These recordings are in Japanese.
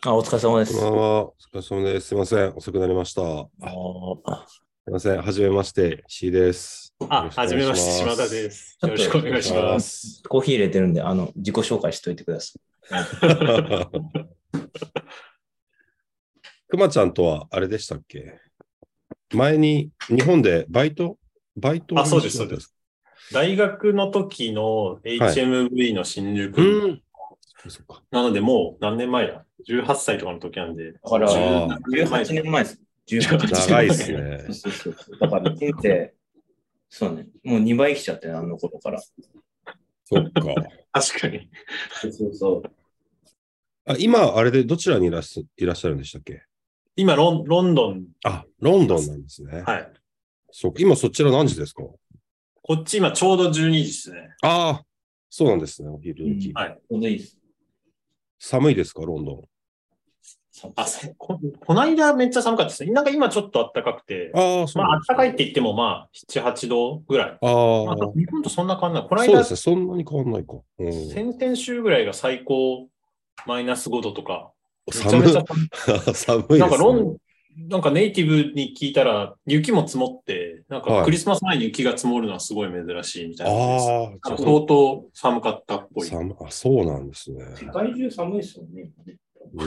あ、お疲れ様でこんばす。 んは。お疲れ様です。すいません。遅くなりました。 ちすいません。はじめまして。C です。よろしくお願いしはじめまして、島田でます。 す。 ょっと、 よろしくお願いしお願いしまます。 す。 コーヒー入れてるんで、自己紹介しといてください。 くまちゃんとはあれでしたっけ？前に日本でバイトあ、 をそうです、 一緒だったんですそうです。大学の時のか？はい。 HMV の新う宿、 ん。そっか。 なのでもう何年前だ？ 18 歳とかの時なんで、 だから、 10 ああ、 何年 18 前だ？ 年前です。18 18 年。 長いっす年前。 そうね。 そうそうそう。だから、人生、そうね、もう2倍来ちゃってね、あの頃から。 そっか。 確かに。 そうそうそう。 あ、今、あれでどちらにいらっしゃるんでしたっけ？ 今ロンドンにあ、ロいます。 ンドンなんですね。 はい。 そう、今そちら何時ですか？ こっち今ちょうど12時ですね。 ああ、そうなんですね。お昼うん。ち時。 はい。 ょうどいいです。 寒いですか、ロンドン？ この間めっちゃ寒かったですね。なんか今ちょっと暖かくて、 ああ、そうまあなんですね。 暖かいって言ってもまあ7、8度ぐらい。 あまあ、 あ、 日本とそんな変わんない。この間そうですね。そんなに変わんないか。うん。 先々週ぐらいが最高マイナス5度とか、めちゃめちゃ寒、寒いなんですね。 なんかネイティブに聞いたら雪も積もって、なんかはい。 クリスマス前に雪が積もるのはすごい珍しいみたいなことです。 ああ、じゃあ、 相当寒かったっぽい。 そうなんですね。 世界中寒いですよね。 うん。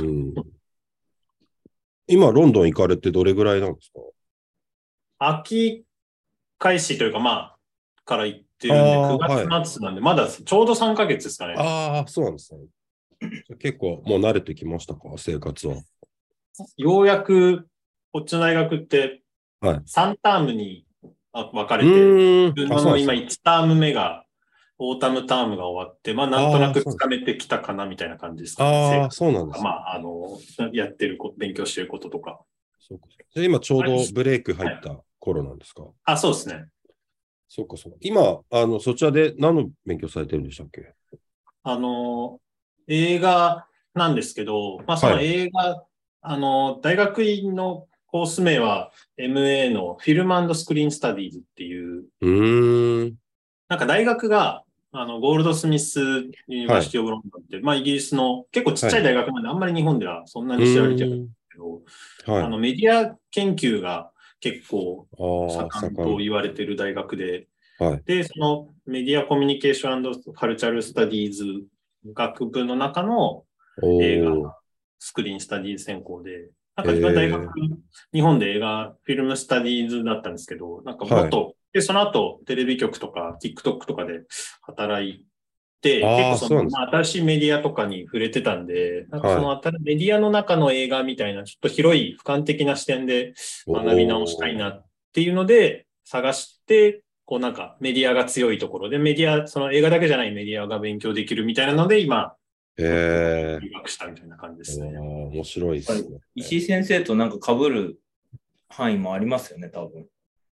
今、ロンドン行かれてどれぐらいなんですか？ 秋開始というかまあ、から行ってるんで、 ああ、 9 はい。 月末なんで、まだちょうど3ヶ月ですかね。 ああ、そうなんですね。じゃあ結構もう慣れてきましたか、生活は？ ようやく、こっちの大学ってはい。 3タームに分かうれて、 ーん。あ、 自分の今そうなんですね。 1ターム目が、オータムタームが終わって、まあなんとなああ、 くそうなんです。 つかめてきたかなみたいな感じですかね。生ああ、 活とか、 そうなんですね。 まあ、やってる勉強してることとか。 そうか。じゃあ今ちょうはい。 どブレイク入った頃なんですか？ あ、そうですね。 そうか、そうか。今、そちらで何の勉強されてるんでしたっけ？ あの、映画なんですけど、まあそのはい。 映画、大学院のコース名は MA のフィルムスクリーンスタディーズっていう、 うーん。 なんか大学が、ゴールドスミス・ユニバーはい。 シティ・オブ・ロンドンって、まあイギリスの結構ちっちゃいはい。 大学なんで、あんまり日本ではそんなうに知られてないんでーん。 すけど、 はい。 メディア研究が結構ああ、 盛んと盛ん。 言われている大学で、 はい。 で、そのメディアコミュニケーションカルチャルスタディーズ学部の中の映画おー。 スクリーンスタディーズ専攻で、なんか大学、 え日本で映画フィルムスタディーズだったんですけど、なんかもはい。 っと、で、その後テレビ局とか TikTok とかで働いて、結ああ、 構その、 そうなんです。 まあ、新しいメディアとかに触れてたんで、なんかそはい。 のメディアの中の映画みたいな、ちょっと広い俯瞰的な視点で学び直したいおー。 なっていうので、探して、こうなんかメディアが強いところで、メディア、その映画だけじゃないメディアが勉強できるみたいなので、今、ちょっとえ留学したみたいな感じでー、 すね。 面白いでやっぱりすね。 石井先生となんか被る範囲もありますよね、多分。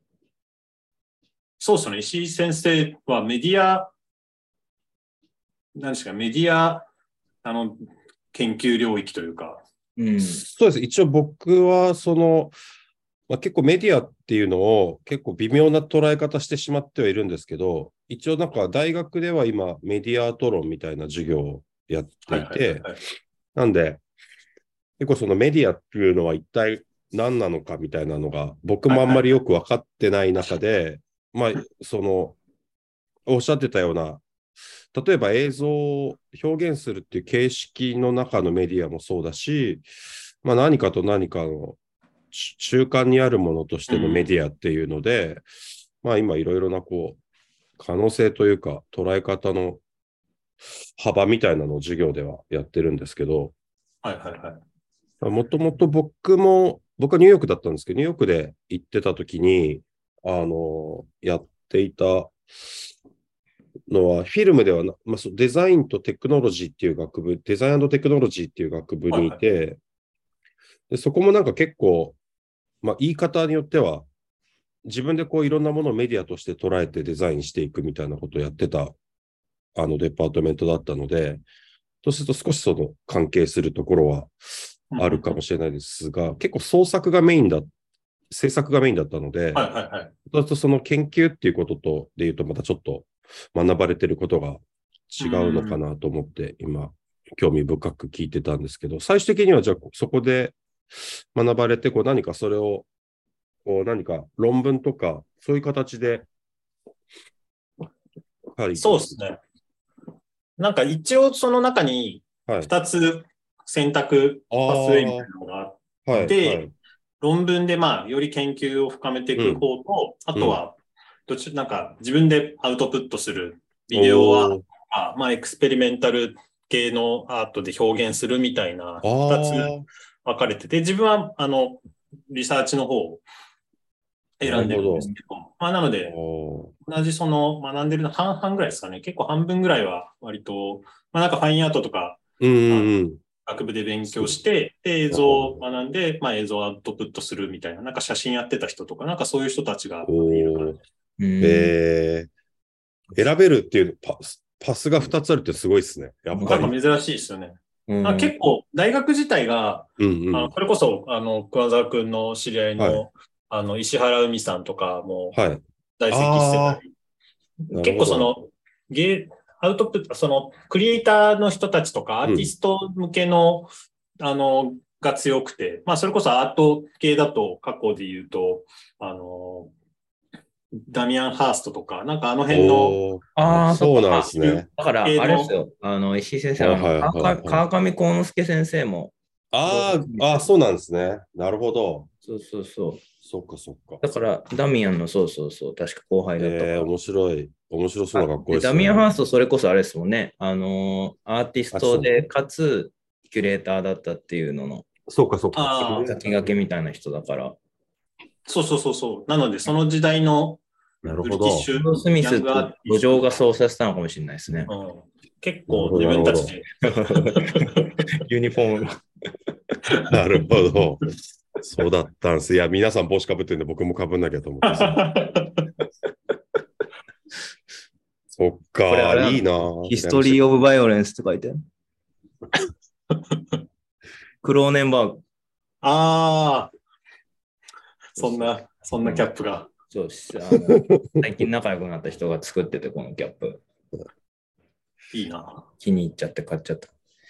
そうですね。石井先生はメディア、何ですか、メディア、あの、研究領域というか。 うん。 そうです。一応僕は、結構メディアっていうのを結構微妙な捉え方してしまってはいるんですけど、一応なんか大学では今メディアアトロンみたいな授業をやってはいはいはいいて、 はい。 なんで結構そのメディアっていうのは一体何なのかみたいなのが僕もあんまりよはいはいはい。 く分かってない中で、まあそのおっしゃってたような、例えば映像を表現するっていう形式の中のメディアもそうだし、まあ何かと何かの中間にあるものとしてのメうん。 ディアっていうので、まあ今いろいろな可能性というか捉え方の幅みたいなのを授業ではやってるんですけど、 はいはいはい。 もともと僕はニューヨークだったんですけど、ニューヨークで行ってた時に、やっていたのは、フィルムではまあ、デザインとテクノロジーっていう学部、デザインテクノロジーっていう学部にいはいはい。 て、でそこもなんか結構、まあ、言い方によっては、自分でいろんなものをメディアとして捉えてデザインしていくみたいなことをやってたデパートメントだったので、そうすると少しその関係するところはうんうんあるかうん。 もしれないですが、結構制作がメインだったので、 はいはいはい。 そうするとその研究っていうことで言うとまたちょっと学ばれてることがう違うのかん。 なと思って今興味深く聞いてたんですけど、最終的にはじゃあそこで学ばれて、こう何かそれを、こう何か論文とか、そういう形で、 そうですね。なんか一応その中にはい。 2つ選択パスウェイみたいなのがあっはい。 て、 はい。 論文でまあより研究を深めていく方と、あとはなんか自分でアウトプットするビデオアートとか、まあエクスペリメンタル系のアートで表現するみたいな2つ分かれてて、自分はリサーチの方を選んでるんですけど、まあなので、同じその学んでるの半々ぐらいですかね。結構半分ぐらいは割と、まあなんかファインアートとか、学部で勉強して、映像を学んで、まあ映像をアウトプットするみたいな、なんか写真やってた人とか、なんかそういう人たちがいる感じ。 選べるっていうパスが2つあるってすごいですね。やっぱり。 なんか珍しいですよね。結構、大学自体が、それこそ、桑沢くんの知り合いの、石原海さんとかも、在籍してたり、結構その、アウトプット、その、クリエイターの人たちとか、アーティスト向けの、が強くて、まあ、それこそアート系だと、過去で言うと、ダミアン・ハーストとか、なんかあの辺の、 そうなんですね。 だから、あれですよ、石井先生、川上幸之助先生も。 そうなんですね。なるほど。 そうそうそう。 そっかそっか。 だから、ダミアンの、そうそうそう、確か後輩だったから。 面白そうな学校ですね。 ダミアン・ハースト、それこそあれですもんね。アーティストで、かつ、キュレーターだったっていうのの。 そうかそうか。 先駆けみたいな人だから。 そう。なので、その時代のブリティッシュスミスと土壌がそうさせたのかもしれないですね。 結構自分たちで。 ユニフォームが。なるほど。そうだったんです。いや、皆さん帽子かぶってるんで僕もかぶんなきゃと思って。そっか、いいな。 ヒストリー・オブ・バイオレンスって書いてある。クローネンバーグ。 そんなキャップが。 そう最近仲良くなった人が作ってて、このキャップ。 いいな。 気に入っちゃって買っちゃった。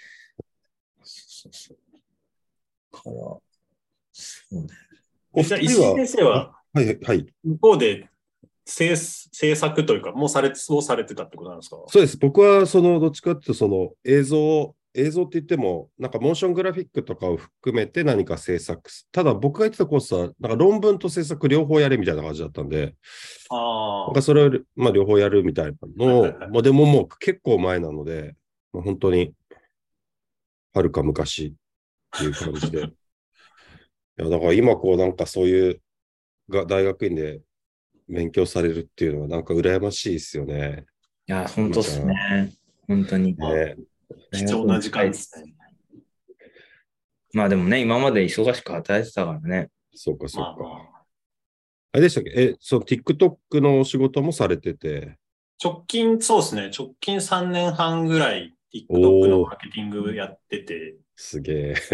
から、そうね。 じゃあ、石井先生は、向こうで制作というか、もうされてたってことなんですか？ そうです。僕は、どっちかっていうと、映像って言っても、なんかモーショングラフィックとかを含めて何か制作。ただ僕が言ってたコースは、なんか論文と制作両方やれみたいな感じだったんで、なんかそれを、まあ、両方やるみたいなのを、でももう結構前なので、まあ、本当に、はるか昔っていう感じで。いや、だから今なんかそういう大学院で勉強されるっていうのはなんか羨ましいですよね。 いや、本当ですね。本当に。 貴重な時間ですね。 まあでもね、今まで忙しく働いてたからね。 そうか。あれでしたっけ？TikTok のお仕事もされてて。 そうですね。直近3年半ぐらい TikTok のマーケティングやってて。 すげえ。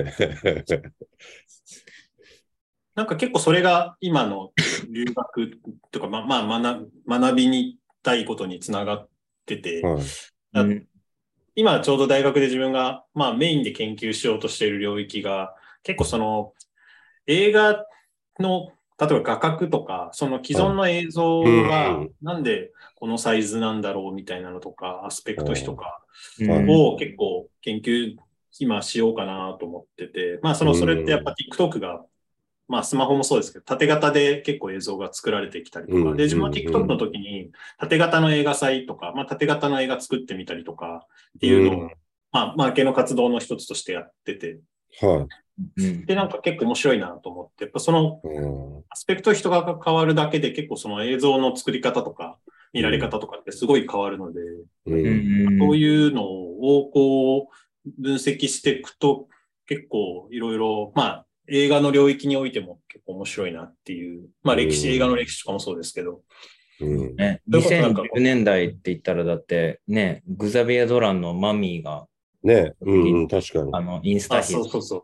なんか結構それが今の留学とか、学びにたいことにつながってて、今ちょうど大学で自分が、メインで研究しようとしている領域が、結構映画の、例えば画角とか、その既存の映像がなんでこのサイズなんだろうみたいなのとか、アスペクト比とかを結構研究今しようかなと思ってて、それってやっぱ TikTok がスマホもそうですけど、縦型で結構映像が作られてきたりとか、で、自分は TikTok の時に縦型の映画祭とか、縦型の映画作ってみたりとかっていうのを、マーケの活動の一つとしてやってて、で、なんか結構面白いなと思って、やっぱアスペクト人が変わるだけで結構その映像の作り方とか、見られ方とかってすごい変わるので、そういうのをこう分析していくと結構いろいろ、映画の領域においても結構面白いなっていう、映画の歴史とかもそうですけど。 2010年代って言ったらだってね、グザビエ・ドランのマミーが、 ね、確かに。インスタヒット。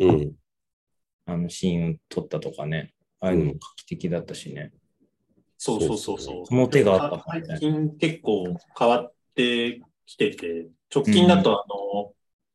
シーンを撮ったとかね、ああいうのも画期的だったしね。 そう。 その手があった最近結構変わってきてて、直近だと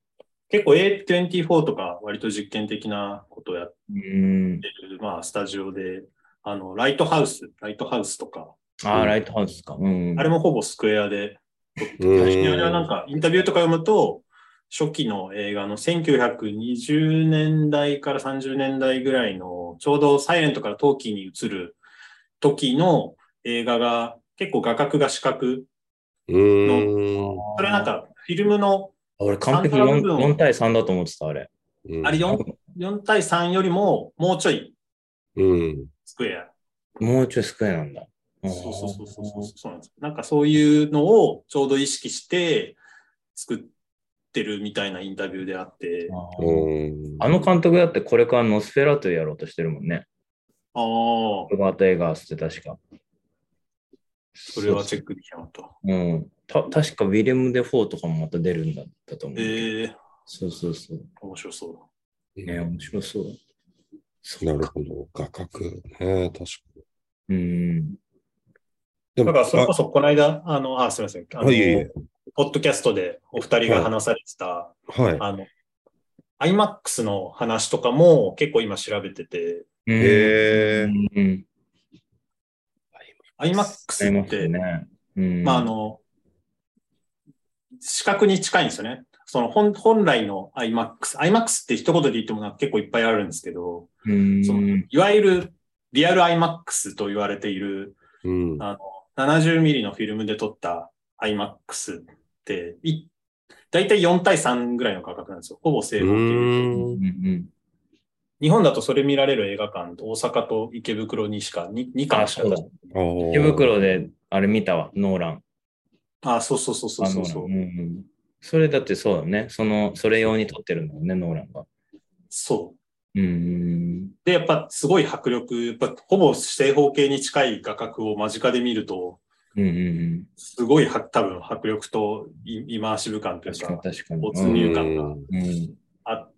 結構 A24 とか割と実験的なことをやってうん。 る、まあ、スタジオで、ライトハウスとか、 ああ、ライトハウスか。うん。 あれもほぼスクエアで撮ってて、 うんあれはなんかインタビューとか読むと、初期の映画の1920年代から30年代ぐらいの、ちょうどサイレントからトーキーに移る時の映画が結構画角が四角の、それはなんかフィルムの俺、完璧サントラ部分 4 を、 対3だと思ってた、あれ。 あれ4対3よりももうちょいスクエア。 もうちょい少ないなんだ。 そうなんです。なんかそういうのをちょうど意識して作ってるみたいなインタビューであって。 あの監督だってこれからノスフェラトゥやろうとしてるもんね。 ああ。 ロバート・エガースって確か。 それはチェックできなかった。 うん。確かウィレム・デ・フォーとかもまた出るんだったと思う。そうそうそう。 面白そう。 ね、面白そう。 なるほど。画角ね、確かに。 だからそれこそこの間、すみません。 いえいえポッドキャストでお二人が話されてた、IMAX の話とかも結構今調べてて、IMAX って、まあ視覚に近いんですよね。その本来の IMAX って一言で言っても結構いっぱいあるんですけど、いわゆるリアル IMAX と言われている、70ミリのフィルムで撮った IMAX って、だいたい4対3ぐらいの価格なんですよ。ほぼ正方形。日本だとそれ見られる映画館、大阪と池袋にしか、2館しかない。 池袋であれ見たわ、ノーラン。 そう。 それだってそうだね。それ用に撮ってるんだもんね、ノーランが。 そう。で、やっぱすごい迫力、やっぱほぼ正方形に近い画角を間近で見ると、すごい多分迫力とイマーシブ感というか、没入感があって、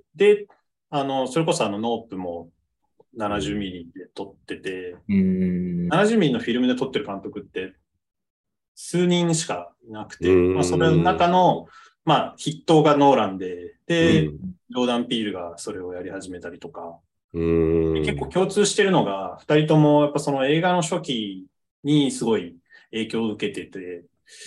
で、それこそノープも70ミリで撮ってて、70ミリのフィルムで撮ってる監督って数人しかいなくて、それの中の、筆頭がノーランで、ジョーダン・ピールがそれをやり始めたりとか、結構共通してるのが、二人ともやっぱその映画の初期にすごい影響を受けてて、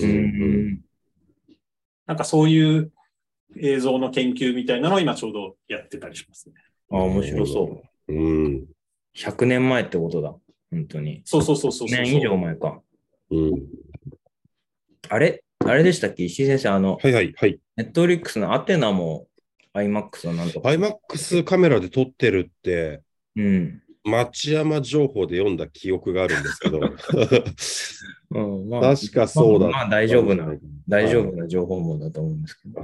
なんかそういう映像の研究みたいなのを今ちょうどやってたりしますね。 面白そう。100年前ってことだ。本当に。 そう。 100年以上前か。あれでしたっけ石井先生、ネットフリックスのアテナも IMAX のなんとか。 IMAX カメラで撮ってるって、町山情報で読んだ記憶があるんですけど。確かそうだ。 大丈夫な情報もだと思うんですけど。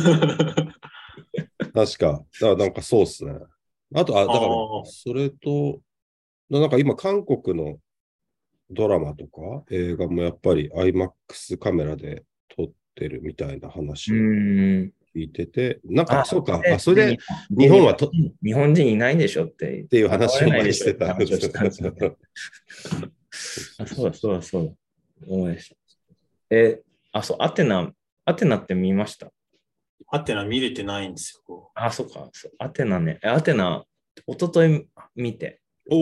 確か。なんかそうっすね。あと、だから、それと、なんか今、韓国のドラマとか映画もやっぱり IMAX カメラで撮ってるみたいな話を聞いてて、なんかそうか、それで日本は日本人いないでしょっていう話を前してた。 そうだ。思い出した。そう、アテナって見ました？ アテナ見れてないんですよ。 そうか。アテナね。アテナ、一昨日見て。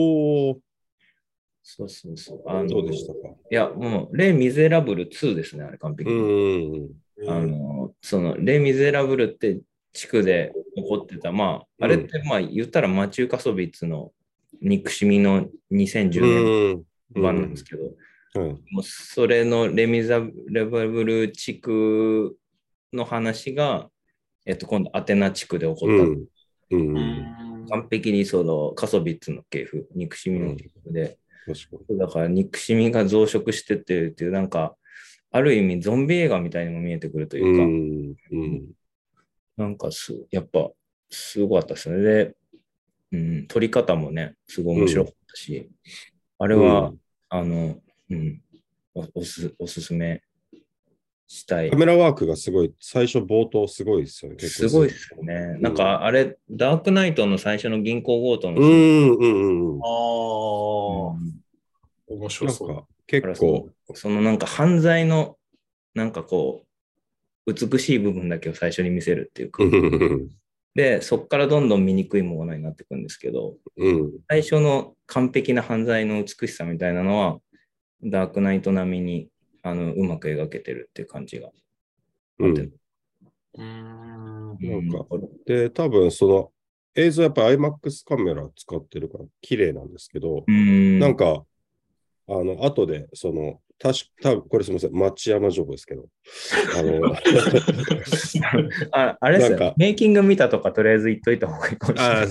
そう。 どうでしたか？ いや、もう、レ・ミゼラブル2ですね、あれ、完璧に。レ・ミゼラブルって地区で起こってた、あれって、言ったらマチュー・カソビッツの憎しみの2010年版なんですけど、もうそれのレ・ミゼラブル地区の話が、今度アテナ地区で起こった。完璧にカソビッツの系譜、憎しみの系譜で、だから憎しみが増殖してってるっていう、なんか、ある意味ゾンビ映画みたいにも見えてくるというか、なんかやっぱすごかったですね。で、撮り方もね、すごい面白かったし、あれは、おすすめしたい。 カメラワークがすごい、最初冒頭すごいですよね。 すごいですよね。なんかあれ、ダークナイトの最初の銀行強盗の面白そう。 結構。 なんか犯罪の、なんかこう、 美しい部分だけを最初に見せるっていうか。で、そこからどんどん醜いものになっていくんですけど、最初の完璧な犯罪の美しさみたいなのは、ダークナイト並みにうまく描けてるっていう感じが。 なんか、で、多分その映像やっぱ IMAX カメラ使ってるから綺麗なんですけど、なんか、後で、その、多分これすみません、町山情報ですけど、 あれですよ、メイキング見たとか、とりあえず言っといた方がいいかもしれない。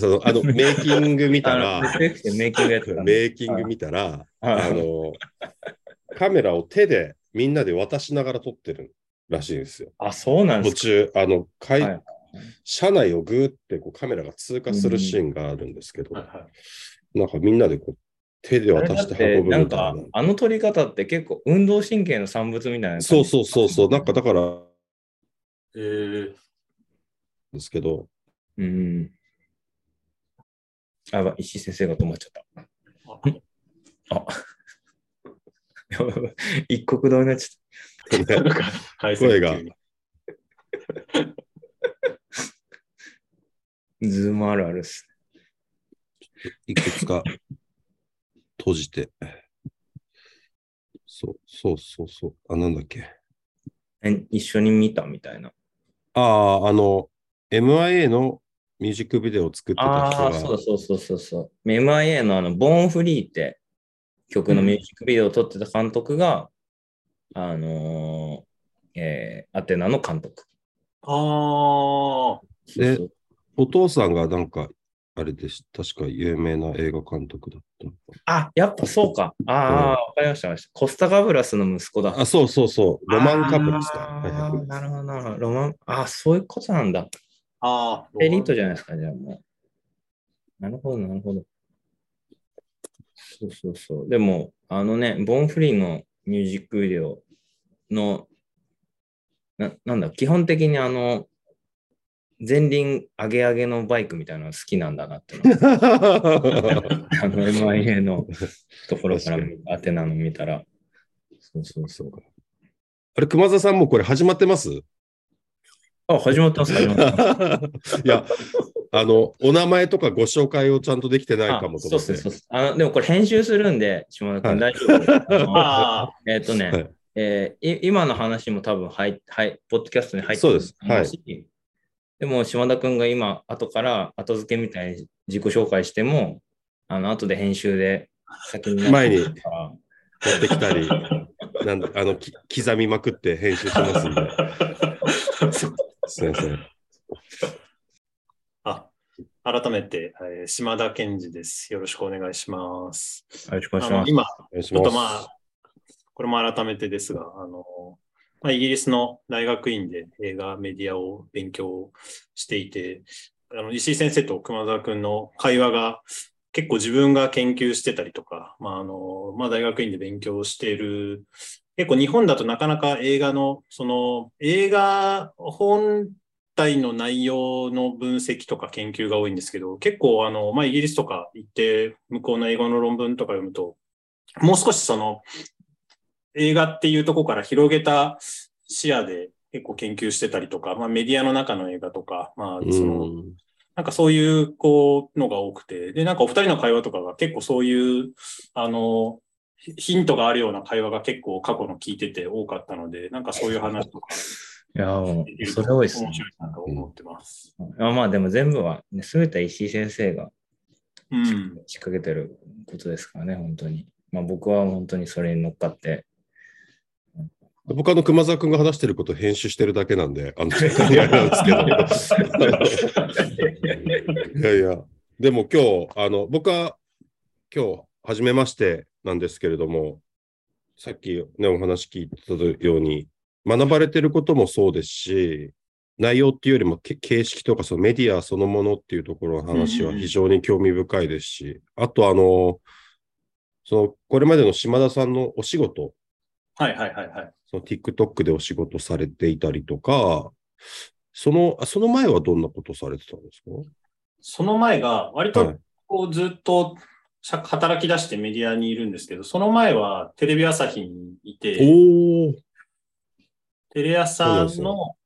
メイキング見たら、 メイキング見たら、カメラを手でみんなで渡しながら撮ってるらしいんですよ。 あ、そうなんですか。途中、車内をぐーってこうカメラが通過するシーンがあるんですけど、なんかみんなでこう手で渡して運ぶみたいな。 あの撮り方って結構運動神経の産物みたいな。 そう。なんかだから、ですけど。 石井先生が止まっちゃった。一国道になっちゃった。 声が。 ズームあるあるっす。 いくつか閉じて。そう。なんだっけ。 一緒に見たみたいな。 MIA のミュージックビデオを作ってた人が。 そう。MIA のボーンフリーって曲のミュージックビデオを撮ってた監督が、アテナの監督。 で、お父さんがなんか、あれです。確か有名な映画監督だった。 やっぱそうか。わかりました。コスタ・ガブラスの息子だ。 そう。ロマン・カブラスか。 なるほど。ロマン、そういうことなんだ。エリートじゃないですか、じゃあもう。なるほど。そう。でも、ボーンフリーのミュージックビデオの、なんだ、基本的に前輪上げ上げのバイクみたいなの好きなんだなってMIA のところからアテナの見たら。そう。 あれ、熊澤さんもこれ始まってます？ 始まってます。 いや、お名前とかご紹介をちゃんとできてないかもと思って。 そう。でもこれ編集するんで、島田君大丈夫？今の話も多分ポッドキャストに入ってると思うし、でも島田君が今、後付けみたいに自己紹介しても、後で編集で先に前に持ってきたり、刻みまくって編集しますんで。すいません。 改めて、島田健二です。よろしくお願いします。 よろしくお願いします。 今、ちょっとこれも改めてですが、イギリスの大学院で映画メディアを勉強していて、石井先生と熊澤君の会話が結構自分が研究してたりとか、大学院で勉強している、結構日本だとなかなか映画の、映画本体の内容の分析とか研究が多いんですけど、結構イギリスとか行って向こうの英語の論文とか読むと、もう少し映画っていうところから広げた視野で結構研究してたりとか、メディアの中の映画とか、なんかそういうのが多くて、で、なんかお二人の会話とかが結構そういう、ヒントがあるような会話が結構過去の聞いてて多かったので、なんかそういう話とか。 いや、それ多いですね。 面白いなと思ってます。 でも全部は、すべて石井先生が仕掛けてることですからね、本当に。僕は本当にそれに乗っかって。 僕熊澤君が話してることを編集してるだけなんで、あれなんですけど。いや、でも今日、僕は今日、初めましてなんですけれども、さっきね、お話聞いたように、学ばれてることもそうですし、内容っていうよりも形式とかそのメディアそのものっていうところの話は非常に興味深いですし、あとこれまでの島田さんのお仕事、TikTok でお仕事されていたりとか、その前はどんなことされてたんですか？ その前が割とずっと働き出してメディアにいるんですけど、その前はテレビ朝日にいて、テレ朝の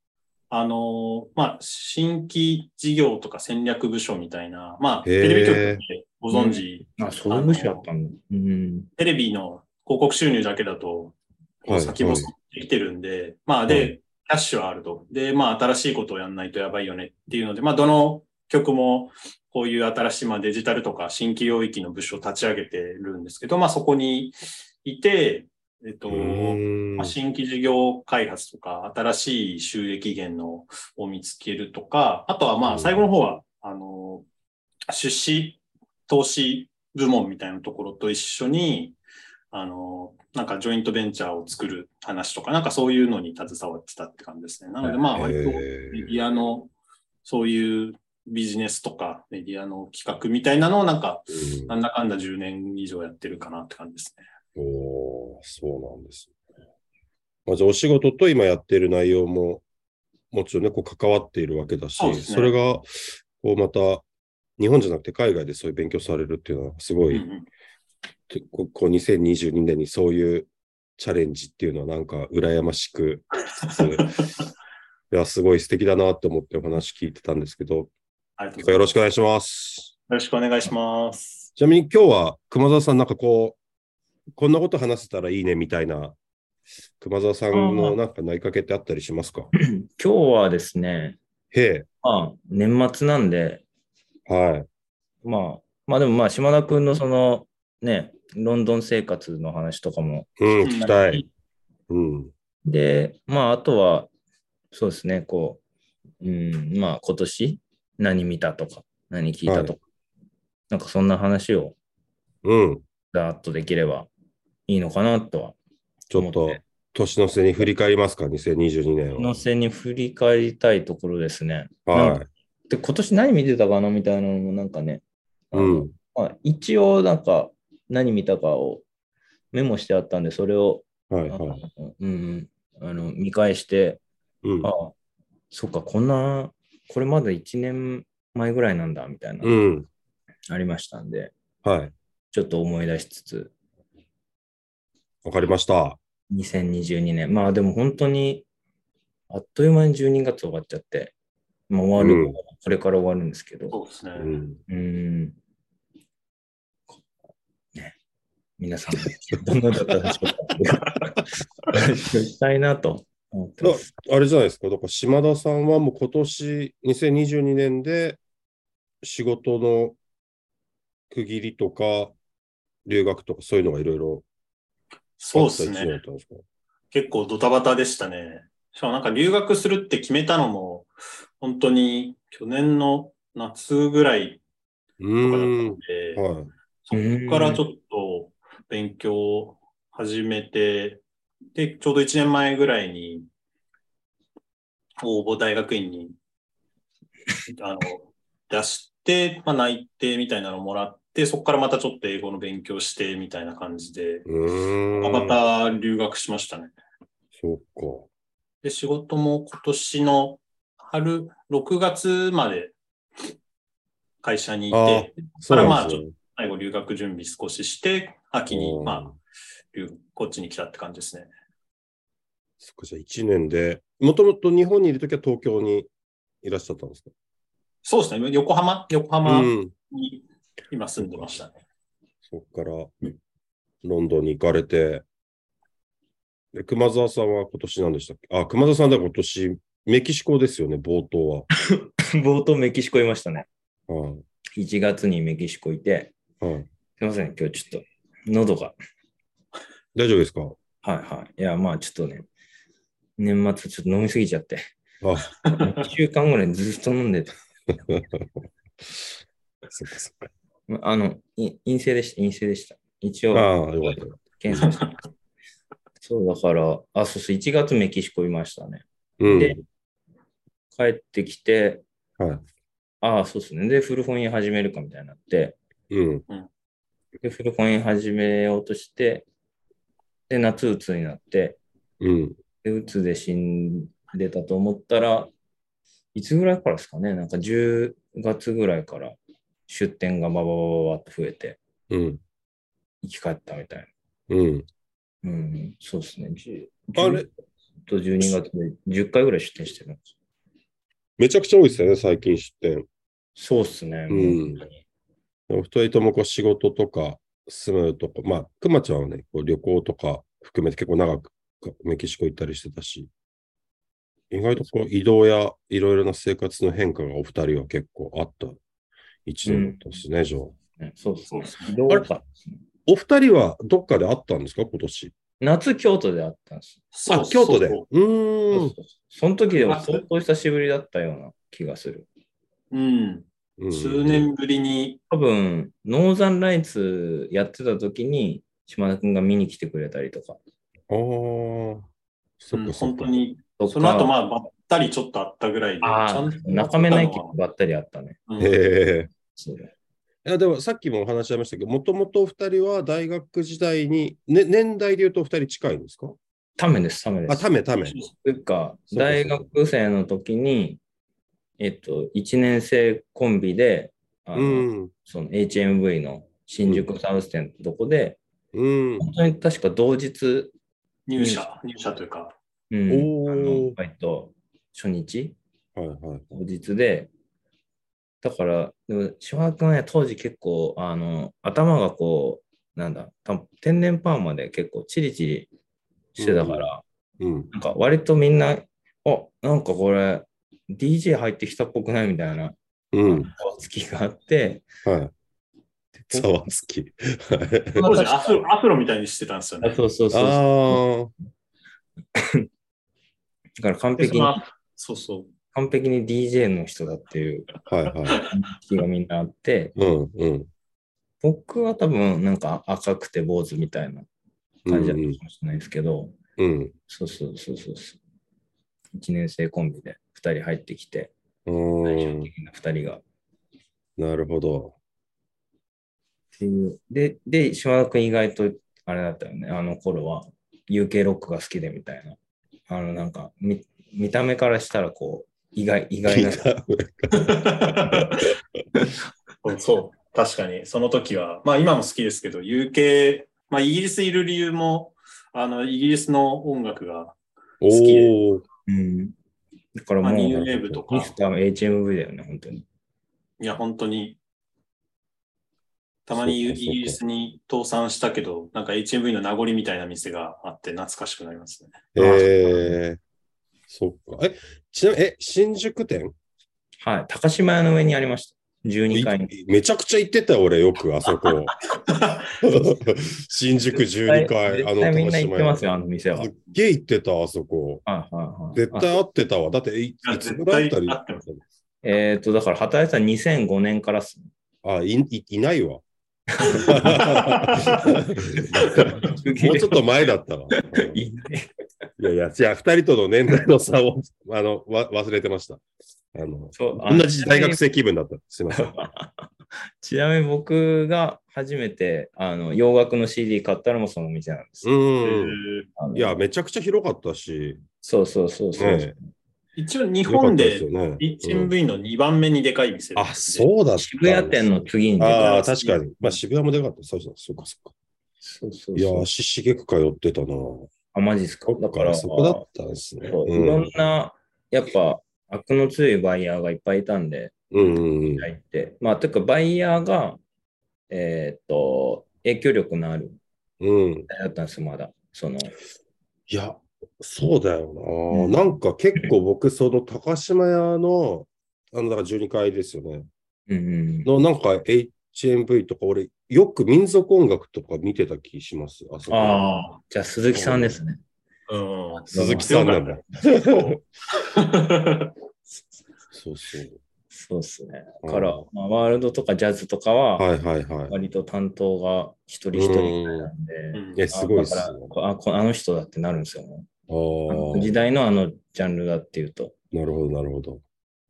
新規事業とか戦略部署みたいな、テレビ局ってご存知、 そういう部署だったんだ。 テレビの広告収入だけだと、先細ってきてるんで、で、キャッシュはあると。で、新しいことをやんないとやばいよねっていうので、どの局もこういう新しいデジタルとか新規領域の部署を立ち上げてるんですけど、そこにいて、新規事業開発とか、新しい収益源を見つけるとか、あとは最後の方は、出資投資部門みたいなところと一緒に、なんかジョイントベンチャーを作る話とか、なんかそういうのに携わってたって感じですね。なので割とメディアのそういうビジネスとかメディアの企画みたいなのをなんだかんだ10年以上やってるかなって感じですね。 そうなんですね。じゃあお仕事と今やってる内容ももちろんね、関わっているわけだし、それがまた日本じゃなくて海外でそういう勉強されるっていうのはすごい、2022年にそういうチャレンジっていうのはなんか羨ましくいや、すごい素敵だなって思ってお話聞いてたんですけど、よろしくお願いします。 よろしくお願いします。 ちなみに今日は熊澤さんなんかこんなこと話せたらいいねみたいな、熊澤さんのなんか投げかけってあったりしますか？ 今日はですね、年末なんで、 はい。 でも島田君のそのね、ロンドン生活の話とかも聞きたい。 で、あとは、そうですね、今年何見たとか、何聞いたとか、なんかそんな話を、ざーっとできればいいのかなとは。 ちょっと、年の瀬に振り返りますか、2022年は。 年の瀬に振り返りたいところですね。 はいで、今年何見てたかなみたいなのもなんかね、一応なんか何見たかをメモしてあったんで、それを、見返して、そっか、これまだ1年前ぐらいなんだ、みたいな、ありましたんで、ちょっと思い出しつつ。 わかりました。 2022年。でも本当に、あっという間に12月終わっちゃって、これから終わるんですけど。 そうですね。 皆さん、どんなだったでしょうかしたいなと思ってます。 あれじゃないですか。だから島田さんはもう今年2022年で仕事の区切りとか留学とかそういうのがいろいろそうですね。結構ドタバタでしたね。しかもなんか留学するって決めたのも本当に去年の夏ぐらいとかだったので、そこからちょっと勉強始めて、で、ちょうど1年前ぐらいに応募大学院に出して、内定みたいなのをもらって、そこからまたちょっと英語の勉強してみたいな感じで、また留学しましたね。 そうか。 で、仕事も今年の春、6月まで会社にいて、それからちょっと最後留学準備少しして、秋にこっちに来たって感じですね。 そっか、じゃあ1年で、もともと日本にいるときは東京にいらっしゃったんですか？ そうですね。横浜に今住んでましたね。 そっからロンドンに行かれて、で熊澤さんは今年何でしたっけ？熊澤さんは今年メキシコですよね、冒頭は。 冒頭メキシコいましたね。1月にメキシコいて、すいません、今日ちょっと喉が。 大丈夫ですか？ いや、ちょっとね、年末ちょっと飲みすぎちゃって、1週間ぐらいずっと飲んでて。 そっかそっか。 陰性でした。一応、 よかった。 検査して。そう、だから、そうそう、1月メキシコいましたね。で、帰ってきて、そうですね。で、古本屋始めるかみたいになって、で、古本屋始めようとして、で、夏うつになって、で、うつで死んでたと思ったら、いつぐらいからですかね、なんか10月ぐらいから出店がバババババっと増えて、生き返ったみたいな。そうですね。あれと12月で10回ぐらい出店してるんです。 めちゃくちゃ多いですよね、最近出店。 そうっすね。 うん。お二人ともこう仕事とか住むとか、まあ、くまちゃんはね、こう旅行とか含めて結構長くメキシコ行ったりしてたし、意外とこう移動やいろいろな生活の変化がお二人は結構あった一年だったんですね、じゃあ。 そうですね。 あれ、お二人はどっかで会ったんですか、今年。 夏、京都で会ったんです。 あ、京都で。 その時でも相当久しぶりだったような気がする。 うん。数年ぶりに。 多分、ノーザンライツやってた時に、島田君が見に来てくれたりとか。 ああ、そっか本当に。その後、まあ、ばったりちょっとあったぐらいで。 中目の駅ばったりあったね。 へえ。いやでもさっきもお話しありましたけど、もともとお二人は大学時代に、年代で言うとお二人近いんですか？ ためです。 あ、ため。というか、大学生の時に、1年生コンビで、その HMV の新宿サウス店のとこで、本当に確か同日入社というか、 初日、 当日で、だから、島田君はね、当時結構、頭がこう、なんだ、天然パーマで結構チリチリしてたから、なんか割とみんな、なんかこれ、DJ 入ってきたっぽくないみたいな、ざわつきがあって、 ざわつき。 当時アフロみたいにしてたんですよね。 そう。だから完璧に、完璧に DJ の人だっていう気がみんなあって、僕は多分なんか赤くて坊主みたいな感じだったかもしれないですけど、そう。1年生コンビで2人入ってきて、対照的な2人が。 なるほど。 っていう。で、島田君意外とあれだったよね。あの頃は UK ロックが好きでみたいな。なんか見た目からしたらこう、意外な。 そう、確かに。その時は、まあ今も好きですけど、UK、まあイギリスいる理由も、イギリスの音楽が好きで。 だからもう、 ニューウェーブとか。 ミスター HMV だよね、本当に。 いや、本当に。たまにイギリスに倒産したけど、なんか HMV の名残みたいな店があって懐かしくなりますね。 そっか。ちなみに、新宿店？ はい。高島屋の上にありました。12階に。 めちゃくちゃ行ってたよ、俺、よく、あそこ。新宿12階、 高島屋。みんな行ってますよ、あの店は。 すっげえ行ってた、あそこ。絶対会ってたわ。だって、いつぐらいあったり。 だから働いてた2005年からっす。 いないわ。もうちょっと前だったわ。いや、じゃあ、2人との年代の差を忘れてました。同じ大学生気分だった。すいません。 ちなみに僕が初めて洋楽の CD 買ったのもその店なんです。 いや、めちゃくちゃ広かったし。 そう。 一応日本で HMV の2番目にでかい店。 そうだった。 渋谷店の次に。 確かに。まあ渋谷もでかかった。そうか。いや、足しげく通ってたな。 マジですか。だから、 そこだったんですね。いろんな、やっぱ、悪の強いバイヤーがいっぱいいたんで、まあ、というか、バイヤーが、影響力のある、だったんですよ、まだ。 いや、そうだよな。なんか結構僕、その高島屋の、だから12階ですよね。の、なんか HMV とか、俺、よく民族音楽とか見てた気します。 じゃあ鈴木さんですね。 鈴木さんなんだ。 そうですね。だから、ワールドとかジャズとかは、割と担当が一人一人なんで、 すごいっす。 あの人だってなるんですよね。時代のジャンルだっていうと。 なるほど。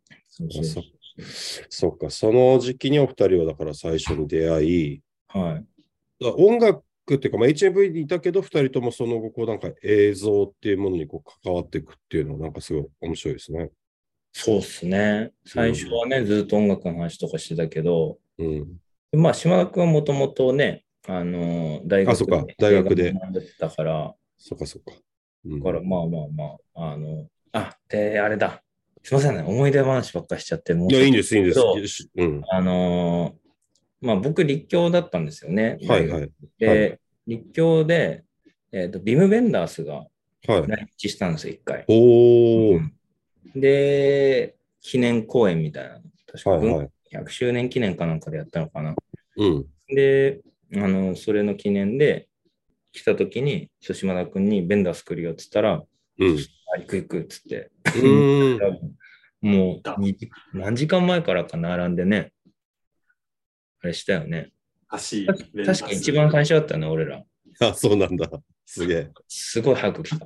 そっか、その時期にお二人はだから最初に出会い、音楽っていうか、HMV にいたけど、二人ともその後、こうなんか映像っていうものにこう関わっていくっていうのは、なんかすごい面白いですね。 そうっすね。最初はね、ずっと音楽の話とかしてたけど、まあ、島田君はもともとね、大学で学んでたから、 そっか。 だから、まあ、で、あれだ。 すいませんね、思い出話ばっかりしちゃって、 いや、いいんです、いいんです。うん。 まあ僕、立教だったんですよね。 はいはい。 で、立教で、ビム・ベンダースが来日したんですよ、一回。 おー。 で、記念公演みたいな。確か、 はいはい、 100周年記念かなんかでやったのかな。 うん。 で、それの記念で来た時に、島田君にベンダース来るよっつったら、 うん。 行く行くっつって。もう何時間前からか並んでね、あれしたよね。確か一番最初だったね、俺ら。 あ、そうなんだ。すげえ。 すごい早く来た。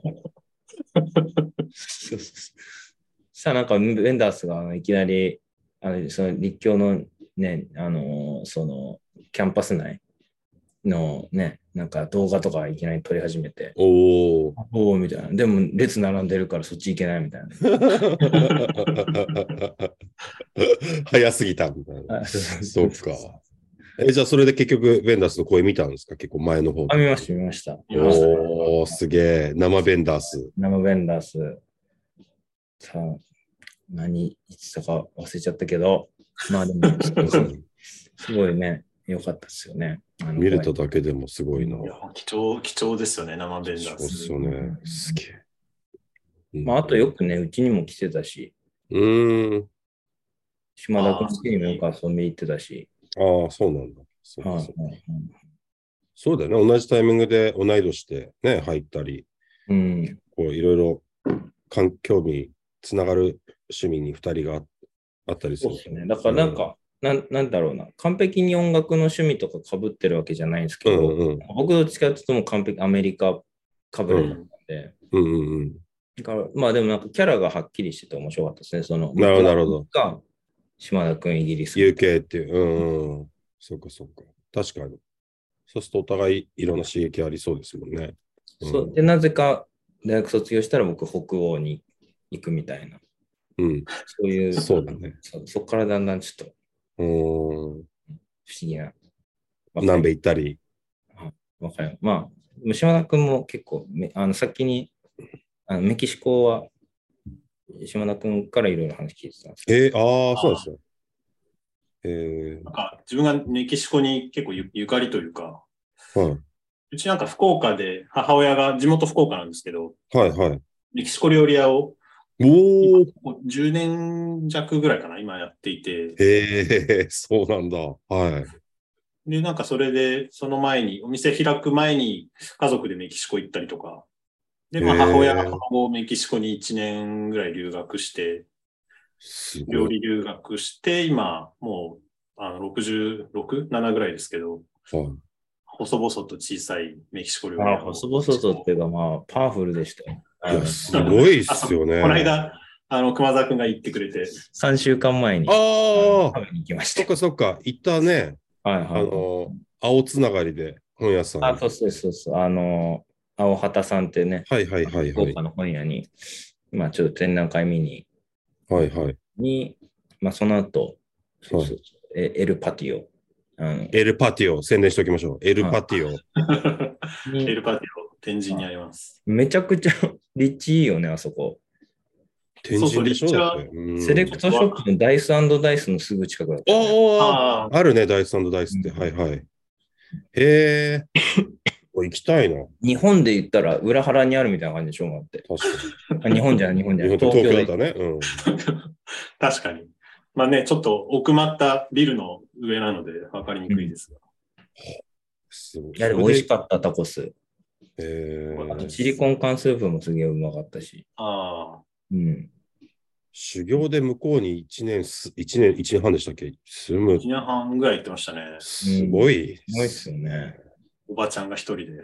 さあ、なんか、ベンダースがいきなり、その立教のね、その、キャンパス内のね、なんか動画とかいきなり撮り始めて、おおみたいな。でも、列並んでるからそっち行けないみたいな。 早すぎたみたいな。そうか。じゃあ、それで結局、ベンダースの声見たんですか？結構前の方。 見ました、見ました。 おー、すげえ。生ベンダース。 生ベンダース。さあ、何言ってたか忘れちゃったけど、まあでも、すごいね、良かったですよね。 見れただけでもすごいな。 貴重ですよね、生ベンダース。 そうですよね。すげえ。まあ、あとよくね、うちにも来てたし。島田君にもよく遊びに行ってたし。 ああ、そうなんだ。そうだよね。同じタイミングで同い年でね、入ったり、こういろいろ興味つながる趣味に2人があったりする。 そうですね。だからなんか、なんだろうな、完璧に音楽の趣味とか被ってるわけじゃないんですけど、僕どっちかというともう完璧アメリカ被れたんで、だからまあでもなんかキャラがはっきりしてて面白かったですね。その、 なるほど。 島田君イギリス。 UK っていう。そうかそうか。確かに。そうするとお互いいろんな刺激ありそうですもんね。 そうで、なぜか大学卒業したら僕北欧に行くみたいな。そういう。 そうだね。 そこからだんだんちょっと不思議な。 南米行ったり。 わかる。まあ、島田君も結構、先に、メキシコは、島田君からいろいろ話聞いてたんですけど。 そうですね。 なんか自分がメキシコに結構ゆかりというか、うちなんか福岡で、母親が地元福岡なんですけど、メキシコ料理屋を10年弱ぐらいかな、今やっていて。 そうなんだ。 で、なんかそれで、その前に、お店開く前に家族でメキシコ行ったりとか、で、まあ母親がその後メキシコに1年ぐらい留学して、料理留学して、今、もう、66、7ぐらいですけど、細々と小さいメキシコ料理。 細々とっていうか、まあ、パワフルでしたよ。 いや、すごいっすよね。 この間、熊沢くんが言ってくれて。 3週間前に。食べに行きました。 そっか。行ったね。青つながりで本屋さん。 そう。青畑さんってね。福岡の本屋に、まあ、ちょっと展覧会見に。まあ、その後、エルパティオ。 エルパティオ、宣伝しておきましょう。エルパティオ。 エルパティオ、天神にあります。 めちゃくちゃ立地いいよね、あそこ。 天神でしょ？ セレクトショップのダイス&ダイスのすぐ近くだった、 ね。あるね、ダイス&ダイスって。へえ。行きたいな。 日本で言ったら裏腹にあるみたいな感じでしょ、待って。確かに。日本じゃない。 東京だったね。 確かに。まあね、ちょっと奥まったビルの上なので分かりにくいですが。 いや、でも美味しかった、タコス。あとシリコン缶スープもすげえうまかったし。 修行で向こうに1年半でしたっけ？住む。 1年半ぐらい行ってましたね。 すごい。 すごいっすよね。 おばちゃんが一人で。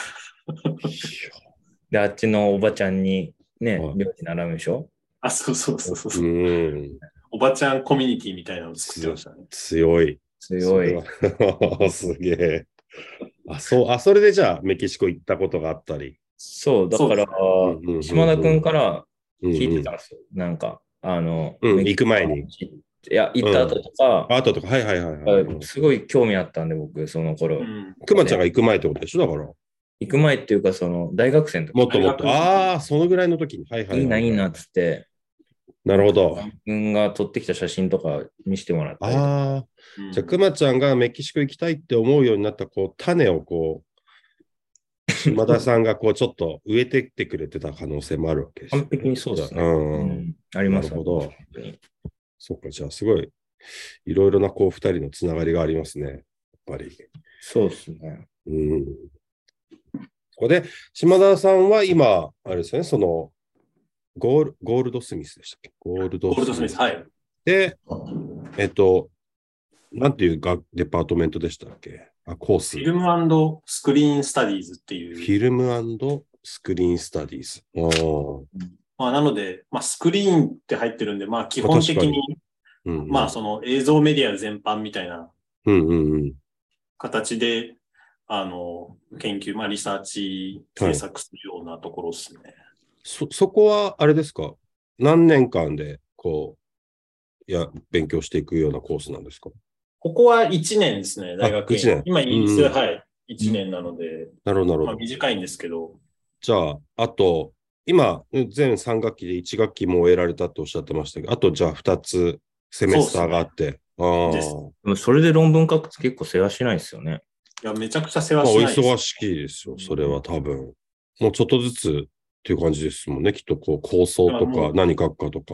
で、あっちのおばちゃんにね、料理習うでしょ？ そう。おばちゃんコミュニティみたいなのを作ってましたね。 強い。すげえ。それでじゃあメキシコ行ったことがあったり。 そう、だから、島田君から聞いてたんですよ。なんか、 行く前に。 いや、行った後とか。 後とか、 すごい興味あったんで、僕、その頃。 くまちゃんが行く前ってことでしょ？だから。 行く前っていうか、大学生の時。 もっと。そのぐらいの時に。 いいな、っつって。 なるほど。 自分が撮ってきた写真とか見せてもらったりとか。 ああ、じゃあ、くまちゃんがメキシコ行きたいって思うようになった、種を島田さんがちょっと植えてってくれてた可能性もあるわけですね。 完璧にそうですね。あります。 なるほど。そっか、じゃあ、すごい、いろいろな二人のつながりがありますね。やっぱり。 そうですね。 ここで、島田さんは今、あれですよね、ゴールドスミスでしたっけ？ゴールドスミス。 はい。 で、なんていうデパートメントでしたっけ？コース。 フィルム&スクリーンスタディーズっていう。 フィルム&スクリーンスタディーズ。 なので、スクリーンって入ってるんで、基本的に、その映像メディア全般みたいな形で、研究、リサーチ、制作するようなところですね。 そこは、あれですか？何年間で、勉強していくようなコースなんですか？ ここは1年ですね、大学院。 1年。 今、イギリスは、1年なので、 なるほど。 短いんですけど。 じゃあ、あと、今、全3学期で1学期も終えられたとおっしゃってましたけど、あと、じゃあ2つセメスターがあって。 それで論文書くと結構世話しないですよね。 いや、めちゃくちゃ世話しないです。 お忙しいですよ、それは多分。もうちょっとずつっていう感じですもんね、きっと構想とか何書くかとか。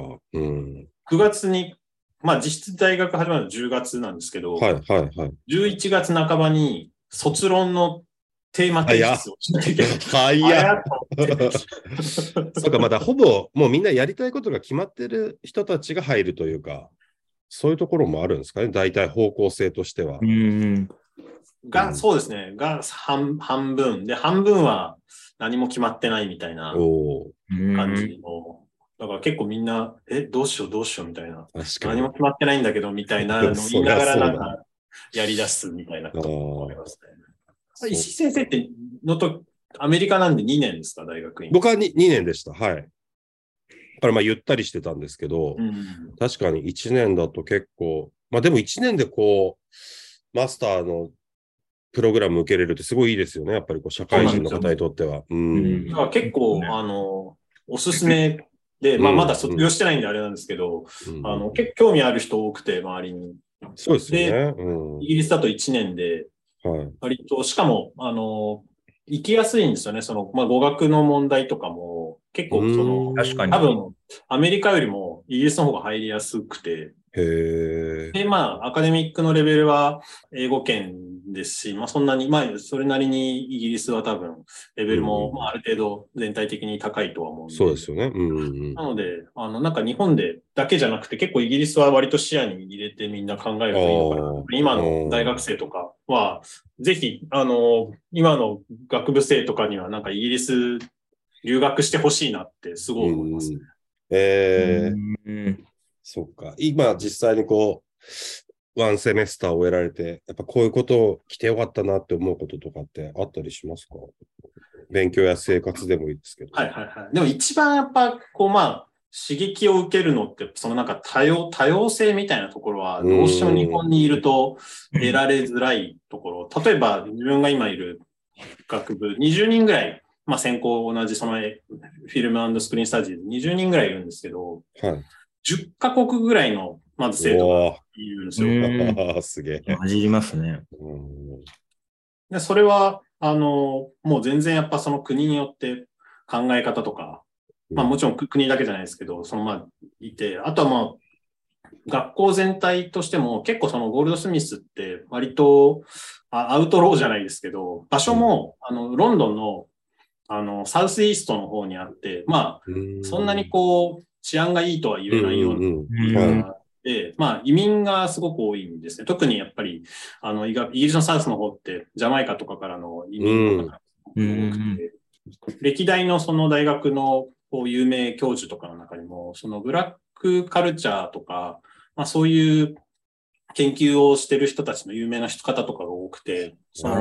9月に、実質大学始まるの10月なんですけど、11月半ばに卒論のテーマ提出をしなきゃいけない。 早っ。そうか、まだほぼもうみんなやりたいことが決まってる人たちが入るというか、そういうところもあるんですかね、大体方向性としては。 そうですね。半分。で、半分は何も決まってないみたいな感じの。だから結構みんな、どうしようみたいな。何も決まってないんだけどみたいなのを言いながらなんかやり出すみたいなこともありますね。石井先生ってアメリカなんで2年ですか、大学院。 僕は 2年でした。はい。だからゆったりしてたんですけど、確かに1年だと結構、でも1年でマスターのプログラム受けれるってすごいいいですよね。やっぱり社会人の方にとっては。 結構、おすすめで、まだ卒業してないんであれなんですけど、結構興味ある人多くて、周りに。 そうですよね。 イギリスだと1年で、割と、しかも、行きやすいんですよね。語学の問題とかも、結構確かに。 多分、アメリカよりもイギリスの方が入りやすくて、で、アカデミックのレベルは英語圏ですし、そんなに、それなりにイギリスは多分、レベルも、ある程度全体的に高いとは思うんで。 そうですよね。 なので、なんか日本でだけじゃなくて、結構イギリスは割と視野に入れてみんな考えるといいのかな。今の大学生とかは、ぜひ、今の学部生とかには、なんかイギリス留学してほしいなってすごい思いますね。 そっか。今実際にワンセメスターを終えられて、やっぱこういうことを来てよかったなって思うこととかってあったりしますか？勉強や生活でもいいですけど。 でも一番やっぱ、刺激を受けるのって、なんか多様性みたいなところは、どうしても日本にいると得られづらいところ。例えば、自分が今いる学部、20人ぐらい、専攻同じフィルム&スクリーンスタジオ20人ぐらいいるんですけど、10カ国ぐらいの、まず生徒がいるんですよ。 すげえ。 混じりますね。 で、それは、もう全然やっぱその国によって考え方とか、もちろん国だけじゃないですけど、いて、あとは学校全体としても結構ゴールドスミスって割とアウトローじゃないですけど、場所も、ロンドンの、サウスイーストの方にあって、そんなに治安がいいとは言えないような、移民がすごく多いんですね。特にやっぱり、イギリスのサウスの方って、ジャマイカとかからの移民の方が多くて、歴代のその大学の有名教授とかの中にも、ブラックカルチャーとか、そういう研究をしてる人たちの有名な方とかが多くて、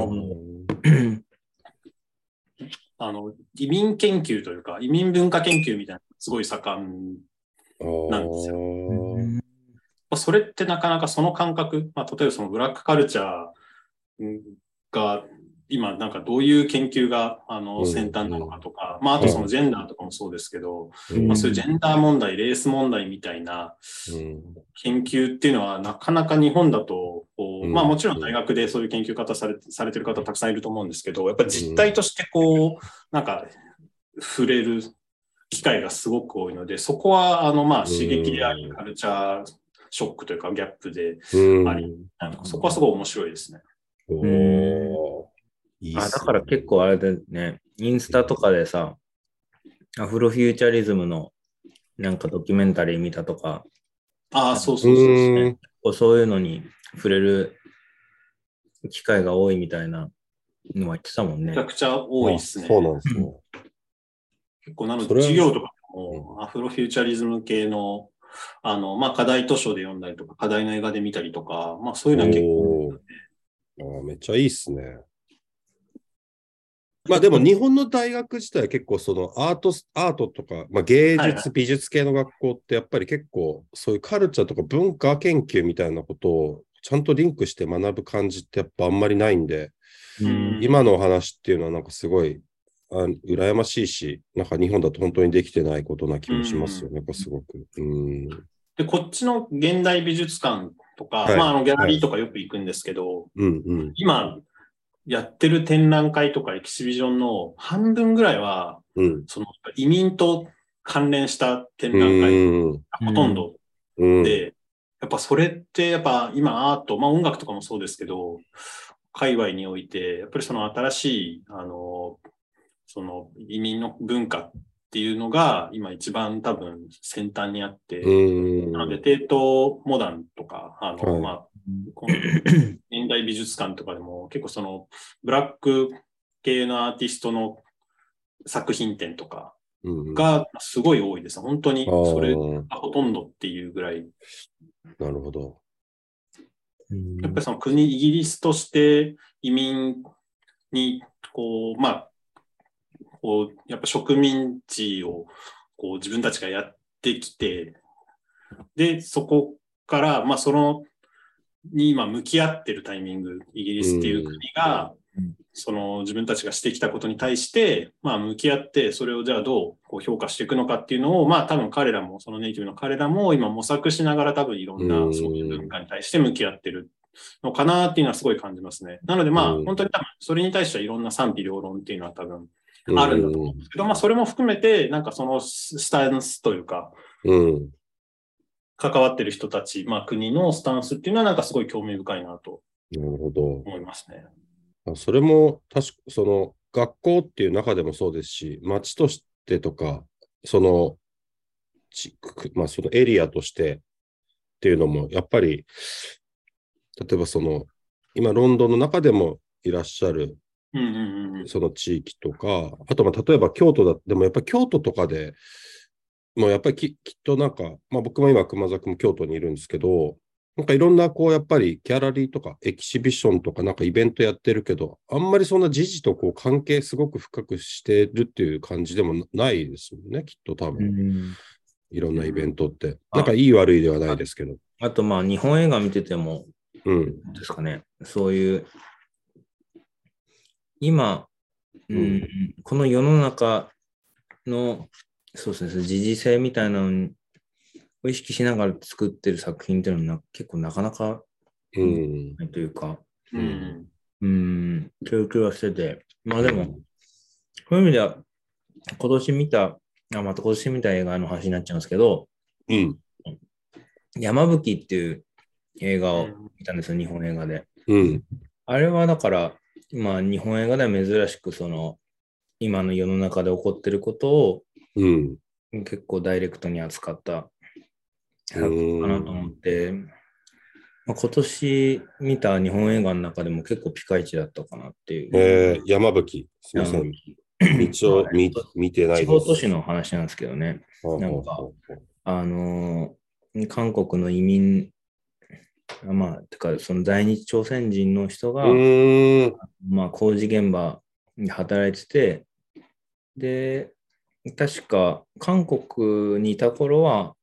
移民研究というか、移民文化研究みたいなすごい盛んなんですよ。それってなかなかその感覚、例えばブラックカルチャーが今なんかどういう研究が先端なのかとか、あとそのジェンダーとかもそうですけど、そういうジェンダー問題、レース問題みたいな研究っていうのはなかなか日本だと、もちろん大学でそういう研究方されてる方たくさんいると思うんですけど、やっぱり実態としてなんか触れる機会がすごく多いので、そこは刺激であり、カルチャーショックというかギャップであり、そこはすごい面白いですね。 いいっすね。だから結構あれでね、インスタとかでさ、アフロフューチャリズムのなんかドキュメンタリー見たとか、 そうですね。 そういうのに触れる機会が多いみたいなのは言ってたもんね。 めちゃくちゃ多いですね。 そうなんですね。 結構なので、授業とかもアフロフューチャリズム系の、課題図書で読んだりとか、課題の映画で見たりとか、そういうのは結構、 めっちゃいいっすね。でも日本の大学自体は結構そのアートとか、芸術、美術系の学校ってやっぱり結構そういうカルチャーとか文化研究みたいなことをちゃんとリンクして学ぶ感じってやっぱあんまりないんで、今のお話っていうのはなんかすごい羨ましいし、なんか日本だと本当にできてないことな気もしますよね、すごく。 で、こっちの現代美術館とか、ギャラリーとかよく行くんですけど、今やってる展覧会とかエキシビジョンの半分ぐらいは、その移民と関連した展覧会がほとんどで、やっぱそれってやっぱ今アート、音楽とかもそうですけど、界隈において、やっぱりその新しい、その移民の文化っていうのが今一番多分先端にあって、なので、テートモダンとか、この現代美術館とかでも結構そのブラック系のアーティストの作品展とかがすごい多いです。本当にそれがほとんどっていうぐらい。 なるほど。 やっぱりその国、イギリスとして移民にやっぱ植民地を自分たちがやってきて、で、そこから、そのに今向き合ってるタイミング、イギリスっていう国が、その自分たちがしてきたことに対して、向き合って、それをじゃあどう評価していくのかっていうのを、多分彼らも、そのネイティブの彼らも今模索しながら多分いろんなそういう文化に対して向き合ってるのかなっていうのはすごい感じますね。なので本当に多分それに対してはいろんな賛否両論っていうのは多分あるんだと思うんですけど、それも含めて、なんかそのスタンスというか、関わってる人たち、国のスタンスっていうのはなんかすごい興味深いなと思いますね。 それも確かその学校っていう中でもそうですし、町としてとか、そのそのエリアとしてっていうのもやっぱり、例えばその今ロンドンの中でもいらっしゃるその地域とか、あと例えば京都でもやっぱり京都とかでもうやっぱりきっとなんか、僕も今熊崎も京都にいるんですけど、なんかいろんなやっぱりギャラリーとかエキシビションとかなんかイベントやってるけど、あんまりそんな時事と関係すごく深くしてるっていう感じでもないですもんね、きっと多分。いろんなイベントって。なんかいい悪いではないですけど。 あと日本映画見てても、ですかね、そういう、今、この世の中の、そうですね、時事性みたいなのを意識しながら作ってる作品っていうのは結構なかなかないというか、そういう気はしてて、でも、そういう意味では、今年見た映画の話になっちゃうんですけど、山吹っていう映画を見たんですよ、日本映画で。あれはだから、日本映画では珍しく、今の世の中で起こってることを、結構ダイレクトに扱った作品かなと思って、今年見た日本映画の中でも結構ピカイチだったかなっていう。山吹、すみません。見てないです。 地方都市の話なんですけどね。なんか、韓国の移民、てか、その在日朝鮮人の人が、工事現場に働いてて、で、確か韓国にいた頃は、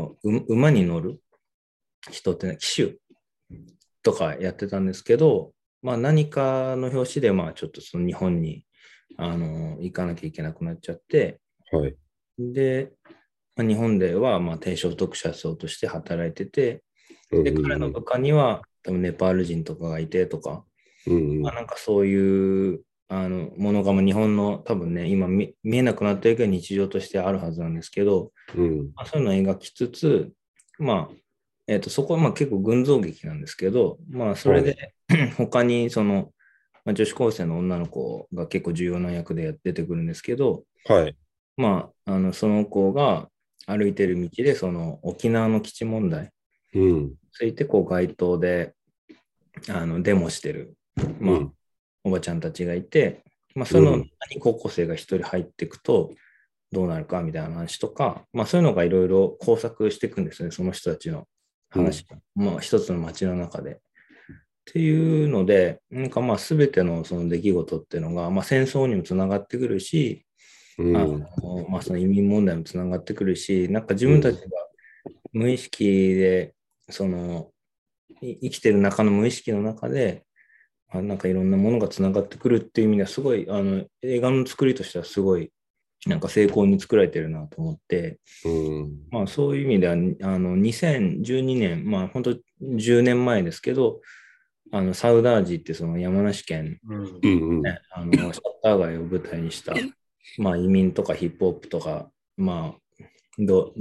馬に乗る人って騎手とかやってたんですけど、 まあ何かの表紙で、まあちょっとその日本に行かなきゃいけなくなっちゃって、 はい。 で、まあ、日本ではまあ低所得者層として働いてて、で、彼の部下には多分ネパール人とかがいてとか、まあ、なんかそういうものがもう日本の多分ね、今見えなくなってるけど日常としてあるはずなんですけど、まあ、そういうのを描きつつ、まあ、そこはまあ結構群像劇なんですけど、まあそれで、他にその、まあ、女子高生の女の子が結構重要な役で出てくるんですけど、 はい。 まあ、その子が歩いてる道で、その沖縄の基地問題についてこう街頭でデモしてる、まあ、おばちゃんたちがいて、まあ、その中に高校生が一人入っていくとどうなるかみたいな話とか、まあ、そういうのがいろいろ工作していくんですね、その人たちの話が。まあ、一つの街の中で。っていうので、なんかまあ全てのその出来事っていうのが、まあ、戦争にもつながってくるし、まあ、その移民問題もつながってくるし、なんか自分たちが無意識で、その生きてる中の無意識の中で、なんかいろんなものがつながってくるっていう意味では、すごい映画の作りとしてはすごいなんか成功に作られてるなと思って、まあ、そういう意味では2012年、まあ本当10年前ですけど、サウダージってその山梨県、ね、シャッター街を舞台にした、まあ、移民とかヒップホップとか、まあ、土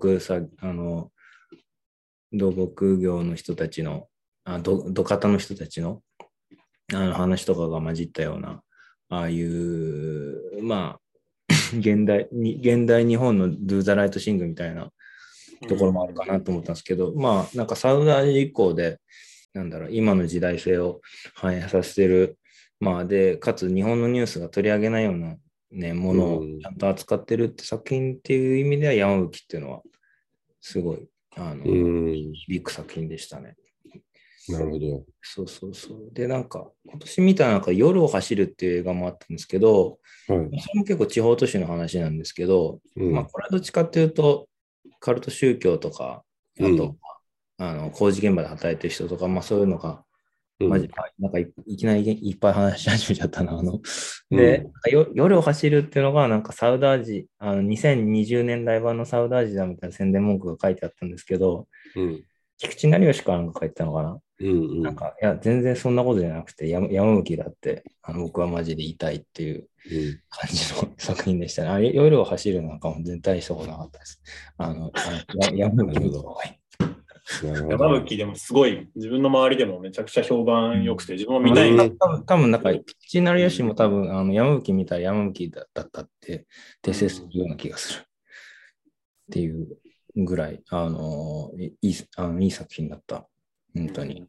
木業の人たちの、土方の人たちの話とかが混じったような、ああいう、まあ、現代日本の Do the Right Thing みたいなところもあるかなと思ったんですけど、まあ、なんかサウダージ以降で、なんだろう、今の時代性を反映させてる、まあ、で、かつ日本のニュースが取り上げないような、ね、ものをちゃんと扱ってるって作品っていう意味では、山吹っていうのは、すごい、響く作品でしたね。 なるほど。 そうそうそう。で、なんか、今年見たなんか、夜を走るっていう映画もあったんですけど、それも結構地方都市の話なんですけど、まあ、これはどっちかっていうと、カルト宗教とか、あと、工事現場で働いてる人とか、まあそういうのが、マジなんかいきなりいっぱい話し始めちゃったな。で、夜を走るっていうのが、なんかサウダージ、2020年代版のサウダージだみたいな宣伝文句が書いてあったんですけど、菊池成吉かなんか書いてたのかな。なんか、いや、全然そんなことじゃなくて、山吹だって、僕はマジで言いたいっていう感じの作品でしたね。夜を走るなんかも全然大したことなかったです。山吹の方がいい。 山吹でもすごい、自分の周りでもめちゃくちゃ評判良くて、自分も見たい。 多分なんか、菊池成吉も多分、山吹見たら山吹だったって訂正するような気がする。っていうぐらい、いい作品だった。本当に。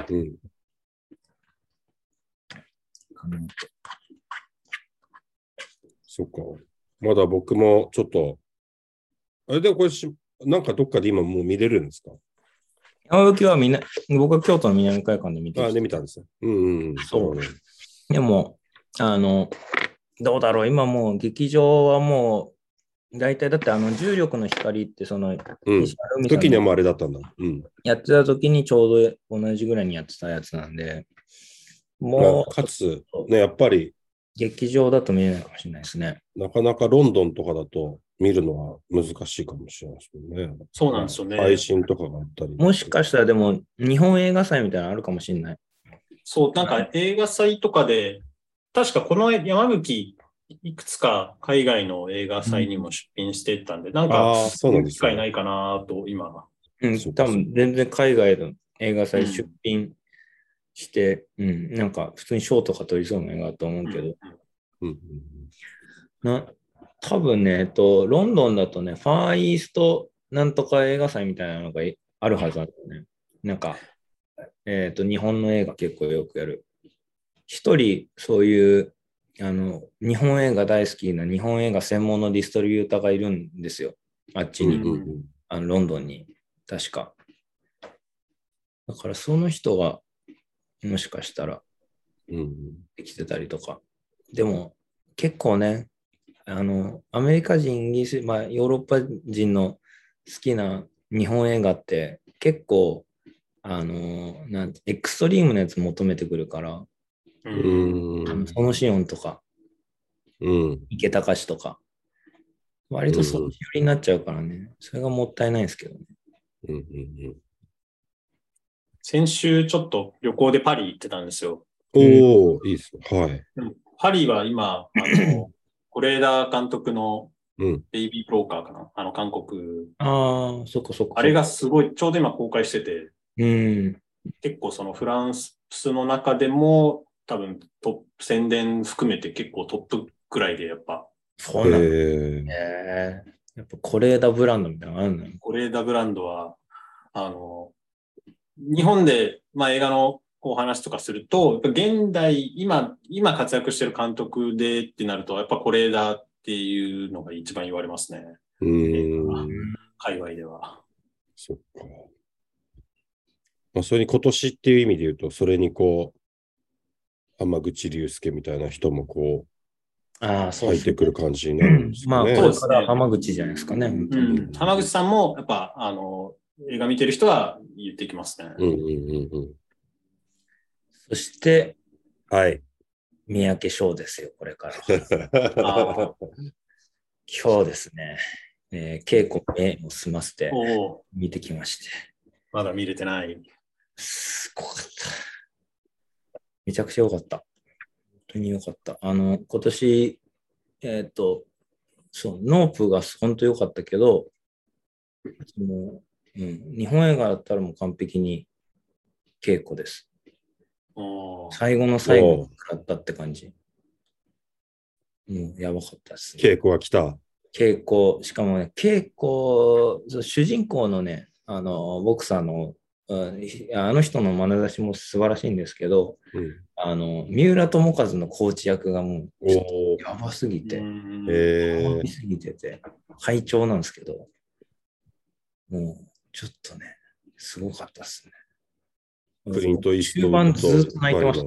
そっか。まだ僕もちょっと、あれでこれなんかどっかで今もう見れるんですか？ 山吹は僕は京都の南海岸で見て見たんですね。 そう。でも、どうだろう、今もう劇場はもう、大体だって重力の光ってその、 時にはもうあれだったんだ。 やってた時にちょうど同じぐらいにやってたやつなんで、もう、 かつ、ね、やっぱり、 劇場だと見えないかもしれないですね。 なかなかロンドンとかだと見るのは難しいかもしれないですね。 そうなんですよね。 配信とかがあったり。 もしかしたらでも、日本映画祭みたいなのあるかもしれない。 そう、なんか映画祭とかで、確かこの山吹、いくつか海外の映画祭にも出品していったんで、なんか、そういう機会ないかなと、今。 多分全然海外の映画祭出品して、なんか普通に賞とか取りそうな映画だと思うけど。多分ね、ロンドンだとね、ファーイーストなんとか映画祭みたいなのがあるはずなんだよね。なんか、日本の映画結構よくやる。一人、そういう、日本映画大好きな日本映画専門のディストリビューターがいるんですよ。あっちに、ロンドンに、確か。だからその人が、もしかしたら、できてたりとか。でも、結構ね、アメリカ人、イギリス、まあ、ヨーロッパ人の好きな日本映画って結構エクストリームのやつ求めてくるから、そのシオンとか、池隆とか、割とそういう寄りになっちゃうからね、それがもったいないんですけどね。 先週ちょっと旅行でパリ行ってたんですよ。 おー、いいですね。はい。 パリは今、是枝監督のベイビー・ブローカーかな、韓国。 ああ、そっかそっか。 あれがすごい、ちょうど今公開してて、 結構そのフランスの中でも多分宣伝含めて結構トップくらいでやっぱ。 そうなんだ。やっぱ是枝ブランドみたいなのあるのよ。 是枝ブランドは、日本で、映画のお話とかすると、現代、今活躍してる監督でってなると、やっぱ是枝っていうのが一番言われますね。界隈では。 そっか。それに今年っていう意味で言うと、それに浜口竜介みたいな人も入ってくる感じになるんですかね。 これから浜口じゃないですかね。 浜口さんも、やっぱ、映画見てる人は言ってきますね。 そして、 はい。 三宅翔ですよ、これから。今日ですね、稽古目を済ませて見てきまして。 まだ見れてない。 すごかった。めちゃくちゃ良かった。本当に良かった。今年、ノープが本当良かったけど、日本映画だったらもう完璧に稽古です。最後の最後に食らったって感じ。やばかったですね。 稽古が来た。 稽古、しかもね、稽古、主人公のね、ボクサーの、あの人の眼差しも素晴らしいんですけど、三浦友和のコーチ役がもう、やばすぎて、やばすぎてて、会長なんですけど、もう、ちょっとね、すごかったですね。 クリント・イーストウ終盤ずっと泣いてました。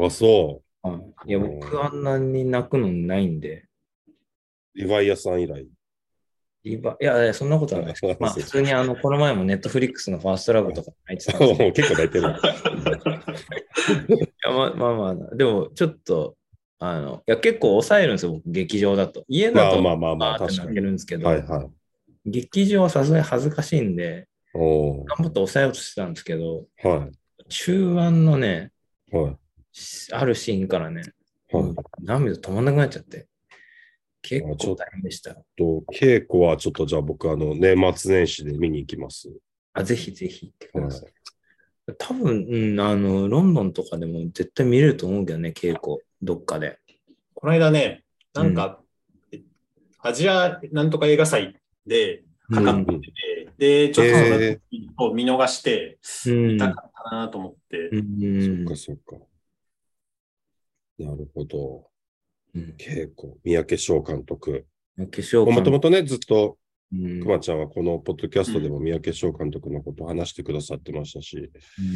そう。 いや、僕あんなに泣くのないんで。 リヴァイアさん以来。 いや、そんなことはないです。普通にこの前もネットフリックスのファーストラブとか泣いてたんですけど。 結構泣いてる。 いや、まあ、でもちょっと、結構抑えるんですよ、僕、劇場だと。家だと、って泣けるんですけど、劇場はさすがに恥ずかしいんで、頑張って抑えようとしてたんですけど、中盤のね、あるシーンからね、涙止まんなくなっちゃって。結構大変でした。 稽古はちょっとじゃあ僕年末年始で見に行きます。 ぜひぜひ行ってください。多分、ロンドンとかでも絶対見れると思うけどね、稽古、どっかで。 この間ね、なんか、アジアなんとか映画祭で測ってて、で、ちょっとその見逃して、見たかったなと思って。 そっか。なるほど。稽古、三宅翔監督。もともとね、ずっと、くまちゃんはこのポッドキャストでも三宅翔監督のことを話してくださってましたし、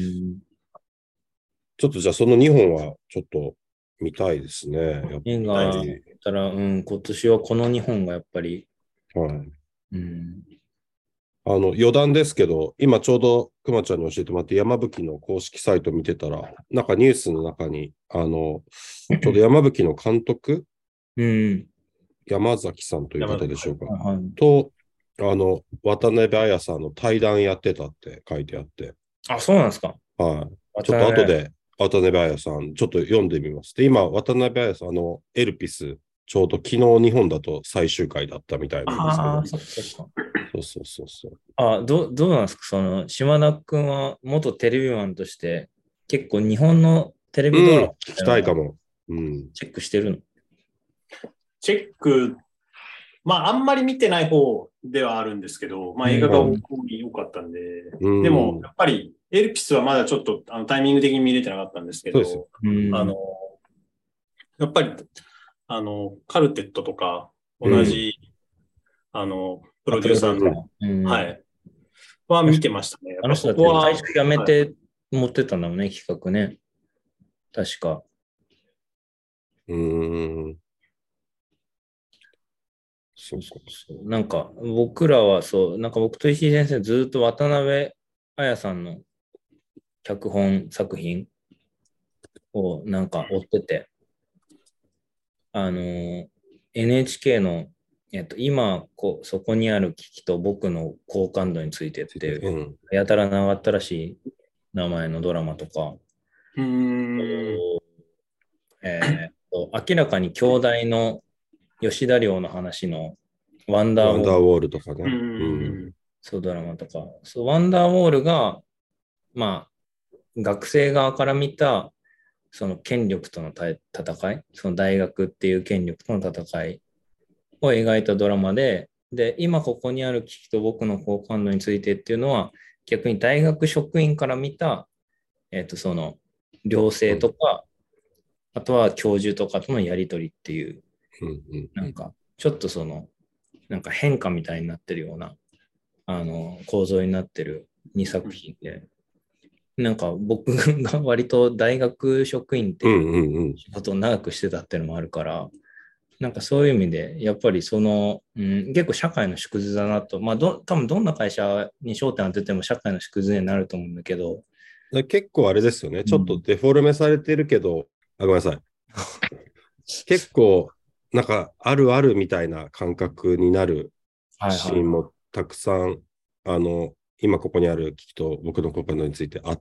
ちょっとじゃあその2本はちょっと見たいですね。 映画だったら、今年はこの2本がやっぱり。 余談ですけど、今ちょうどくまちゃんに教えてもらって山吹の公式サイト見てたら、なんかニュースの中に、ちょうど山吹の監督、山崎さんという方でしょうか、と、渡辺彩さんの対談やってたって書いてあって。 あ、そうなんですか。 はい。ちょっと後で渡辺彩さん、ちょっと読んでみます。で、今、渡辺彩さん、エルピス、ちょうど昨日日本だと最終回だったみたいなんですけど。 どうなんですか、島田君は元テレビマンとして、結構日本のテレビドラマ、 聞きたいかも。 チェックしてるの？ チェック、あんまり見てない方ではあるんですけど、映画が多かったんで、でも、やっぱり、エルピスはまだちょっとタイミング的に見れてなかったんですけど、やっぱり、カルテットとか、同じ、プロデューサーの、は見てましたね。 あの人だって最初やめて持ってたんだもんね、企画ね。確か。なんか僕らはなんか僕と石井先生ずっと渡辺彩さんの脚本作品をなんか追ってて、NHK の、今そこにある危機と僕の好感度についてっていう、やたら長ったらしい名前のドラマとか、明らかに兄弟の吉田寮の話のワンダーウォールとかね。 そう、ドラマとか。そう、ワンダーウォールが、まあ、学生側から見た、その権力との戦い、その大学っていう権力との戦いを描いたドラマで、で、今ここにある危機と僕の好感度についてっていうのは、逆に大学職員から見た、その、寮生とか、あとは教授とかとのやりとりっていう、なんか、ちょっとその、なんか変化みたいになってるような、構造になってる2作品で、なんか僕が割と大学職員っていう仕事を長くしてたっていうのもあるから、なんかそういう意味で、やっぱりその、結構社会の縮図だなと、まあ多分どんな会社に焦点当てても社会の縮図になると思うんだけど。 結構あれですよね、ちょっとデフォルメされてるけど、ごめんなさい。結構、なんかあるあるみたいな感覚になるシーンもたくさん、今ここにある危機と僕の好感度についてあって、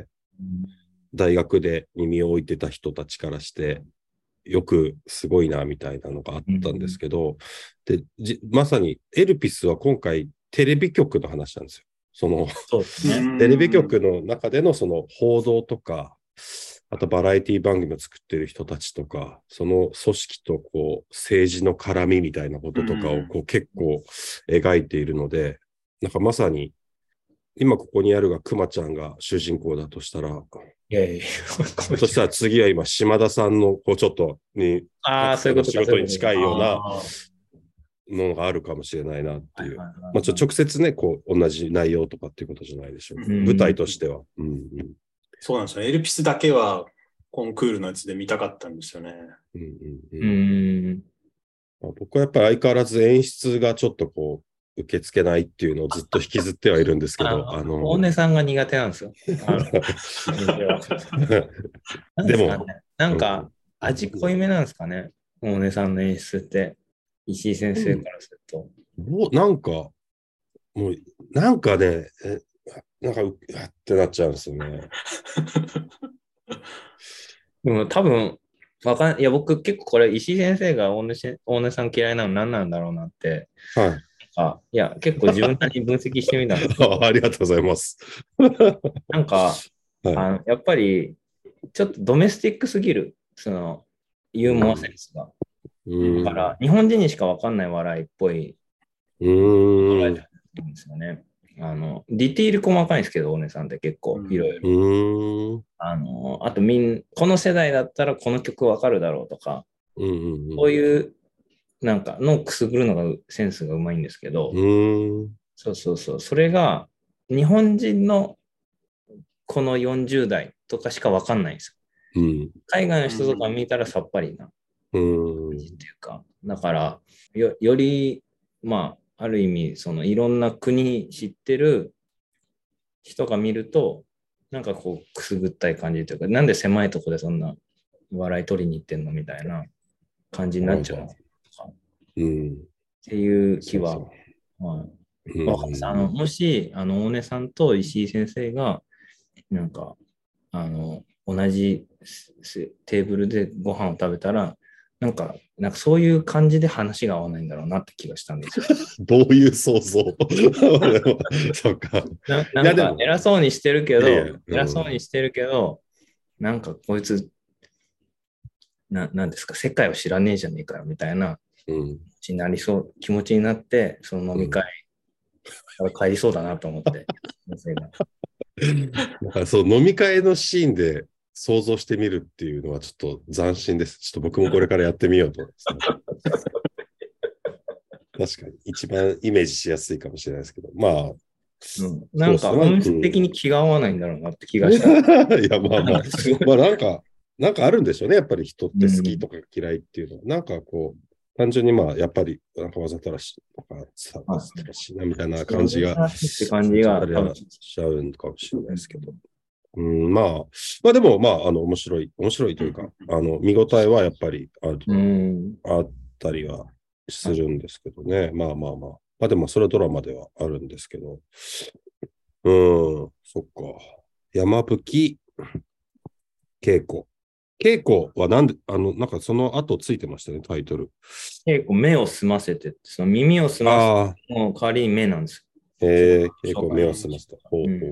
大学で耳を置いてた人たちからして、よくすごいなみたいなのがあったんですけど、でまさにエルピスは今回テレビ局の話なんですよ。 そうですね、 テレビ局の中でのその報道とか、あとバラエティ番組を作ってる人たちとか、その組織とこう政治の絡みみたいなこととかをこう結構描いているので、なんかまさに今ここにあるがクマちゃんが主人公だとしたら、そしたら次は今島田さんのこうちょっとにそういうこと仕事に近いようなものがあるかもしれないなっていう。直接ねこう同じ内容とかっていうことじゃないでしょう。舞台としては。 そうなんですよね。エルピスだけはコンクールのやつで見たかったんですよね。 僕はやっぱり相変わらず演出がちょっとこう受け付けないっていうのをずっと引きずってはいるんですけど、 大根さんが苦手なんですよ。でも、なんか味濃いめなんですかね、大根さんの演出って、石井先生からすると。 なんかね、なんかってなっちゃうんですよね。 でも多分、いや、僕結構これ、石井先生が大根さん嫌いなの何なんだろうなって。いや、結構自分なりに分析してみたんですけどありがとうございます。 なんか、やっぱり、ちょっとドメスティックすぎる、その、ユーモアセンスが。だから、日本人にしか分かんない笑いっぽい。ですよね。ディティール細かいんですけど、大根さんって結構いろいろ。あとこの世代だったらこの曲わかるだろうとか、こういうなんかのくすぐるのがセンスがうまいんですけど、それが日本人のこの40代とかしかわかんないんですよ。海外の人とか見たらさっぱりな感じっていうか、だからよりまあある意味そのいろんな国知ってる人が見るとなんかこうくすぐったい感じというか、なんで狭いとこでそんな笑い取りに行ってんのみたいな感じになっちゃうっていう気は、もし大根さんと石井先生がなんか同じテーブルでご飯を食べたらなんかそういう感じで話が合わないんだろうなって気がしたんですよ。 どういう想像そうか。 なんか偉そうにしてるけど、なんかこいつ、なんですか、世界を知らねえじゃねえかよみたいな気持ちになって、その飲み会帰りそうだなと思って、 そう飲み会のシーンで想像してみるっていうのはちょっと斬新です。ちょっと僕もこれからやってみようと思います、確かに一番イメージしやすいかもしれないですけど、まあ、 なんか本質的に気が合わないんだろうなって気がした。 いや、まあなんかあるんでしょうね。やっぱり人って好きとか嫌いっていうのは、なんかこう、単純にまあ、やっぱり、なんかわざとらしとか、さらしなみたいな感じが、 って感じがしちゃうのかもしれないですけど。 まあでも、面白いというか、見応えはやっぱりあったりはするんですけどね。まあでも、それはドラマではあるんですけど。そっか。山吹稽古。稽古はなんで、なんかその後ついてましたね、タイトル。 稽古、目を澄ませて、その耳を澄ませての代わりに目なんですよ。稽古、目を澄ませた。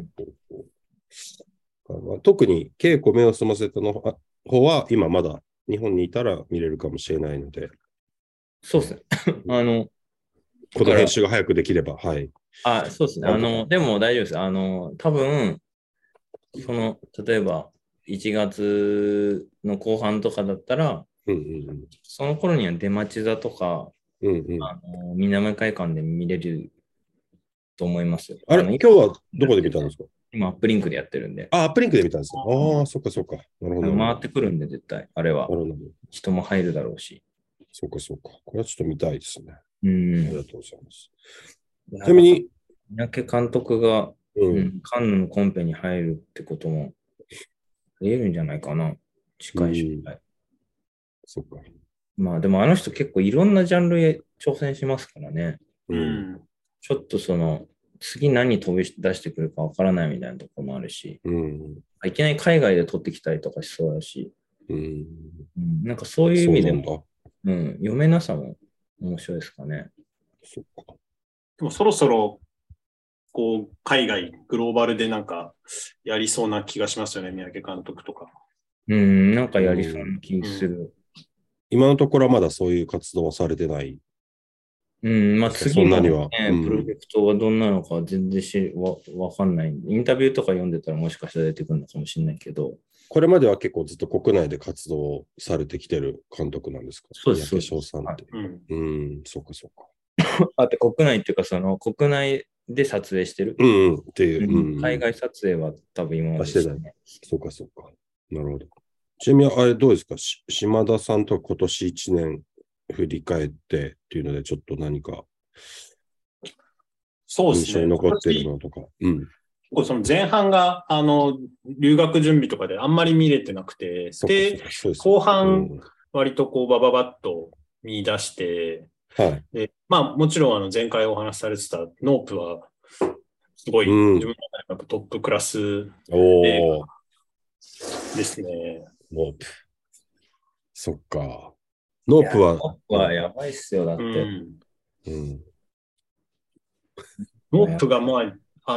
特に稽古、目を澄ませたの方は、今まだ日本にいたら見れるかもしれないので。 そうですね。 この編集が早くできれば、はい。 そうですね。でも大丈夫です。多分、例えば、1月の後半とかだったら、その頃には出町座とか、南海館で見れると思いますよ。 あれ、今日はどこで見たんですか？ 今、アップリンクでやってるんで。 アップリンクで見たんですか？そっか。なるほど。 回ってくるんで、絶対、あれは。人も入るだろうし。 そっか。これはちょっと見たいですね。ありがとうございます。ちなみに、 三宅監督が、カンヌのコンペに入るってことも、ありえるんじゃないかな。近い将来。 そっか。 まあ、でもあの人結構いろんなジャンルへ挑戦しますからね。ちょっと次何飛び出してくるかわからないみたいなところもあるし、いきなり海外で撮ってきたりとかしそうだし、なんかそういう意味でも、読めなさも面白いですかね。 そっか。 でもそろそろ、海外、グローバルでなんかやりそうな気がしますよね、三宅監督とか。 なんかやりそうな気する。 今のところはまだそういう活動はされてない。 まあ次の、プロジェクトがどんなのか全然わかんない。インタビューとか読んでたらもしかしたら出てくるのかもしれないけど。 これまでは結構ずっと国内で活動されてきてる監督なんですか？ そうです。 三宅さんって。そっか。 あと国内っていうか、国内で撮影してる。 っていう。 海外撮影は多分今までしてない。 そっか。なるほど。ちなみにあれどうですか？島田さんと今年1年振り返ってっていうので、ちょっと何か印象に残ってるのとか。 その前半が、留学準備とかであんまり見れてなくて、で、後半、割とバババッと見出して、で、まあ、もちろん前回お話しされてたノープは、すごい、自分の中でトップクラス映画ですね。 ノープ。そっか。ノープはやばいっすよ、だって。 ノープが、まあ、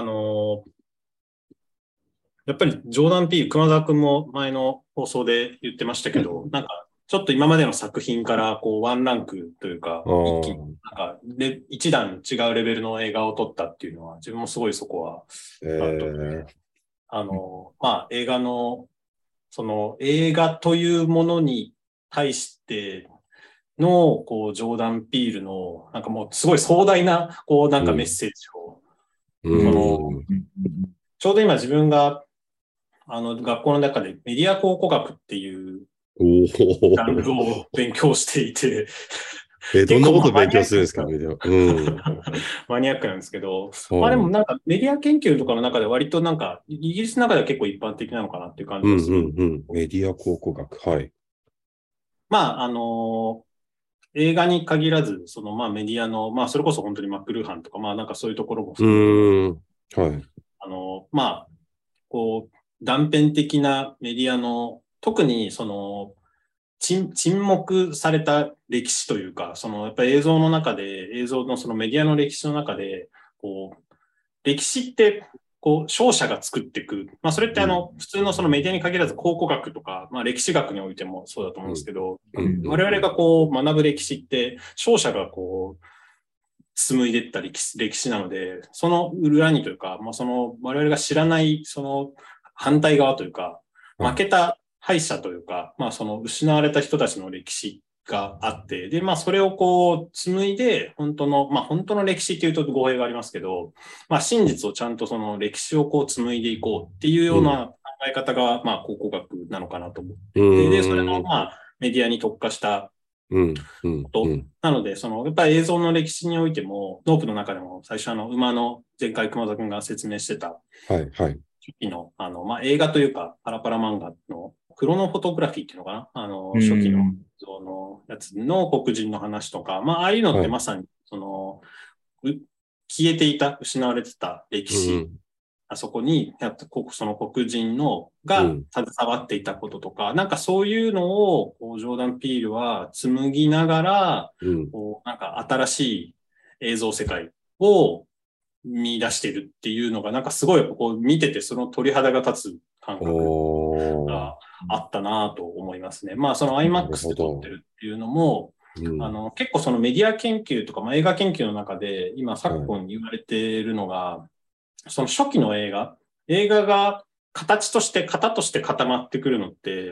やっぱりジョーダン・ピール、熊沢君も前の放送で言ってましたけど、なんか、ちょっと今までの作品からワンランクというか、一段違うレベルの映画を撮ったっていうのは、自分もすごいそこは、まあ、映画の、映画というものに対しての、ジョーダン・ピールの、なんかもうすごい壮大な、なんかメッセージを、ちょうど今自分が、学校の中でメディア考古学っていうジャンルを勉強していてどんなこと勉強するんですか？ マニアックなんですけど、まあでもなんかメディア研究とかの中で割となんか、イギリスの中では結構一般的なのかなっていう感じでする。 メディア考古学。はい。 まあ、映画に限らず、まあメディアの、まあそれこそ本当にマックルーハンとか、まあなんかそういうところもまあ、断片的なメディアの、特に沈黙された歴史というか、やっぱり映像の中で、映像のメディアの歴史の中で、歴史って、勝者が作っていく。まあ、それって普通のメディアに限らず考古学とか、まあ、歴史学においてもそうだと思うんですけど、我々が学ぶ歴史って、勝者が紡いでいった歴史なので、その裏にというか、まあ、我々が知らない、反対側というか、負けた敗者というか、まあ、失われた人たちの歴史があって、で、まあ、それを紡いで、本当の歴史っていうと語弊がありますけど、まあ、真実をちゃんと歴史を紡いでいこうっていうような考え方が、まあ、考古学なのかなと思って、で、それの、まあ、メディアに特化したことなので、やっぱり映像の歴史においても、ノープの中でも最初馬の前回熊田君が説明してた、 初期の、映画というか、パラパラ漫画のクロノフォトグラフィーっていうのかな、初期の像のやつの黒人の話とか、ああいうのってまさに、消えていた、失われてた歴史、あそこに、その黒人のが携わっていたこととか、なんかそういうのを、ジョーダン・ピールは紡ぎながら、なんか新しい映像世界を見出してるっていうのが、なんかすごいこう見てて、その鳥肌が立つ感覚があったなと思いますね。その IMAX で撮ってるっていうのも、結構そのメディア研究とか、映画研究の中で、今昨今言われているのが、その初期の映画が型として固まってくるのって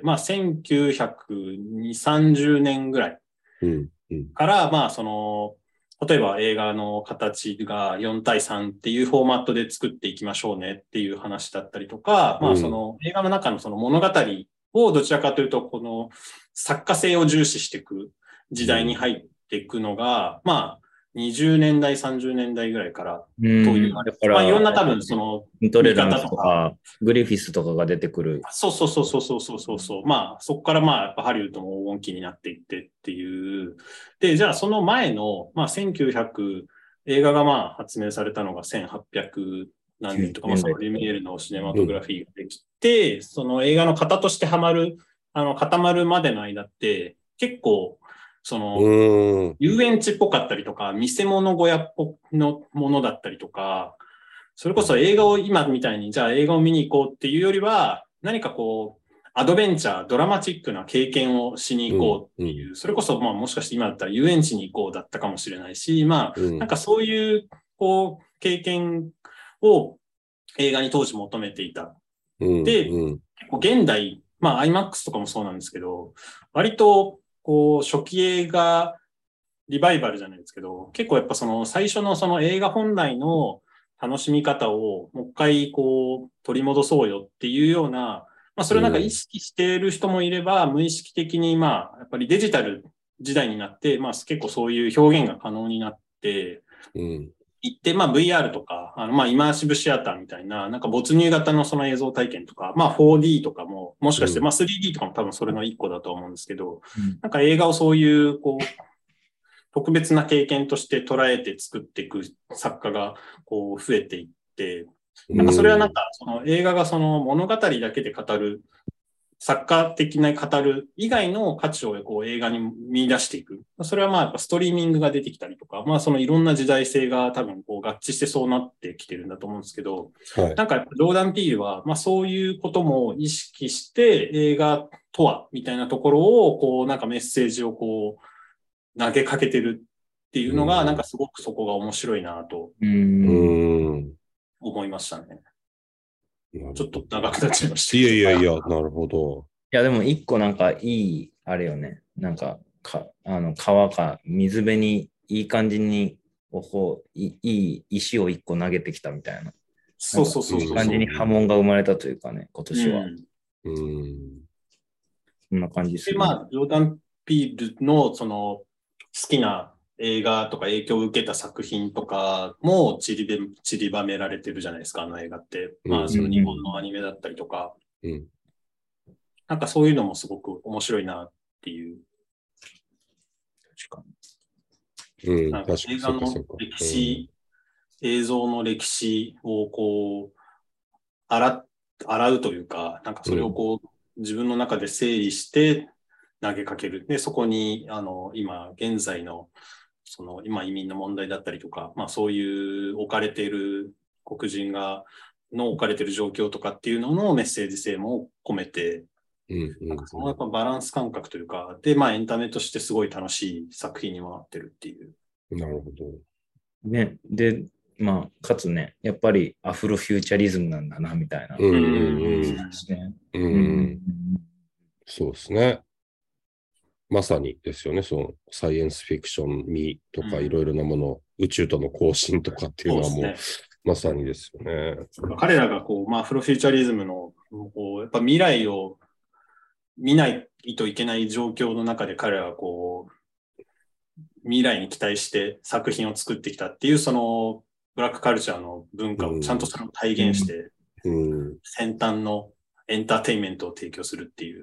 、1920、30年ぐらいから、例えば映画の形が4対3っていうフォーマットで作っていきましょうねっていう話だったりとか、その映画の中のその物語をどちらかというと、この作家性を重視していく時代に入っていくのが、20年代、30年代ぐらいからという、いろんな多分その見方とか、グリフィスとかが出てくる。 そう。そこからやっぱハリウッドも黄金期になっていってっていう。で、じゃあその前の、1900、映画が発明されたのが1800何年とか、そのリュミエールのシネマトグラフィーができて、その映画の型として固まるまでの間って、結構、その、遊園地っぽかったりとか、見せ物小屋っぽのものだったりとか、それこそ映画を今みたいに、じゃあ映画を見に行こうっていうよりは、何かこう、アドベンチャー、ドラマチックな経験をしに行こうっていう、それこそもしかして今だったら遊園地に行こうだったかもしれないし、なんかそういう、こう、経験を映画に当時求めていた。で、結構現代、IMAX とかもそうなんですけど、割と、こう、初期映画リバイバルじゃないですけど、結構やっぱその最初のその映画本来の楽しみ方をもう一回こう取り戻そうよっていうような、それをなんか意識している人もいれば、無意識的にやっぱりデジタル時代になって、結構そういう表現が可能になって、行って、VR とか、イマーシブシアターみたいな、なんか没入型のその映像体験とか、4D とかも、もしかして、3D とかも多分それの一個だと思うんですけど、なんか映画をそういう、こう、特別な経験として捉えて作っていく作家が、こう、増えていって、なんかそれはなんか、その映画がその物語だけで語る、作家的な語る以外の価値をこう映画に見出していく。それはやっぱストリーミングが出てきたりとか、そのいろんな時代性が多分こう合致してそうなってきてるんだと思うんですけど、なんかやっぱジョーダン・ピールは、そういうことも意識して映画とはみたいなところをこうなんかメッセージをこう投げかけてるっていうのが、なんかすごくそこが面白いなと思いましたね。ちょっと長くなっちゃいました。 いや、なるほど。 いや、でも一個なんかいい、あれよね。なんか、川か水辺にいい感じに、いい石を一個投げてきたみたいな。 そう。 いい感じに波紋が生まれたというかね、今年は。そんな感じですね。 で、ジョーダン・ピールのその好きな映画とか影響を受けた作品とかも散りばめられてるじゃないですか、あの映画って。その日本のアニメだったりとか。なんかそういうのもすごく面白いなっていう。 確かに。 なんか映画の歴史、映像の歴史をこう、洗うというか、なんかそれをこう、自分の中で整理して投げかける。で、そこに、今、現在の、今移民の問題だったりとか、そういう置かれている黒人の置かれている状況とかっていうののメッセージ性も込めて、なんかそのやっぱバランス感覚というか、で、エンタメとしてすごい楽しい作品にもなってるっていう。 なるほど。 ね、で、かつね、やっぱりアフロフューチャリズムなんだな、みたいな。 そうですね。まさにですよね、そのサイエンスフィクション味とかいろいろなもの、宇宙との交信とかっていうのはもう、まさにですよね。 彼らがこう、アフロフューチャリズムの、こうやっぱ未来を見ないといけない状況の中で彼らはこう、未来に期待して作品を作ってきたっていう、そのブラックカルチャーの文化をちゃんとそれを体現して先端のエンターテインメントを提供するっていう。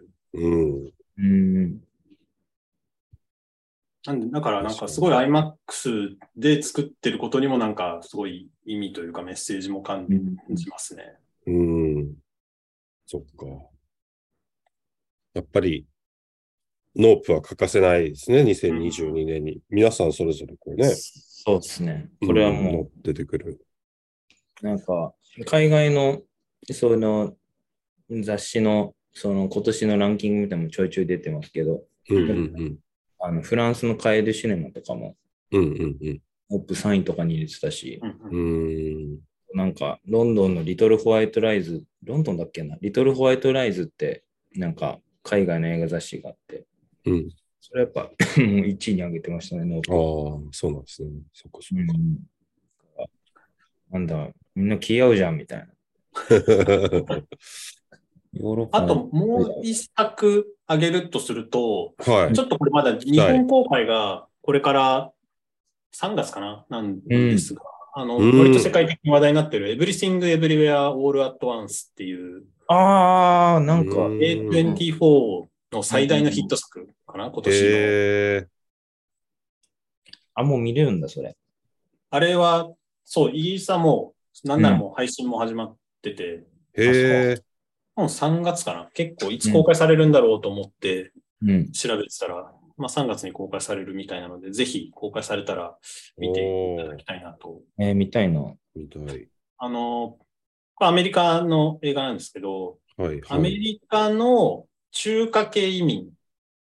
なんで、だからなんかすごい IMAX で作ってることにもなんかすごい意味というかメッセージも感じますね。 そっか。やっぱりノープは欠かせないですね、2022年に。皆さんそれぞれこうね。 そうですね。これはもう、 出てくる。 なんか、海外の、その雑誌の、その今年のランキングみたいなのもちょいちょい出てますけど、フランスのカエルシネマとかも、オープ3位とかに入れてたし、なんか、ロンドンのリトルホワイトライズ、ロンドンだっけな、リトルホワイトライズって、なんか、海外の映画雑誌があって、それやっぱ1位に上げてましたね、ノート。ああ、そうなんですね。そっかそっか。 なんだ、みんな気合うじゃんみたいな。 あともう一作あげるとすると、ちょっとこれまだ日本公開がこれから3月かななんですが、割と世界的に話題になっている Everything Everywhere All at Once っていう、 なんか A24 の最大のヒット作かな、今年の。もう見れるんだ、それ。 あれは、そう、イギリスはもう、なんならもう配信も始まってて、もう3月かな。結構いつ公開されるんだろうと思って調べてたら、まあ3月に公開されるみたいなので、ぜひ公開されたら見ていただきたいなと。 見たいな。 見たい。 アメリカの映画なんですけど、アメリカの中華系移民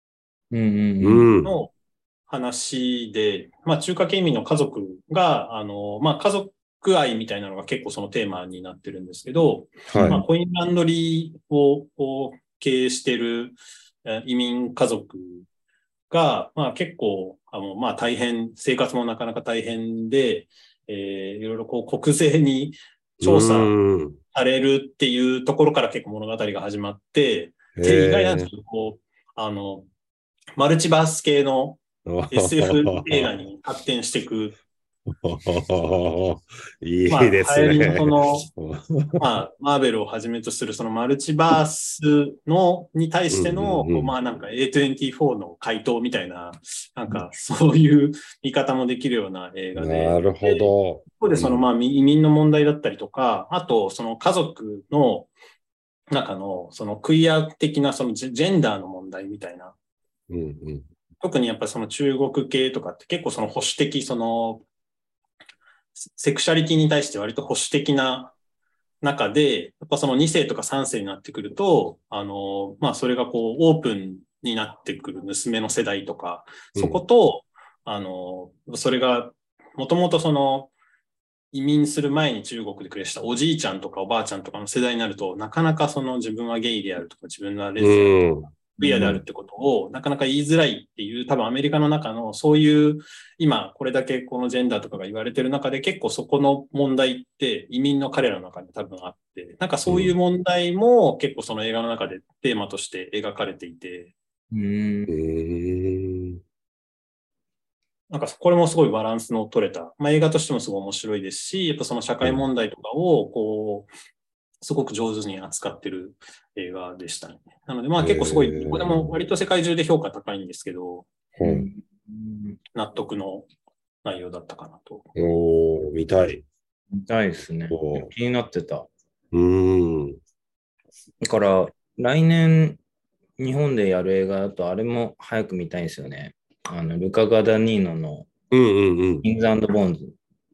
の話で、まあ中華系移民の家族が、まあ家族愛みたいなのが結構そのテーマになってるんですけど、まあコインランドリーを経営している移民家族が、まあ結構、まあ大変、生活もなかなか大変で、いろいろこう国税に調査されるっていうところから結構物語が始まって、で、意外なんですけど、こう、マルチバース系の SF 映画に発展していく。 いいですね。 流行りのまあ、マーベルをはじめとするそのマルチバースに対しての、まあなんか A24 の回答みたいな、なんかそういう見方もできるような映画で。 なるほど。 ここでそのまあ移民の問題だったりとか、あとその家族の中のそのクイア的なそのジェンダーの問題みたいな。特にやっぱりその中国系とかって結構その保守的、そのセクシャリティに対して割と保守的な中で、やっぱその2世とか3世になってくると、まあそれがこうオープンになってくる娘の世代とか、そこと、それがもともとその移民する前に中国で暮らしたおじいちゃんとかおばあちゃんとかの世代になると、なかなかその自分はゲイであるとか自分はレズであるとか、クイアであるってことをなかなか言いづらいっていう、多分アメリカの中のそういう今これだけこのジェンダーとかが言われてる中で結構そこの問題って移民の彼らの中に多分あって、なんかそういう問題も結構その映画の中でテーマとして描かれていて、なんかこれもすごいバランスの取れた、まあ、映画としてもすごい面白いですし、やっぱその社会問題とかをこうすごく上手に扱ってる映画でしたね。なのでまあ結構すごい、これも割と世界中で評価高いんですけど、納得の内容だったかなと。 見たい。 見たいですね。気になってた。だから来年日本でやる映画だとあれも早く見たいんですよね。ルカ・ガダニーノのインズ&ボーンズ。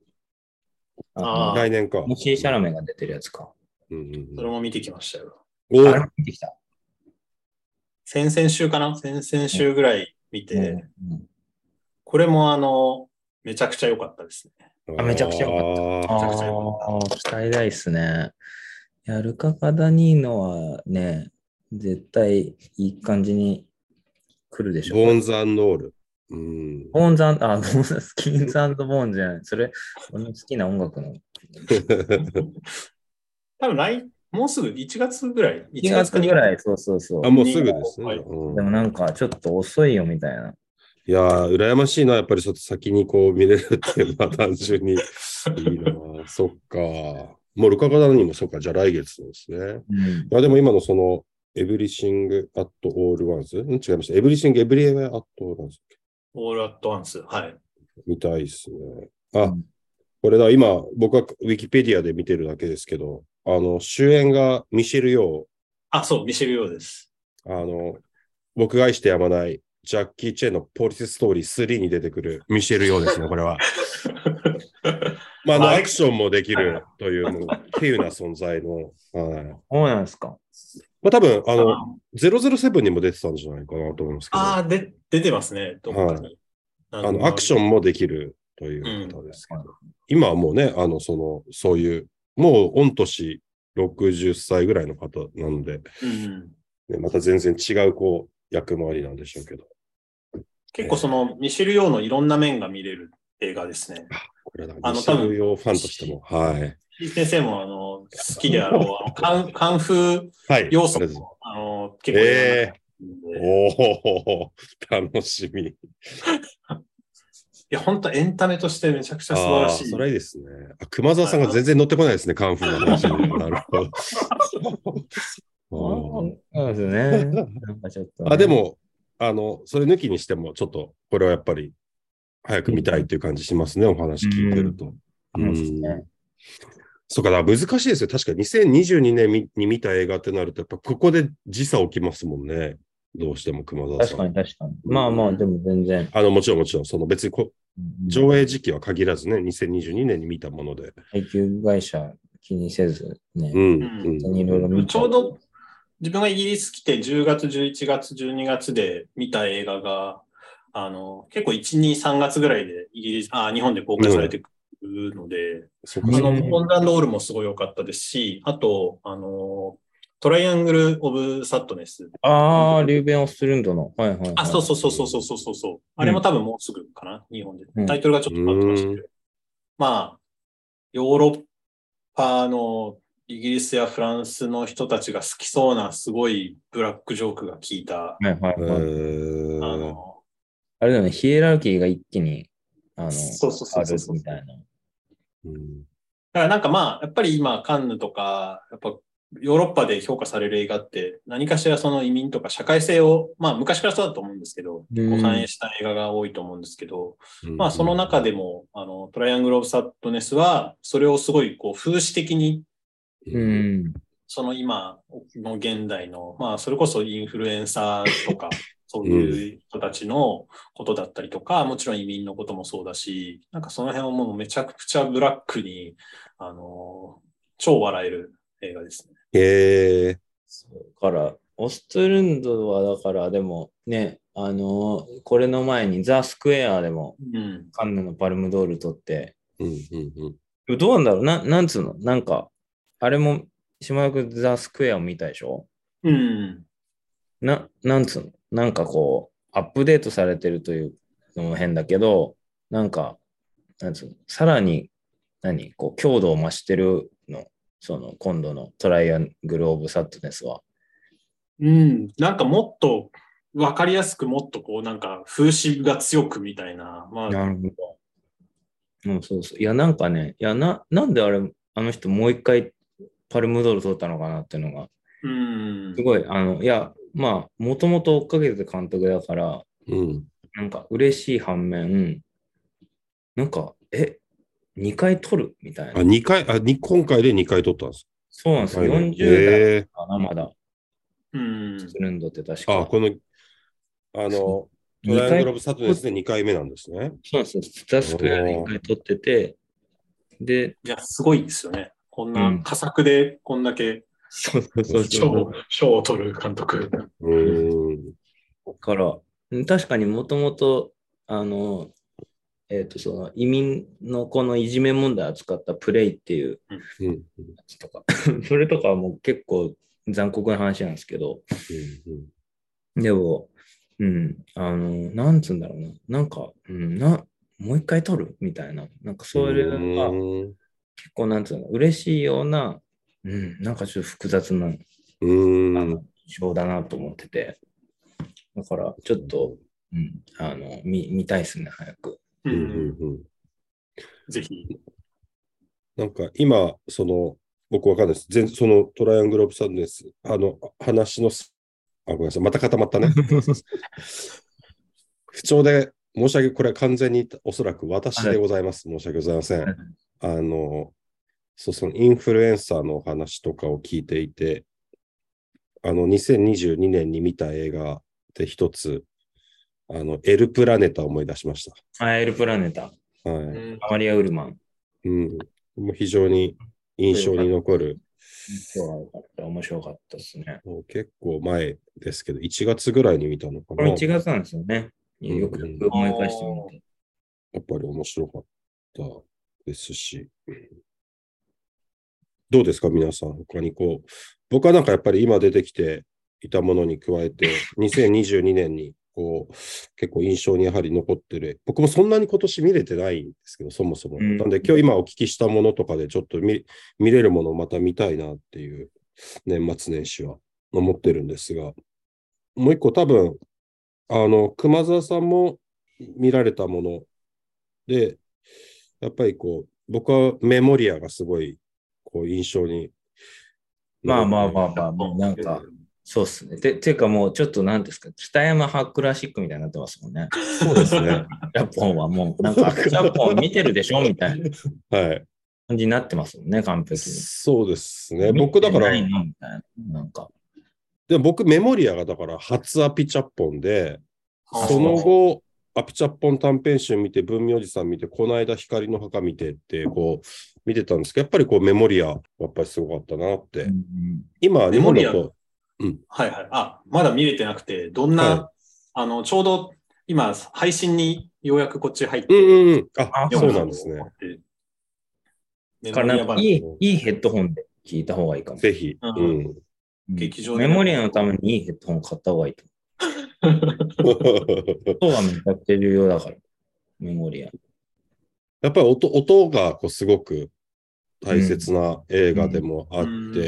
来年か。 モシー・シャラメが出てるやつか。 それも見てきましたよ。 あれも見てきた。 先々週かな、先々週ぐらい見て、これもめちゃくちゃ良かったですね。 めちゃくちゃ良かった。めちゃくちゃ良かった。期待大っすね。ルカ・ガダニーノはね、絶対いい感じに来るでしょ。 ボーンズ&オール。 ボーンズスキンズ&ボーンじゃない。それ、俺の好きな音楽の。 多分もうすぐ1月ぐらい。 1月ぐらい、そう。 もうすぐですね。 でもなんかちょっと遅いよみたいな。 いやー、羨ましいな。やっぱりちょっと先にこう見れるっていうのは単純にいいな。そっか。 もうルカ・ガダニもそうか、じゃあ来月ですね。いや、でも今のその、エブリシング・アット・オール・ワンズ違いました。エブリシング・エブリエウェア・アット・オール・ワンズ。 オールアットワンス。はい。 見たいですね。これだ、今、僕はウィキペディアで見てるだけですけど、主演がミシェル・ヨー。そう、ミシェル・ヨーです。 僕が愛してやまない、ジャッキー・チェンのポリスストーリー3に出てくるミシェル・ヨーですね、これは。アクションもできるという、もう、稀有な存在の。 そうなんですか。 多分、007にも出てたんじゃないかなと思いますけど。 出てますね、どっかに。 アクションもできるという方ですけど。今はもうね、そういう、もう御年60歳ぐらいの方なので、また全然違う役回りなんでしょうけど。 結構そのミシェル・ヨーのいろんな面が見れる映画ですね。 これだ、ミシェル・ヨーファンとしても。はい。 先生も好きであろう、カンフー要素も、結構おー、楽しみ。いや、本当エンタメとしてめちゃくちゃ素晴らしい。 それはいいですね。熊沢さんが全然乗ってこないですね、カンフーの話に。なるほど。 そうですね。なんかちょっと、 でも、それ抜きにしても、ちょっと、これはやっぱり、早く見たいっていう感じしますね、お話聞いてると。そうか、難しいですよ。確か2022年に見た映画ってなると、やっぱここで時差起きますもんね。どうしても熊沢さん。 確かに。まあ、でも全然。 もちろん、その別に上映時期は限らずね、2022年に見たもので。 配給会社気にせずね。 ちょうど自分がイギリス来て10月、11月、12月で見た映画が、結構1、2、3月ぐらいで日本で公開されてくるので、ポンダンロールもすごい良かったですし、あと、トライアングル・オブ・サッドネス。 リューベン・オストルンドの。 そう。あれも多分もうすぐかな、日本で。タイトルがちょっと変わってましたけど。ヨーロッパのイギリスやフランスの人たちが好きそうなすごいブラックジョークが効いた。 あれだね、ヒエラルキーが一気に、 そうみたいな。 だからやっぱり今、カンヌとか、やっぱヨーロッパで評価される映画って、何かしらその移民とか社会性を、昔からそうだと思うんですけど、反映した映画が多いと思うんですけど、その中でも、トライアングル・オブ・サッドネスは、それをすごい風刺的に、その今の現代の、それこそインフルエンサーとか、そういう人たちのことだったりとか、もちろん移民のこともそうだし、その辺をもうめちゃくちゃブラックに、超笑える映画ですね。 だから、オストルンドはだからでもね、これの前にザ・スクエアでもカンヌのパルムドール取って、どうなんだろうなんつうのあれも島田君ザ・スクエアを見たでしょなんつうのアップデートされてるというのも変だけど、なんつうのさらに、強度を増してるの、今度のトライアングル・オブ・サッドネスは。 もっと分かりやすく、もっと風刺が強くみたいな。 なるほど。そう。いや、なんであの人もう一回パルムドール取ったのかなっていうのが、すごい、もともと追っかけてた監督だから、嬉しい反面、2回取るみたいな。 今回で2回取ったんです。 そうなんですよ。40代かな、まだ。スルンドって確か。 トライアングル・オブ・サッドネスで2回目なんですね。 そうなんですよ。ザ・スクエアで1回取ってて、 いや、すごいですよね。こんな、佳作でこんだけ、賞を取る監督。 だから、確かにもともと、その移民のこのいじめ問題を扱ったプレイっていうやつとか、それとかはもう結構残酷な話なんですけど、でも、なんつうんだろうな、もう一回撮るみたいな、それが結構なんつうの、嬉しいような、ちょっと複雑な印象だなと思ってて、だからちょっと、見たいですね、早く。 ぜひ。 今、 僕わかんないです。そのトライアングル・オブ・サンデス、話のごめんなさい。また固まったね。不調で申し訳、これは完全におそらく私でございます。申し訳ございません。そのインフルエンサーのお話とかを聞いていて、2022年に見た映画で一つ、エルプラネタを思い出しました。 エルプラネタ。 はい。 アマリア・ウルマン。 もう非常に印象に残る。 面白かったですね。 結構前ですけど、1月ぐらいに見たのかな。 これ1月なんですよね。よく思い返してみて。 やっぱり面白かったですし。どうですか、皆さん。他に僕はなんかやっぱり今出てきていたものに加えて、2022年に結構印象にやはり残ってる。僕もそんなに今年見れてないんですけど、そもそも。なんで今日今お聞きしたものとかでちょっと見れるものをまた見たいなっていう年末年始は思ってるんですが、もう一個多分、熊沢さんも見られたもので、やっぱり僕はメモリアがすごい印象に。 まあ、もうなんか、そうっすね。ていうかもうちょっとなんですか、北山ハクラシックみたいになってますもんね。 そうですね。 ジャポンはもう、なんか、ジャポン見てるでしょみたいな感じになってますもんね、完璧に。 そうですね。僕だから、 なんか。 でも僕、メモリアがだから初アピチャッポンで、その後、アピチャッポン短編集見て、文明寺さん見て、この間光の墓見てって見てたんですけど、やっぱりメモリア、やっぱりすごかったなって。今、日本だと、 はいはい。まだ見れてなくて、どんな、ちょうど今、配信にようやくこっち入って、 そうなんですね。 からいいヘッドホンで聞いた方がいいかも。 ぜひ。 劇場メモリアのためにいいヘッドホン買った方がいいと思う。音がめちゃくちゃ重要だから、メモリア。 やっぱり音がすごく大切な映画でもあって、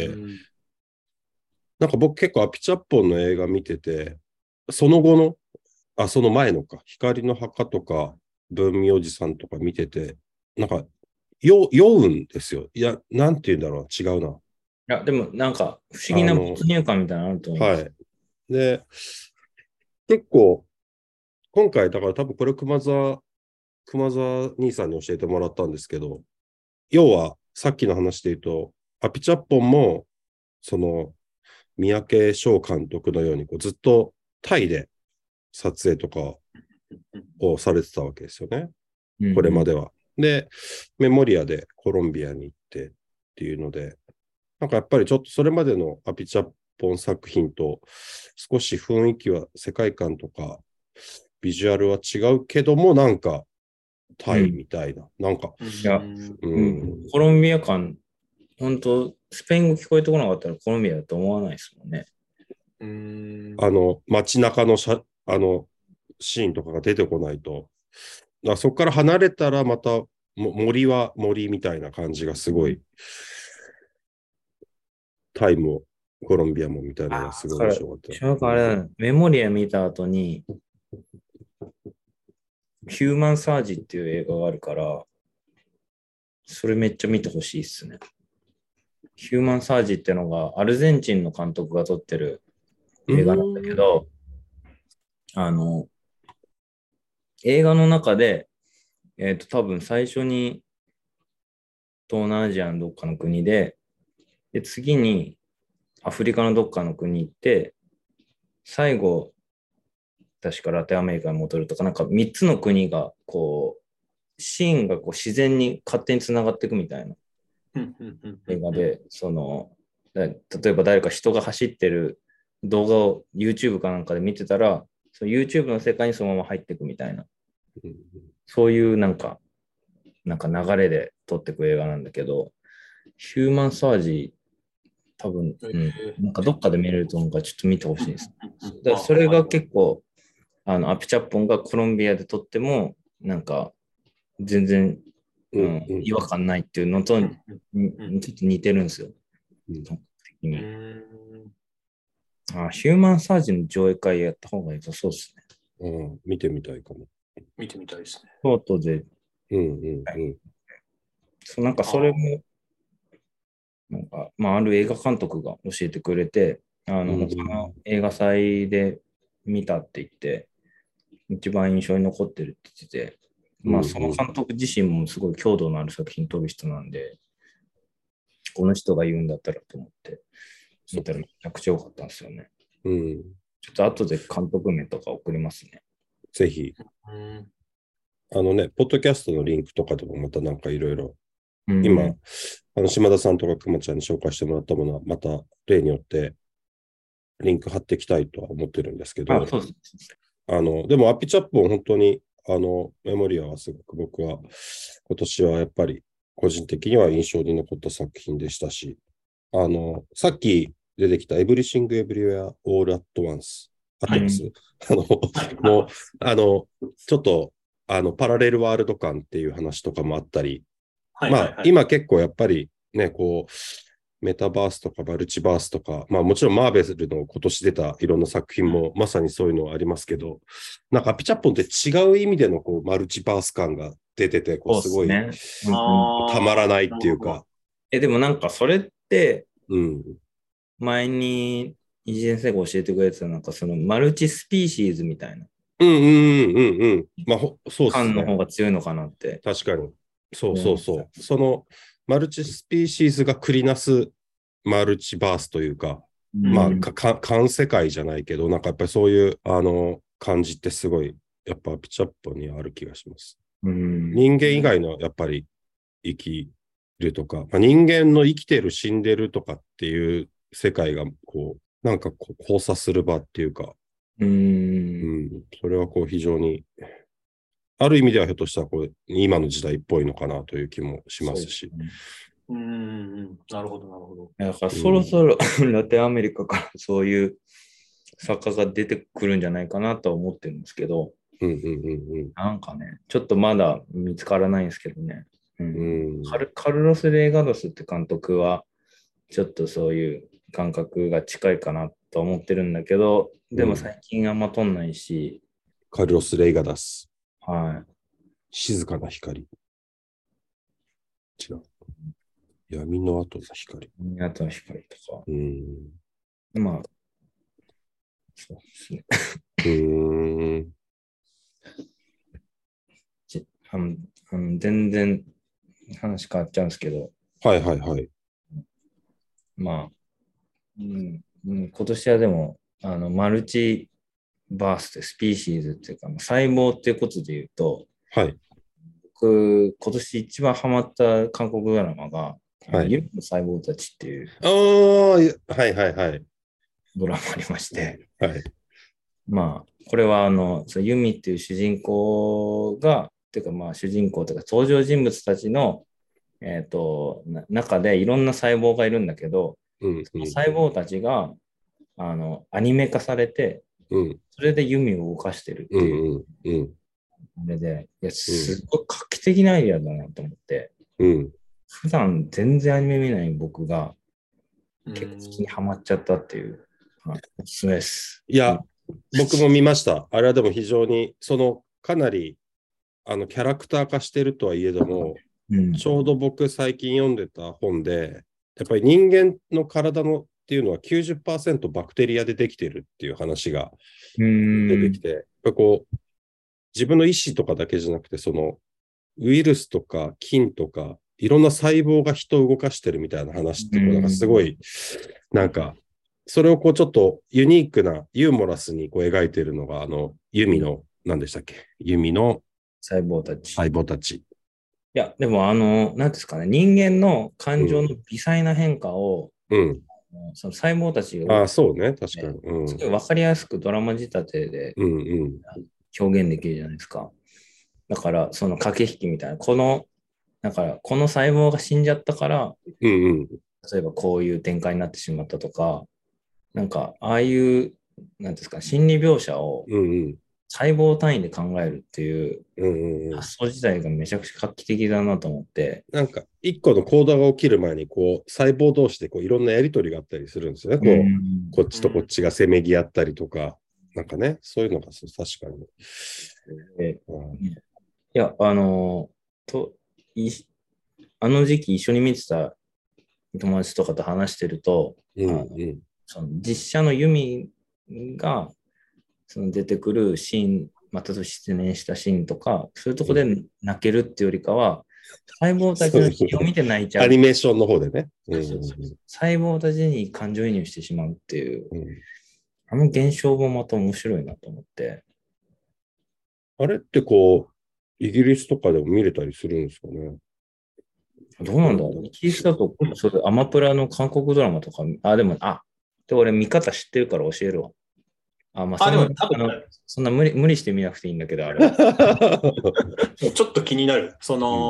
なんか僕結構アピチャッポンの映画見てて、その前のか、光の墓とか、文明寺さんとか見てて、なんか、酔うんですよ。いや、なんて言うんだろう、違うな。いや、でもなんか、不思議な没入感みたいなのあると思う。 はい。で、結構、今回、だから多分これ熊沢兄さんに教えてもらったんですけど、要は、さっきの話で言うと、アピチャッポンも、三宅翔監督のようにずっとタイで撮影とかをされてたわけですよね。これまでは。で、メモリアでコロンビアに行ってっていうので、なんかやっぱりちょっとそれまでのアピチャッポン作品と少し雰囲気は、世界観とかビジュアルは違うけども、なんかタイみたいな。なんか、 コロンビア感、本当スペイン語聞こえてこなかったらコロンビアだと思わないですもんね。 街中のシーンとかが出てこないと。そこから離れたらまた森は森みたいな感じがすごい。タイもコロンビアもみたいなのがすごい面白かった。 あれ、メモリア見た後に、ヒューマンサージっていう映画があるから、それめっちゃ見てほしいっすね。ヒューマンサージっていうのがアルゼンチンの監督が撮ってる映画なんだけど、映画の中で、多分最初に東南アジアのどっかの国で、次にアフリカのどっかの国行って、最後、確かラテンアメリカに戻るとか、なんか3つの国が、シーンが自然に勝手につながっていくみたいな映画で、例えば誰か人が走ってる動画を YouTube かなんかで見てたら、その YouTube の世界にそのまま入っていくみたいな、そういうなんか流れで撮っていく映画なんだけど、ヒューマンサージ、多分、なんかどっかで見れると思うからちょっと見てほしいです。それが結構、アピチャッポンがコロンビアで撮っても、なんか、全然、違和感ないっていうのと、ちょっと似てるんですよ。的にヒューマンサージの上映会やった方が良さそうですね。見てみたいかも。 見てみたいですね。 京都で。なんかそれも、 なんか、まあ、ある映画監督が教えてくれて、他の映画祭で見たって言って、一番印象に残ってるって言ってて、まあ、その監督自身もすごい強度のある作品撮る人なんで、この人が言うんだったらと思って、見たらめちゃくちゃ良かったんですよね。ちょっと後で監督名とか送りますね。 ぜひ。ポッドキャストのリンクとかでもまたなんかいろいろ、今、島田さんとかくまちゃんに紹介してもらったものは、また例によってリンク貼っていきたいとは思ってるんですけど、 そうです。 でもアピチャップも本当に、メモリアはすごく僕は、今年はやっぱり個人的には印象に残った作品でしたし、さっき出てきた Everything Everywhere All at Once 合ってます、もう、ちょっと、パラレルワールド感っていう話とかもあったり、今結構やっぱりね、こう、メタバースとかマルチバースとか、まあもちろんマーベルの今年出たいろんな作品もまさにそういうのはありますけど、なんかアピチャッポンって違う意味でのこうマルチバース感が出てて、こうすごいたまらないっていうか。 でもなんかそれって、前にイジェン先生が教えてくれてたなんかそのマルチスピーシーズみたいな。 まあそうですね。 感の方が強いのかなって。 確かに。そう。そのマルチスピーシーズが繰りなすマルチバースというか、まあ、環世界じゃないけど、なんかやっぱりそういう感じってすごい、やっぱアピチャッポにある気がします。人間以外のやっぱり生きるとか、まあ、人間の生きてる死んでるとかっていう世界がこう、なんかこう交差する場っていうか、それはこう非常に、ある意味ではひょっとしたらこう今の時代っぽいのかなという気もしますし。 なるほど、なるほど。 だからそろそろラテンアメリカからそういう作家が出てくるんじゃないかなとは思ってるんですけど、なんかね、ちょっとまだ見つからないんですけどね。カルロス・レイガドスって監督は、ちょっとそういう感覚が近いかなと思ってるんだけど、でも最近あんま撮んないし。 カルロス・レイガダス。 はい。 静かな光。違う。闇の後の光。 闇の後の光とか。まあ、そうですね。全然話変わっちゃうんですけど。まあ、今年はでも、マルチバースでスピーシーズっていうか、細胞っていうことで言うと、僕、今年一番ハマった韓国ドラマが、ユミの細胞たちっていう、ドラマありまして、まあ、これはユミっていう主人公が、っていうかまあ主人公というか登場人物たちの、中でいろんな細胞がいるんだけど、その細胞たちがアニメ化されて、それでユミを動かしてるっていう。あれで、いや、すごい画期的なアイデアだなと思って、普段全然アニメ見ない僕が結構好きにハマっちゃったっていう、おすすめです。 いや、僕も見ました。あれはでも非常に、かなり、キャラクター化してるとはいえども、ちょうど僕最近読んでた本で、やっぱり人間の体のっていうのは 90% バクテリアでできてるっていう話が出てきて、やっぱこう、自分の意思とかだけじゃなくて、ウイルスとか菌とか、いろんな細胞が人を動かしてるみたいな話って、なんかすごい、なんか、それをこうちょっとユニークな、ユーモラスにこう描いてるのが、ユミの、何でしたっけ？ユミの細胞たち。 細胞たち。 いや、でもなんですかね、人間の感情の微細な変化を、その細胞たちが、そうね、確かに。 すごい分かりやすくドラマ仕立てで表現できるじゃないですか。だから、その駆け引きみたいな、だから、この細胞が死んじゃったから、例えばこういう展開になってしまったとか、なんか、ああいう、なんですか、心理描写を細胞単位で考えるっていう発想自体がめちゃくちゃ画期的だなと思って。 なんか、一個の行動が起きる前に、こう、細胞同士でこういろんなやりとりがあったりするんですよね。こっちとこっちがせめぎ合ったりとか、なんかね、そういうのが確かに。 いや、あの時期一緒に見てた友達とかと話してると、その実写のユミがその出てくるシーン、また失念したシーンとか、そういうところで泣けるっていうよりかは、細胞たちの血を見て泣いちゃう。 アニメーションの方でね。 細胞たちに感情移入してしまうっていう、あの現象もまた面白いなと思って。 あれってこう、イギリスとかでも見れたりするんですかね。 どうなんだろう。イギリスだと、それアマプラの韓国ドラマとか、で、俺見方知ってるから教えるわ。そんな無理して見なくていいんだけど、あれ。 ちょっと気になる。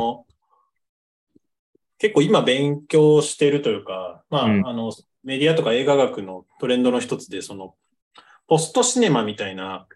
結構今勉強してるというか、メディアとか映画学のトレンドの一つで、ポストシネマみたいな、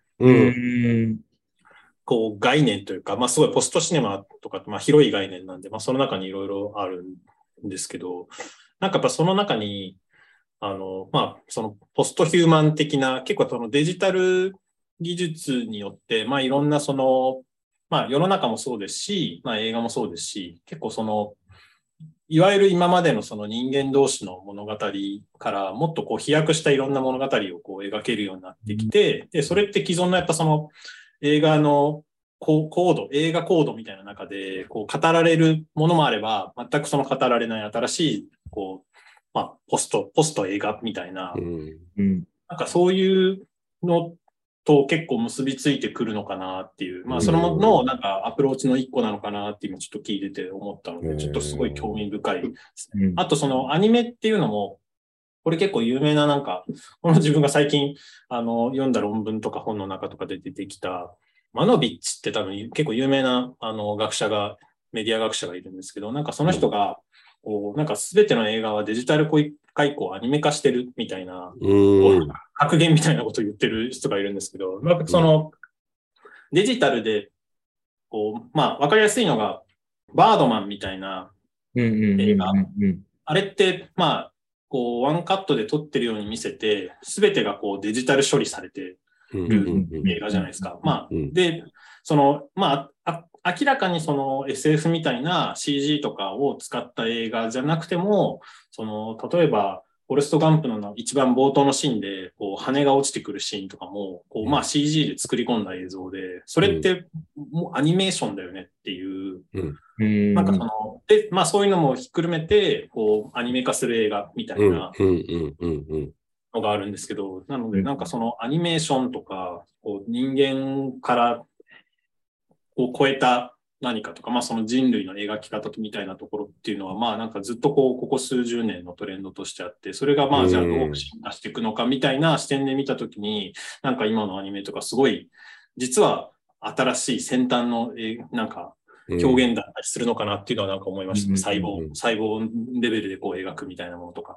こう概念というか、すごいポストシネマとかって広い概念なんで、その中にいろいろあるんですけど、なんかやっぱその中に、そのポストヒューマン的な、結構そのデジタル技術によって、いろんな世の中もそうですし、映画もそうですし、結構いわゆる今までのその人間同士の物語からもっとこう飛躍したいろんな物語をこう描けるようになってきて、で、それって既存のやっぱその映画の映画コードみたいな中でこう語られるものもあれば、全くその語られない新しい、こう、ポスト映画みたいな、なんかそういうのと結構結びついてくるのかなっていう、そのなんかアプローチの一個なのかなって今ちょっと聞いてて思ったので、ちょっとすごい興味深いですね。あとそのアニメっていうのも、これ結構有名ななんか、この自分が最近読んだ論文とか本の中とかで出てきた、マノビッチって多分結構有名なメディア学者がいるんですけど、なんかその人が、なんか全ての映画はデジタル化以降アニメ化してるみたいな、格言みたいなことを言ってる人がいるんですけど、そのデジタルで、わかりやすいのが、バードマンみたいな映画。あれって、ワンカットで撮ってるように見せて、全てがデジタル処理されてる映画じゃないですか。で、明らかにその SF みたいな CG とかを使った映画じゃなくても、例えば、フォレストガンプの一番冒頭のシーンで、羽が落ちてくるシーンとかも、CG で作り込んだ映像で、それってもうアニメーションだよねっていう、なんかで、そういうのもひっくるめて、アニメ化する映画みたいなのがあるんですけど、なので、なんかそのアニメーションとか、人間から超えた何かとか、その人類の描き方みたいなところっていうのは、なんかずっとここ数十年のトレンドとしてあって、それがじゃあどう進化していくのかみたいな視点で見たときに、なんか今のアニメとかすごい、実は新しい先端のなんか表現だったりするのかなっていうのはなんか思いました。細胞レベルで描くみたいなものとか。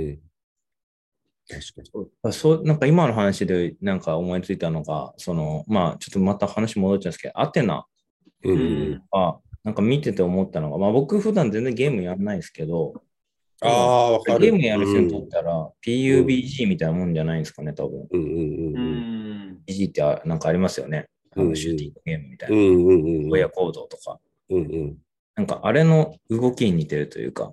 確かに。なんか今の話でなんか思いついたのが、ちょっとまた話戻っちゃうんですけど、アテナは、なんか見てて思ったのが、僕普段全然ゲームやんないですけど、ゲームやる人にとったら、PUBG みたいなもんじゃないんですかね、多分。PUBG ってなんかありますよね。シューティングゲームみたいな。親行動とか。なんかあれの動きに似てるというか。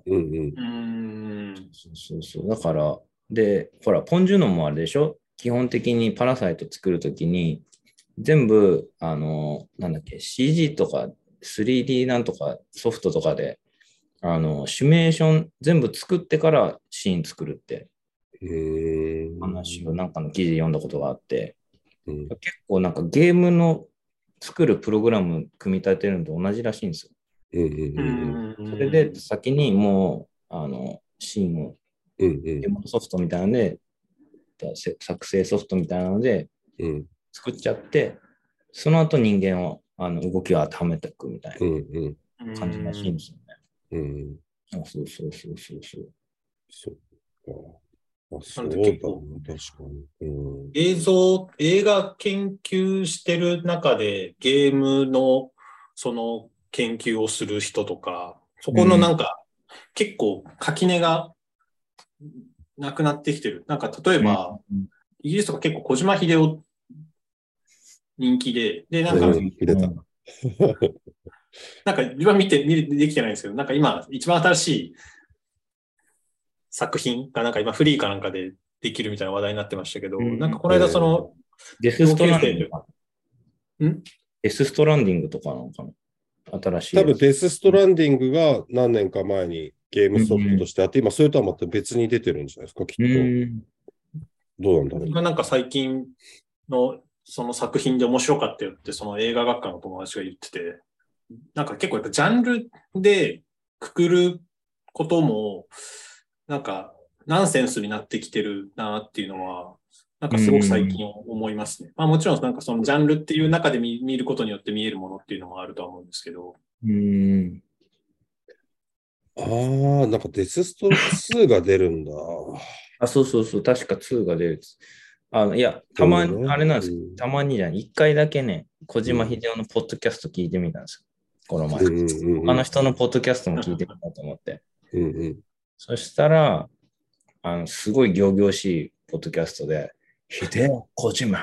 そう。だから、で、ほら、ポン・ジュノもあれでしょ？基本的にパラサイト作るときに、全部、CG とか 3D なんとかソフトとかで、シミュレーション全部作ってからシーン作るって話をなんかの記事読んだことがあって、結構なんかゲームの作るプログラム組み立てるのと同じらしいんですよ。それで先にもうシーンをソフトみたいなので、作成ソフトみたいなので作っちゃって、その後人間を動きを当てはめていくみたいな感じらしいんですよね。そう。 そうだね、確かに。 映画研究してる中でゲームのその研究をする人とか、そこのなんか、結構垣根がなくなってきてる。なんか例えば、イギリスとか結構小島秀夫人気で、なんか、なんか自分はできてないんですけど、なんか今一番新しい作品がなんか今フリーかなんかでできるみたいな話題になってましたけど、なんかこの間その、 デスストランディングか。 んデスストランディングとかなのかな、新しい。 多分デスストランディングが何年か前にゲームソフトとしてあって、今それとはまた別に出てるんじゃないですか、きっと。どうなんだろう。 なんか最近のその作品で面白かったよって、その映画学科の友達が言ってて、なんか結構やっぱジャンルでくくることも、なんかナンセンスになってきてるなっていうのは、なんかすごく最近思いますね。まあもちろんなんかそのジャンルっていう中で見ることによって見えるものっていうのもあるとは思うんですけど。 なんかデススト2が出るんだ。 そうそうそう、確か2が出る。いや、たまに、あれなんですよ。たまにじゃん。一回だけね、小島秀夫のポッドキャスト聞いてみたんですよ。この前。他の人のポッドキャストも聞いてみたと思って。そしたら、すごい仰々しいポッドキャストで、秀夫小島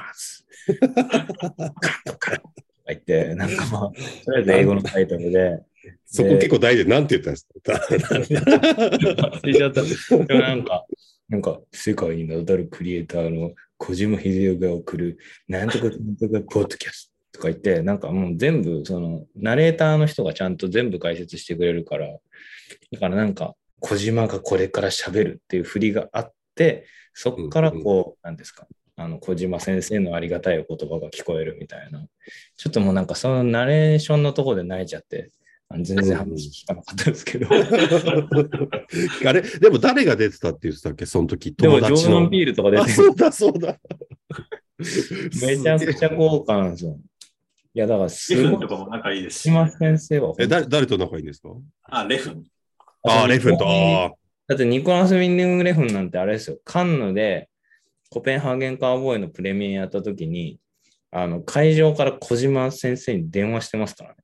とか言って、なんかまあ、とりあえず英語のタイトルで。 そこ結構大事で、なんて言ったんですか。 忘れちゃった。でもなんか、世界に名だたるクリエイターの小島秀夫が送る、なんとかなんとかポッドキャストとか言って、なんかもう全部、その、ナレーターの人がちゃんと全部解説してくれるから、だからなんか、小島がこれから喋るっていう振りがあって、そっからこう、なんですか、小島先生のありがたいお言葉が聞こえるみたいな。ちょっともうなんかそのナレーションのところで泣いちゃって、全然話聞かなかったですけど。 あれでも誰が出てたって言ってたっけその時。 でもジョーダン・ピールとか出てる。そうだ。 めちゃくちゃ豪華なんですよ。いや、だからレフンとかも仲いいですし。 小島先生は。 誰と仲いいんですか？ レフン。 レフンと。 だってニコラス・ウィンディング・レフンなんてあれですよ。カンヌでコペンハーゲン・カーボーイのプレミアやった時に、会場から小島先生に電話してますからね。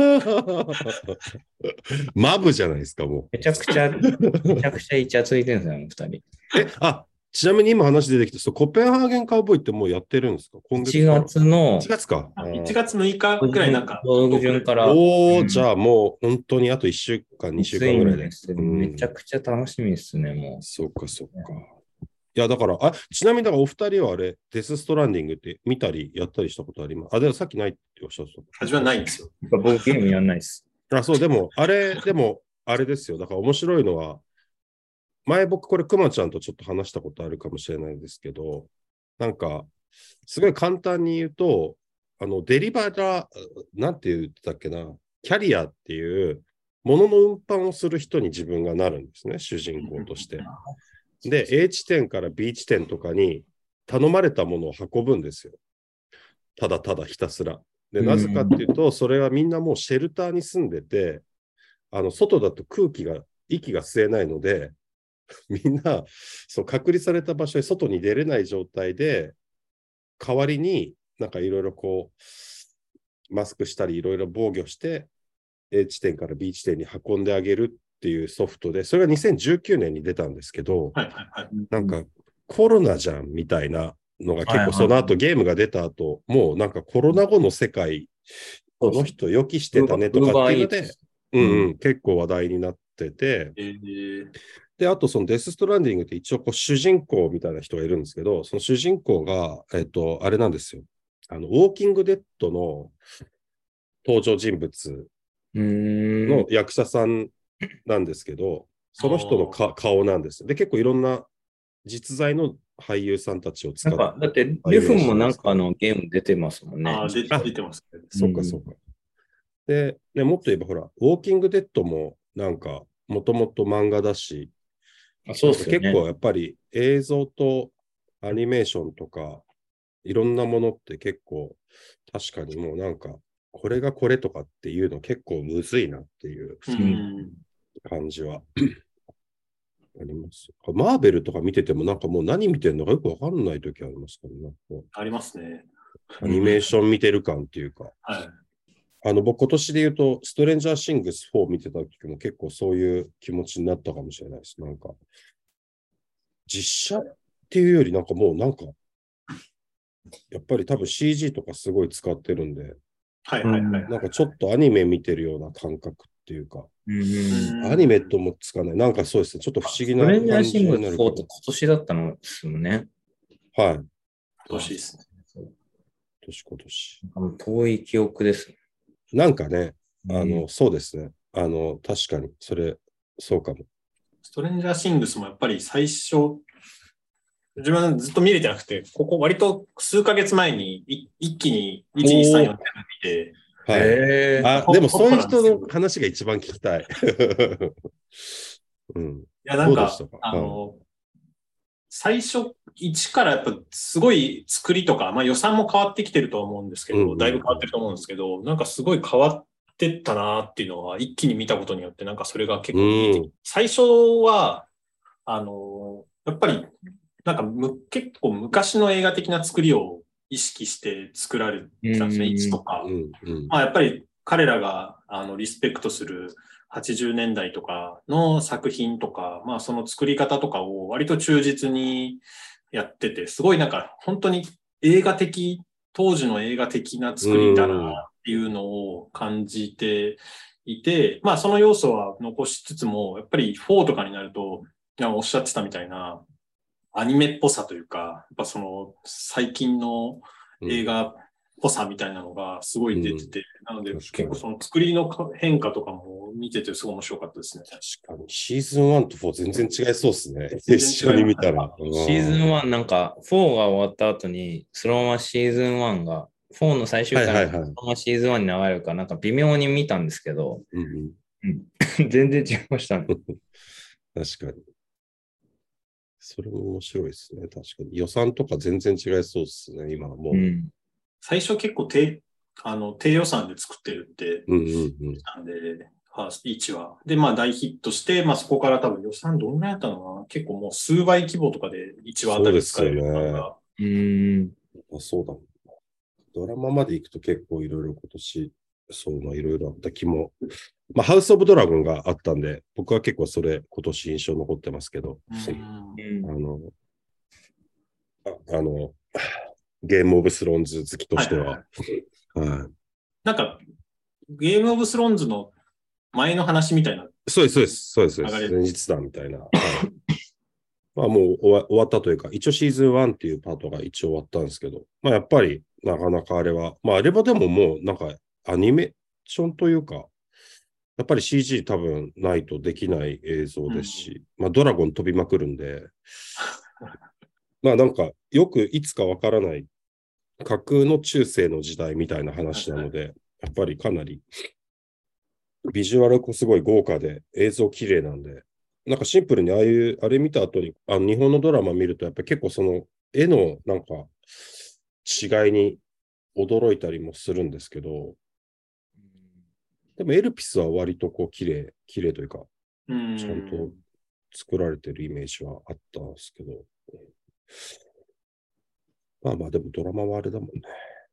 マブじゃないですか、もう。 めちゃくちゃイチャついてるんですよ、二人。 ちなみに今話出てきた、コペンハーゲンカウボーイってもうやってるんですか？ 今月1月の。 1月か。 1月6日ぐらいなんか。 順から。 じゃあもう本当にあと1週間、2週間ぐらいで。 めちゃくちゃ楽しみですね、もう。 そっか。いや、だから、ちなみにお二人はあれ、デスストランディングって見たりやったりしたことあります？でもさっきないっておっしゃった。 始まらないんですよ。 僕ゲームやんないです。 そう、でも、あれですよ。だから面白いのは、前僕これくまちゃんとちょっと話したことあるかもしれないですけど、なんか、すごい簡単に言うと、デリバラ、なんて言ってたっけな、キャリアっていうものの運搬をする人に自分がなるんですね、主人公として。で、A 地点から B 地点とかに頼まれたものを運ぶんですよ。ただただひたすら。で、なぜかっていうと、それはみんなもうシェルターに住んでて、外だと息が吸えないので、みんな、隔離された場所に外に出れない状態で、代わりになんかいろいろマスクしたりいろいろ防御して、A 地点から B 地点に運んであげるっていうソフトで、それが2019年に出たんですけど、なんかコロナじゃんみたいなのが結構その後ゲームが出た後、もうなんかコロナ後の世界、この人予期してたねとかっていうので、結構話題になってて、で、あとそのデスストランディングって一応主人公みたいな人がいるんですけど、その主人公が、あれなんですよ。ウォーキングデッドの登場人物の役者さんなんですけど、その人の顔なんです。で、結構いろんな実在の俳優さんたちを使って。 だって、レフンもなんかゲーム出てますもんね。 出てます。 そうか。で、もっと言えばほら、ウォーキングデッドもなんか、もともと漫画だし、 そうですね。 結構やっぱり映像とアニメーションとか、いろんなものって結構、確かにもうなんか、これがこれとかっていうの結構むずいなっていう感じはあります。マーベルとか見ててもなんかもう何見てるのかよくわかんないときありますからね。 ありますね。 アニメーション見てる感っていうか。僕今年で言うと、ストレンジャーシングス4見てた時も結構そういう気持ちになったかもしれないです。なんか、実写っていうよりなんかもうなんか、やっぱり多分 CG とかすごい使ってるんで、なんかちょっとアニメ見てるような感覚っていうか、 アニメともつかない。なんかそうですね。ちょっと不思議なストレンジャー感シングスじになる 4って今年だったのですよね。 はい。 今年ですね。 今年。 遠い記憶ですね。 なんかね、そうですね。確かに、そうかも。 ストレンジャーシングスもやっぱり最初、自分はずっと見れてなくて、ここ割と数ヶ月前に一気に1、2、3、4見て、 はい。でもそういう人の話が一番聞きたい。うん、 いや、なんか、最初、1からやっぱすごい作りとか、まあ予算も変わってきてると思うんですけど、だいぶ変わってると思うんですけど、なんかすごい変わってったなっていうのは、一気に見たことによって、なんかそれが結構見えてきて、最初は、やっぱり、なんか結構昔の映画的な作りを意識して作られてたんですね、1とか。まあやっぱり彼らがリスペクトする80年代とかの作品とか、まあその作り方とかを割と忠実にやってて、すごいなんか本当に当時の映画的な作りだなっていうのを感じていて、まあその要素は残しつつも、やっぱり4とかになると、おっしゃってたみたいな、アニメっぽさというか、やっぱその最近の映画っぽさみたいなのがすごい出てて、なので結構その作りの変化とかも見ててすごい面白かったですね。 確かに。シーズン1と4全然違いそうですね。一緒に見たら。 シーズン1なんか4が終わった後に、そのままシーズン1が、4の最終回がそのままシーズン1に流れるか、なんか微妙に見たんですけど、全然違いましたね。 確かに。それも面白いですね。確かに。予算とか全然違いそうですね、今はもう。 最初結構低予算で作ってるってなんで、1は。で、まあ大ヒットして、まあそこから多分予算どんぐらいだったのかな、結構もう数倍規模とかで1話あたり使えるのが。 そうだ。ドラマまで行くと結構いろいろ今年、いろいろあった気も。まあ、ハウス・オブ・ドラゴンがあったんで、僕は結構それ、今年印象残ってますけど、ゲーム・オブ・スローンズ好きとしては。 なんか、ゲーム・オブ・スローンズの前の話みたいな。 そうです。前日談みたいな。まあもう終わったというか、一応シーズン1っていうパートが一応終わったんですけど、まあやっぱりなかなかあれは、まああれはでももうなんかアニメーションというか、やっぱり CG 多分ないとできない映像ですし、まあドラゴン飛びまくるんで、まあなんかよくいつかわからない架空の中世の時代みたいな話なので、やっぱりかなりビジュアルすごい豪華で映像綺麗なんで、なんかシンプルにあれ見た後に、日本のドラマ見ると、やっぱり結構その絵のなんか違いに驚いたりもするんですけど、でもエルピスは割とこう綺麗というか、ちゃんと作られてるイメージはあったんですけど、まあまあでもドラマはあれだもんね。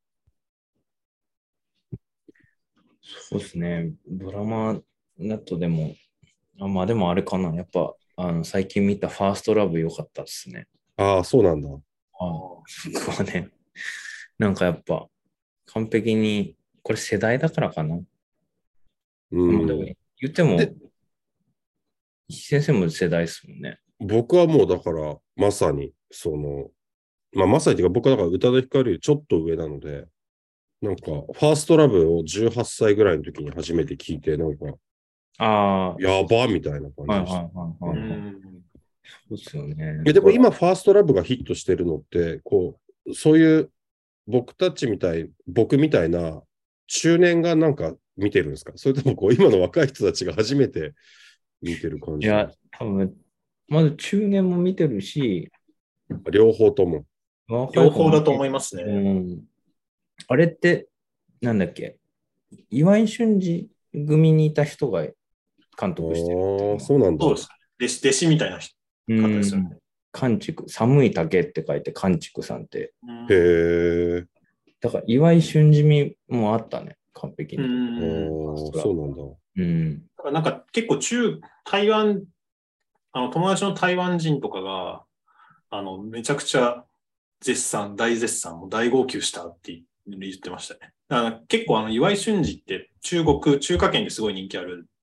そうですね。ドラマだとでも、まあでもあれかな。やっぱ、最近見たファーストラブ良かったですね。 ああ、そうなんだ。 僕はね、なんかやっぱ、完璧に、これ世代だからかな。まあでも言っても、先生も世代ですもんね。 僕はもうだから、まさに、まあまさにというか、僕はだから宇多田ヒカルよりちょっと上なので、なんか、ファーストラブを18歳ぐらいの時に初めて聞いて、なんか、やばみたいな感じでした。 そうですよね。 でも今、ファーストラブがヒットしてるのって、そういう僕みたいな中年がなんか見てるんですか？それとも今の若い人たちが初めて見てる感じ？ いや、多分、まず中年も見てるし、 両方とも。 両方だと思いますね。 あれって、なんだっけ、岩井俊二組にいた人が監督してる。 そうなんだ。 そうです。弟子みたいな方ですよね。 寒竹、寒い竹って書いて寒竹さんって。 へえ。 だから岩井俊二味もあったね、完璧に。 そうなんだ。 だからなんか結構台湾、友達の台湾人とかが、めちゃくちゃ大絶賛、大号泣したって言ってましたね。だから結構岩井俊二って中華圏ですごい人気ある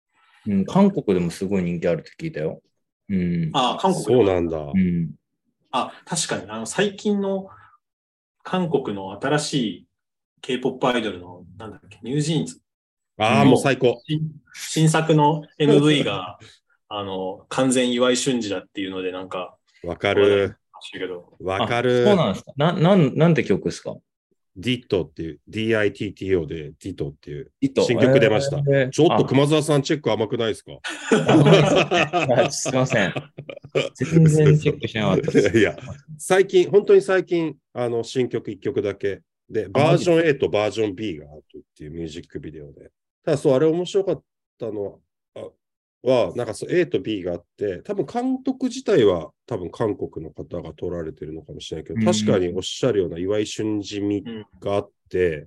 うん、韓国でもすごい人気あるって聞いたよ。うん。 韓国そうなんだ。 うん。 確かに、最近の韓国の新しい K-POP アイドルの、なんだっけ、ニュージーンズもう最高。 新作の MV が、完全岩井俊二だっていうので、なんか、 わかる。わかる。 そうなんですか。なんて曲ですか？ ディットっていう、DITTO でディットっていう新曲出ました。ちょっと熊沢さんチェック甘くないですか？ 甘いですね。すいません。全然チェックしなかったです。 いや、本当に最近、新曲1曲だけで、バージョン A とバージョン B があるっていうミュージックビデオで。ただ、そう、あれ面白かったのは、なんかそう A と B があって、多分監督自体は多分韓国の方が撮られてるのかもしれないけど、確かにおっしゃるような岩井俊二味があって、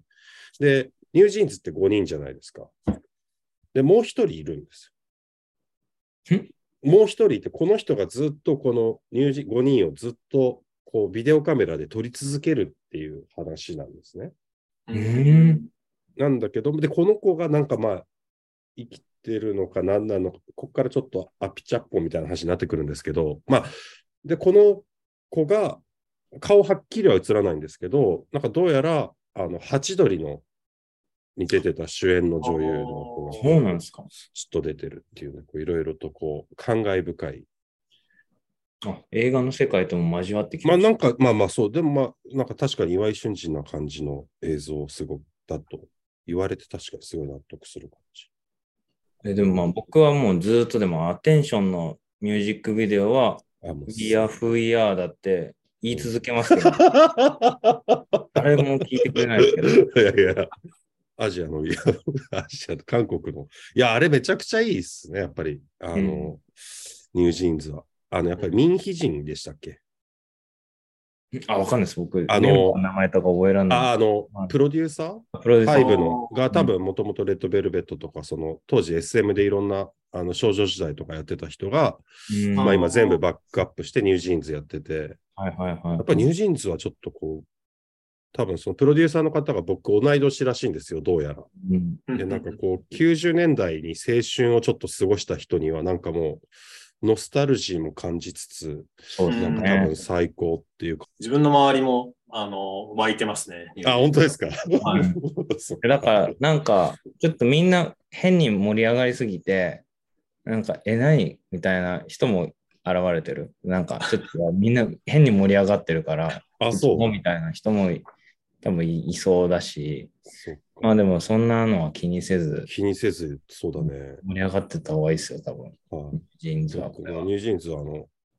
で、ニュージーンズって5人じゃないですか。で、もう1人いるんですよ。もう1人いて、この人がずっとこの5人をずっとこうビデオカメラで撮り続けるっていう話なんですね。なんだけど、で、この子がなんか生きてるのか何なのか、ここからちょっとアピチャッポみたいな話になってくるんですけど、で、この子が、顔はっきりは映らないんですけど、なんかどうやら、ハチドリに出てた主演の女優の子が、 そうなんですか。 ちょっと出てるっていうね、いろいろとこう、感慨深い。 映画の世界とも交わってきました。なんか、そう、でもなんか確かに岩井俊二な感じの映像すごくだと言われて確かにすごい納得する感じ。 でも僕はもうずっとでもアテンションのミュージックビデオは、We Are Who We Areだって言い続けますけど、誰も聞いてくれないですけど。 いや、アジアの韓国の。いや、あれめちゃくちゃいいっすね、やっぱり。ニュージーンズは。やっぱり民秘人でしたっけ？ わかんないです。僕、名前とか覚えられない。 プロデューサー5のが多分もともとレッドベルベットとか、その当時 SM でいろんな少女時代とかやってた人が、今全部バックアップしてニュージーンズやってて、やっぱりニュージーンズはちょっとこう、多分そのプロデューサーの方が僕同い年らしいんですよ、どうやら。で、なんかこう、90年代に青春をちょっと過ごした人には、なんかもう、ノスタルジーも感じつつ、なんか多分最高っていうか。 自分の周りも、湧いてますね。 本当ですか？ だから、なんか、ちょっとみんな変に盛り上がりすぎて、なんか、何みたいな人も現れてる。なんか、ちょっとみんな変に盛り上がってるから、 そうみたいな人も多分いそうだし、でもそんなのは気にせず、 そうだね。 盛り上がってた方がいいですよ、多分。ニュージーンズは。 ニュージーンズは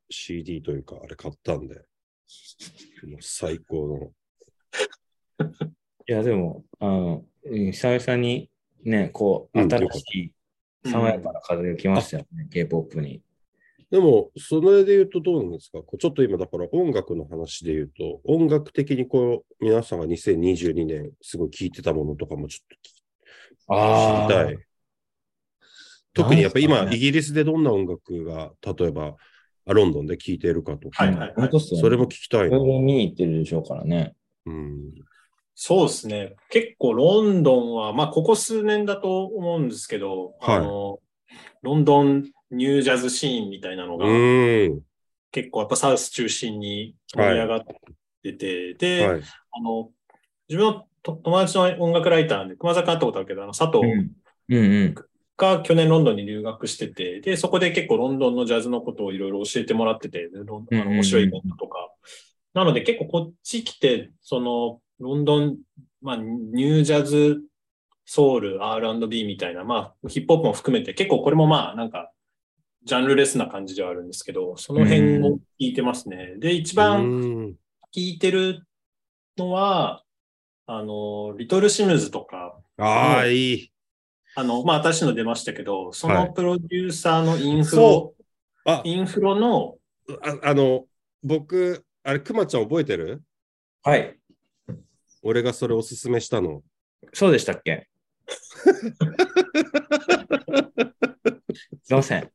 CD というか、あれ買ったんで、最高の。いや、でも、久々にね、こう、新しい、爽やかな風が来ましたよね、K-POP に。 でも、それで言うとどうなんですか？ちょっと今だから音楽の話で言うと、音楽的にこう、皆さんが2022年すごい聴いてたものとかもちょっと知りたい。特にやっぱり今、イギリスでどんな音楽が、例えば、ロンドンで聴いているかとか、それも聞きたいな。 見に行ってるでしょうからね。 そうですね。結構ロンドンは、ここ数年だと思うんですけど、ロンドンニュージャズシーンみたいなのが、結構やっぱサウス中心に盛り上がってて、で、自分の友達の音楽ライターで、熊坂会ったことあるけど、佐藤が去年ロンドンに留学してて、で、そこで結構ロンドンのジャズのことをいろいろ教えてもらってて、面白いイベントとか。なので結構こっち来て、その、ロンドン、ニュージャズ、ソウル、R&B みたいな、ヒップホップも含めて、結構これもなんか、ジャンルレスな感じではあるんですけど、その辺を聞いてますね。で、一番聞いてるのは、リトルシムズとか。 いい。 私の出ましたけど、そのプロデューサーのインフロの、 僕、あれ、くまちゃん覚えてる？ はい。 俺がそれおすすめしたの。 そうでしたっけ？すいません。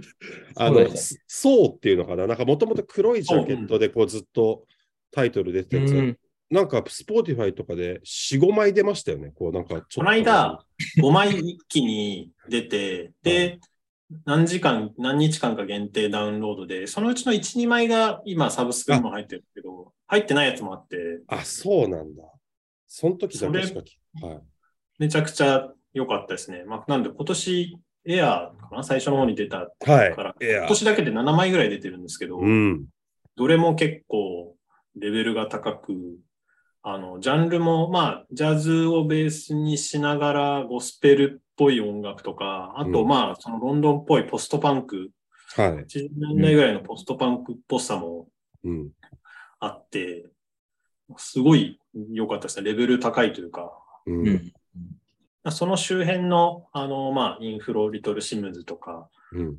そうっていうのかな？なんかもともと黒いジャケットでこうずっとタイトル出てたやつ。なんかスポーティファイとかで4、5枚出ましたよね。こうなんかこの間5枚一気に出て、で、 何日間か限定ダウンロードで、そのうちの1、2枚が今サブスクにも入ってるけど、入ってないやつもあって。 あ、そうなんだ。その時だけしかはい。 めちゃくちゃ良かったですね。まあ、なんで今年エアーかな最初の方に出たから、今年だけで7枚ぐらい出てるんですけど、どれも結構レベルが高く、ジャンルも、まあ、ジャズをベースにしながら、ゴスペルっぽい音楽とか、あと、まあ、そのロンドンっぽいポストパンク、80年代ぐらいのポストパンクっぽさもあって、すごい良かったですね。レベル高いというか。その周辺の、まあ、インフロ、リトルシムズとか、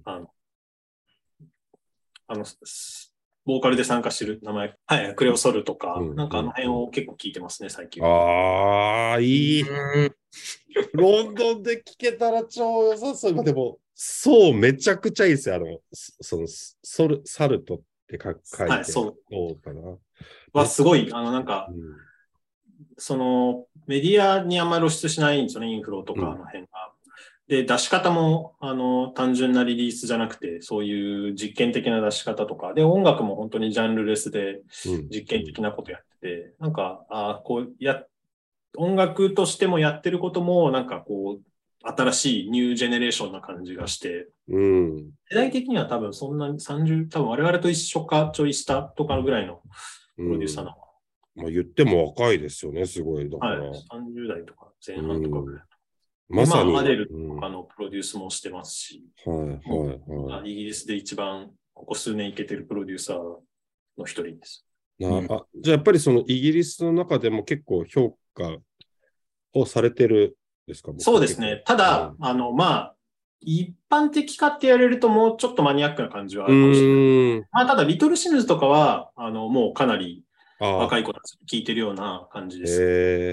ボーカルで参加してる名前、はい、クレオソルとか、なんかあの辺を結構聞いてますね、最近。 ああ、いい。ロンドンで聞けたら超良さそう。でも、そう、めちゃくちゃいいですよ。サルトって書いて。 はい、そうかな。 はすごい、なんか、その、メディアにあんまり露出しないんですよね、インフロとかの辺が。で、出し方も、単純なリリースじゃなくて、そういう実験的な出し方とか、で、音楽も本当にジャンルレスで実験的なことやってて、なんか、音楽としてもやってることも、なんかこう、新しいニュージェネレーションな感じがして、世代的には多分そんなに多分我々と一緒かちょい下とかぐらいのプロデューサーなのかな。まあ、言っても若いですよね、すごい。だから。 はい、30代とか前半とかぐらい。 まさに。 アデルとかのプロデュースもしてますし、イギリスで一番ここ数年いけてるプロデューサーの一人です。 じゃあやっぱりそのイギリスの中でも結構評価をされてるんですか？ そうですね。ただ、まあ、一般的かって言われるともうちょっとマニアックな感じはあるかもしれない。まあ、ただ、リトルシムズとかは、もうかなり若い子たち聞いてるような感じです。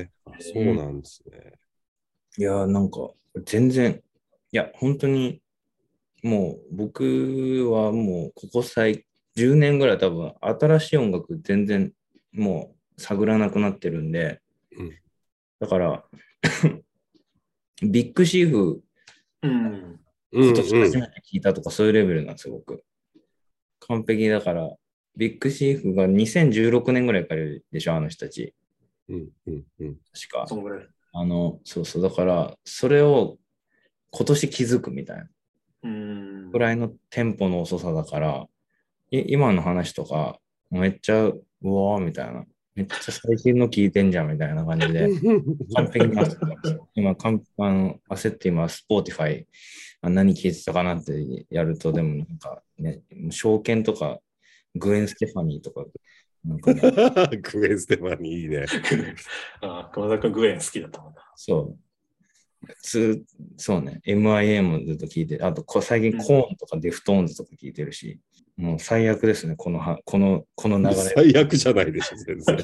そうなんですね。 いや、なんか、全然、いや、本当に、もう、僕はもう、ここ10年ぐらい多分、新しい音楽全然、もう、探らなくなってるんで、だから、ビッグシーフ、今年初めて聞いたとか、そういうレベルなんですよ、僕。完璧だから、ビッグシーフが2016年ぐらいからでしょ、あの人たち。確か。そうそう、だから、それを今年気づくみたいな。ぐらいのテンポの遅さだから、今の話とか、めっちゃ、うわーみたいな。めっちゃ最近の聞いてんじゃんみたいな感じで、完璧に焦ってます。今、焦って今、スポーティファイ、何聞いてたかなってやると、でもなんかね、証券とか、グエン・ステファニーとか、 なんかね、グエン・ステファニーいいね。 熊田君グエン好きだったもんな。 そう。そうね、MIA もずっと聞いて、あと最近コーンとかデフトーンズとか聞いてるし、もう最悪ですね、この流れ。 最悪じゃないでしょ、全然。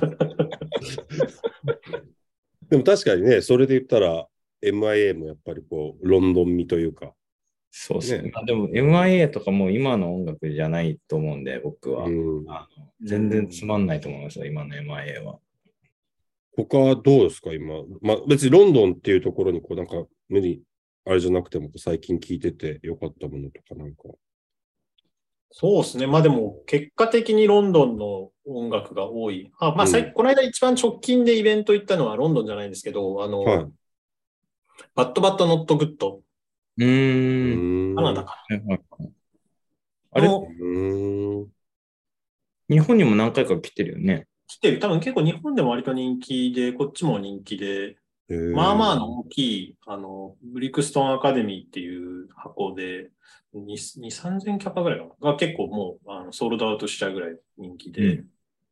でも確かにね、それで言ったら MIA もやっぱりこう、ロンドン味というか。 そうですね。でも MIA とかも今の音楽じゃないと思うんで、僕は。全然つまんないと思いますよ、今の MIA は。 他はどうですか、今。まあ別にロンドンっていうところにこうなんか無理、あれじゃなくても最近聞いててよかったものとかなんか。 そうですね。まあでも結果的にロンドンの音楽が多い。この間一番直近でイベント行ったのはロンドンじゃないんですけど、バッドバッドノットグッド。カナダかな。 あれ日本にも何回か来てるよね。 来てる。多分結構日本でも割と人気で、こっちも人気で、まあまあの大きい、ブリクストンアカデミーっていう箱で、2、3000キャパぐらいかなが結構もうソールドアウトしちゃうぐらい人気で。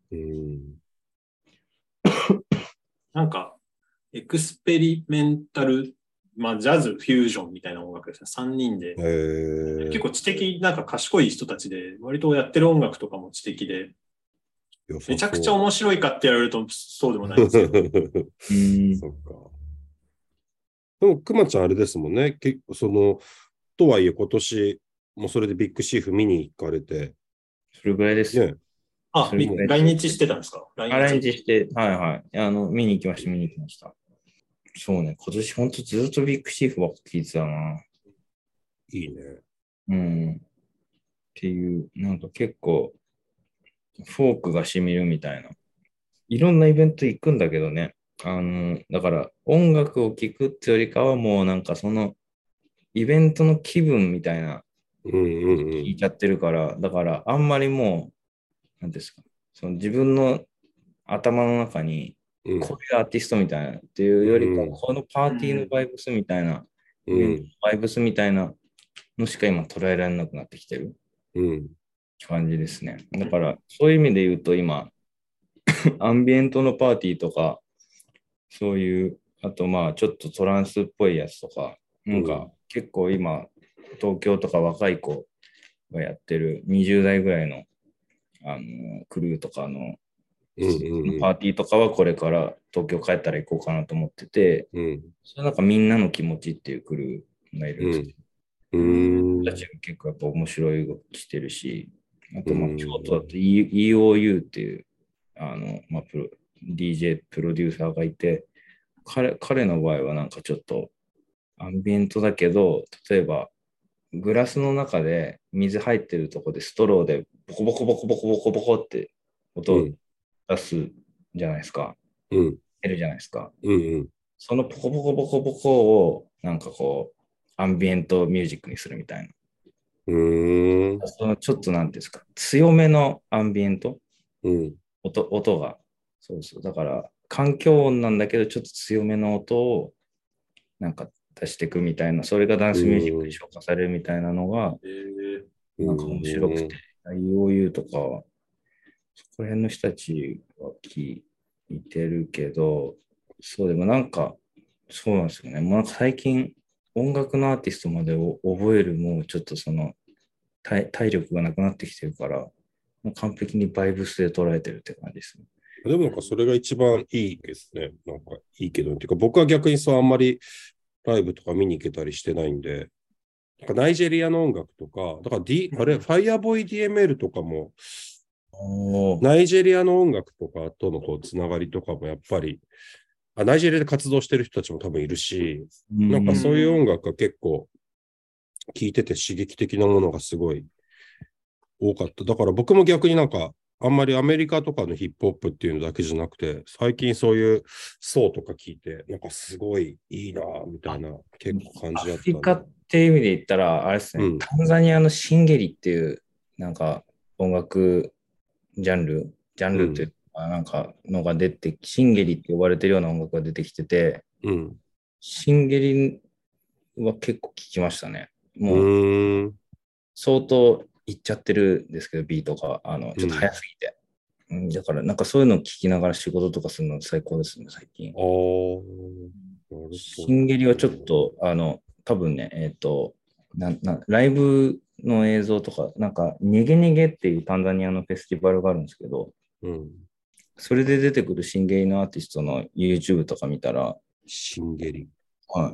なんか、エクスペリメンタル、まあ、ジャズ、フュージョンみたいな音楽ですね。3人で。結構知的、なんか賢い人たちで、割とやってる音楽とかも知的で、めちゃくちゃ面白いかって言われるとそうでもないんですけど。 そっか。でも、くまちゃんあれですもんね。とはいえ今年、もうそれでビッグシーフ見に行かれて。 それぐらいですね。 来日してたんですか？ 来日して、はいはい。見に行きました。そうね、今年ほんとずっとビッグシーフばっか聞いてたな。 いいね。 うん。っていう、なんか結構、フォークが染みるみたいな。いろんなイベント行くんだけどね。だから音楽を聴くってよりかはもうなんかそのイベントの気分みたいなうんうんうん。 聞いちゃってるから、だからあんまりもう、なんですか、その自分の頭の中にうんこういうアーティストみたいなっていううよりか、 んこのパーティーのうん。 バイブスみたいな、イベントのうんバイブスみたいなのしか今捉えられなくなってきてるうん感じですね。だからそういう意味で言うと今、アンビエントのパーティーとか、そういう、あとまあちょっとトランスっぽいやつとか、なんか結構今、東京とか若い子がやってる20代ぐらいの、クルーとかのうんパーティーとかはこれから東京帰ったら行こうかなと思ってて、 うんそれなんかみんなの気持ちっていうクルーがいるんですけど、 ううん。 んたちが結構やっぱ面白い動きしてるし、あうとまあ京都だんと EOU っていう、まあ、DJ プロデューサーがいて、彼の場合はなんかちょっとアンビエントだけど、例えばグラスの中で水入ってるとこでストローでボコボコボコボコボコボコって音をうん出すじゃないですか。 うん出るじゃないですか。 うんそのボコボコボコボコをなんかこう、アンビエントミュージックにするみたいうんな。そのちょっとなんていうんですか、強めのアンビエント、 うん音が。そうそう。だから環境音なんだけど、ちょっと強めの音をなんか出していくみたいな、それがダンうスミュージックでん消化されるみたいなのが、 うなんか面白くて、 ん IOU とか、そこら辺の人たちは聞いてるけど、そうでもなんか、そうなんですよね。もうなんか最近、音楽のアーティストまでを覚える、もうちょっとその体力がなくなってきてるから、もう完璧にバイブスで捉えてるって感じですね。 でもなんかそれが一番いいですね。なんかいいけど、っていうか僕は逆にそうあんまりライブとか見に行けたりしてないんで、なんかナイジェリアの音楽とか、だから、あれ、ファイアボーイ DML とかも、 おー、 ナイジェリアの音楽とかとのこうつながりとかもやっぱり、ナイジェリアで活動してる人たちも多分いるし、なんかそういう音楽が結構聴いてて刺激的なものがすごい多かった。だから僕も逆になんか、あんまりアメリカとかのヒップホップっていうのだけじゃなくて、最近そういうソウとか聞いて、なんかすごいいいなみたいな結構感アじだったんで。 フリカっていう意味で言ったら、あれですね、 うん。 タンザニアのシンゲリっていう、なんか音楽ジャンルっていううん。 か、なんかのが出て、シンゲリって呼ばれてるような音楽が出てきてて、 うん。 シンゲリは結構聞きましたね。 うもうーん。 相当いっちゃってるんですけど、ビートが、ちょっとうん。 速すぎて。だから、なんかそういうのを聞きながら仕事とかするの最高ですね、最近。 ああ、なるほシンゲリはちょっど。 と、多分ね、ライブの映像とか、なんか、ニゲニゲっていうタンザニアのフェスティバルがあるんですけど、 うん。 それで出てくるシンゲリのアーティストの YouTube とか見たら、 シンゲリ。 は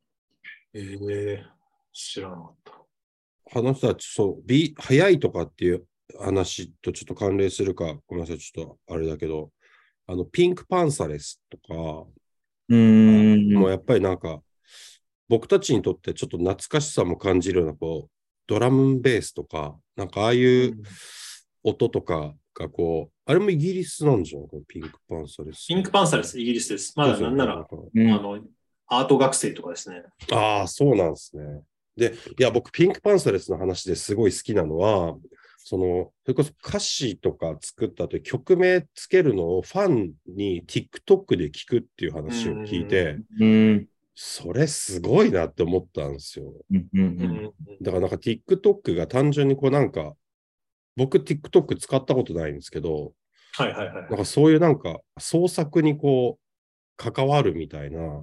知らなかった。 あの人たち、そう、早いとかっていう話とちょっと関連するか、ごめんなさい、ちょっとあれだけど、ピンクパンサレスとか、もうやっぱりなんか、僕たちにとってちょっと懐かしさも感じるような、こう、ドラムベースとか、なんかああいう音とかがこう、あれもイギリスなんじゃん、ピンクパンサレス。 ピンクパンサーです、イギリスです。まだなんなら、アート学生とかですね。 ああ、そうなんですね。で、いや、僕、ピンクパンサレスの話ですごい好きなのは、それこそ歌詞とか作った後、曲名つけるのをファンに TikTok で聞くっていう話を聞いて、それすごいなって思ったんですよ。だからなんか TikTok が単純にこうなんか、僕 TikTok 使ったことないんですけど、なんかそういうなんか創作にこう関わるみたいな、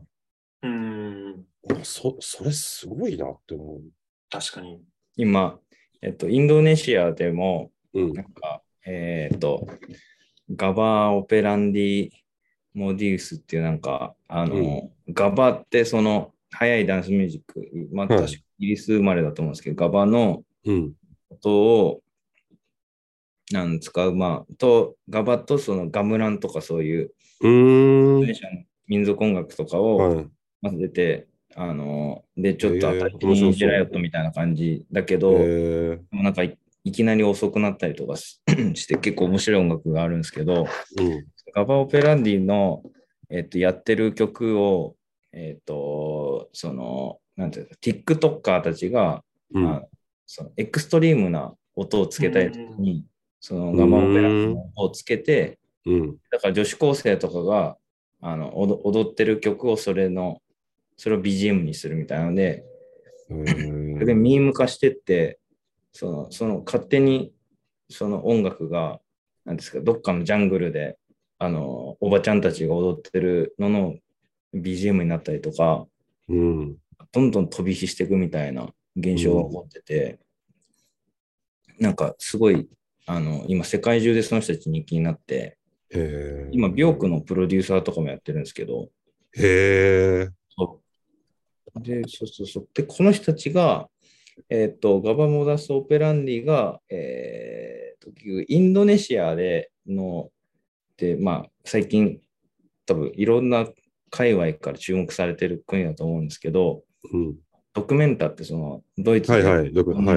それすごいなって思う。 確かに。 今、インドネシアでも、 なんか、ガバオペランディモディウスっていうなんか、ガバってその速いダンスミュージック、まあ、確かイギリス生まれだと思うんですけど、ガバの音を、使う、ガバとそのガムランとかそういう、インドネシアの民族音楽とかを混ぜて、 で、ちょっと当たりにしらよとみたいな感じだけど、なんかいきなり遅くなったりとかして結構面白い音楽があるんですけど、ガバオペランディの、やってる曲を、なんていうか、TikToker たちが、そのエクストリームな音をつけたいときに、そのガバオペランディの音をつけて、だから女子高生とかが踊ってる曲をそれを BGM にするみたいなので、それでミーム化してって、その勝手にその音楽が、なんですか、どっかのジャングルで、おばちゃんたちが踊ってるのの BGM になったりとか、どんどん飛び火していくみたいな現象が起こってて、なんかすごい、今世界中でその人たち人気になって、今、ビョークのプロデューサーとかもやってるんですけど、で、で、この人たちが、ガバモダス・オペランディが、インドネシアで、まあ、最近、多分いろんな界隈から注目されてる国だと思うんですけど、ドキュメンタってそのドイツであれ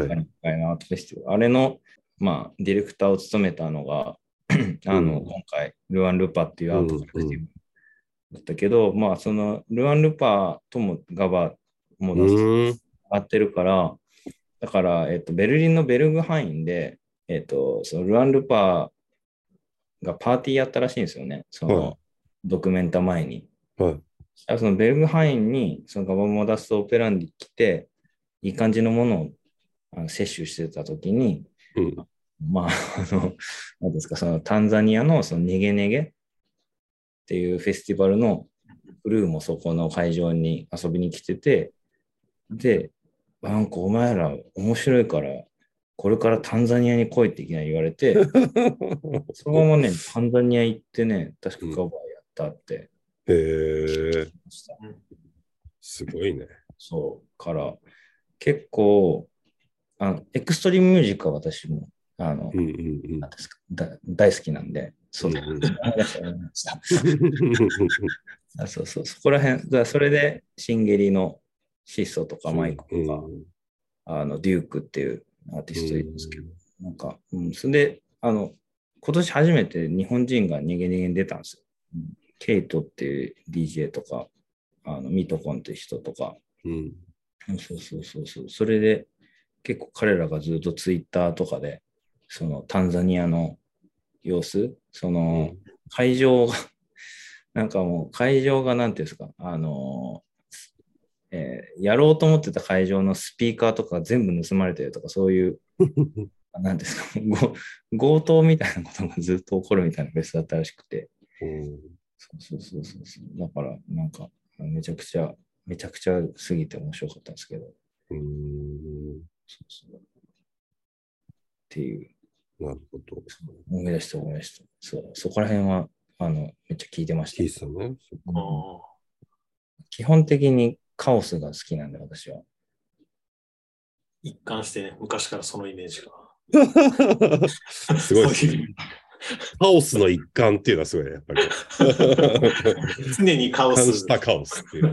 の、まあ、ディレクターを務めたのが今回ルアン・ルパっていうアートコレクティブだったけど、まあそのルアン・ルパともガバも合ってるから、だから、ベルリンのベルグハインで、そのルアン・ルパがパーティーやったらしいんですよね、そのドキュメンタ前に。そのベルグハインにそのガバモダス・オペランディ来て、いい感じのものを摂取してたときに、まあ、何ですか、そのタンザニアのそのネゲネゲっていうフェスティバルのクルーもそこの会場に遊びに来てて、で、なんかお前ら面白いから、これからタンザニアに来いっていきなり言われて、そのままね、タンザニア行ってね、確かガバやったって。 すごいね。 そう、から結構、エクストリームミュージックは私も、なんですか、大好きなんで、そう思いました。そう、そこら辺、それで、シンゲリのシッソとかマイクとか、デュークっていうアーティストいるんですけど、なんか、それで、今年初めて日本人がネゲネゲに出たんですよ。ケイトっていう DJ とか、ミトコンっていう人とか、それで結構彼らがずっとツイッターとかで、そのタンザニアの様子、その会場が、なんかもう会場がなんていうんですか、やろうと思ってた会場のスピーカーとか全部盗まれてるとか、そういう、なんですか、強盗みたいなことがずっと起こるみたいなフェスだったらしくて。だから、なんか、めちゃくちゃ過ぎて面白かったんですけど。っていう。 なるほど。 思い出した。そこら辺は、めっちゃ聞いてました。基本的にカオスが好きなんで、私は。 一貫してね、昔からそのイメージが。 すごいですね。カオスの一環っていうのはすごいね、やっぱり。 常にカオス。 感じたカオスっていう。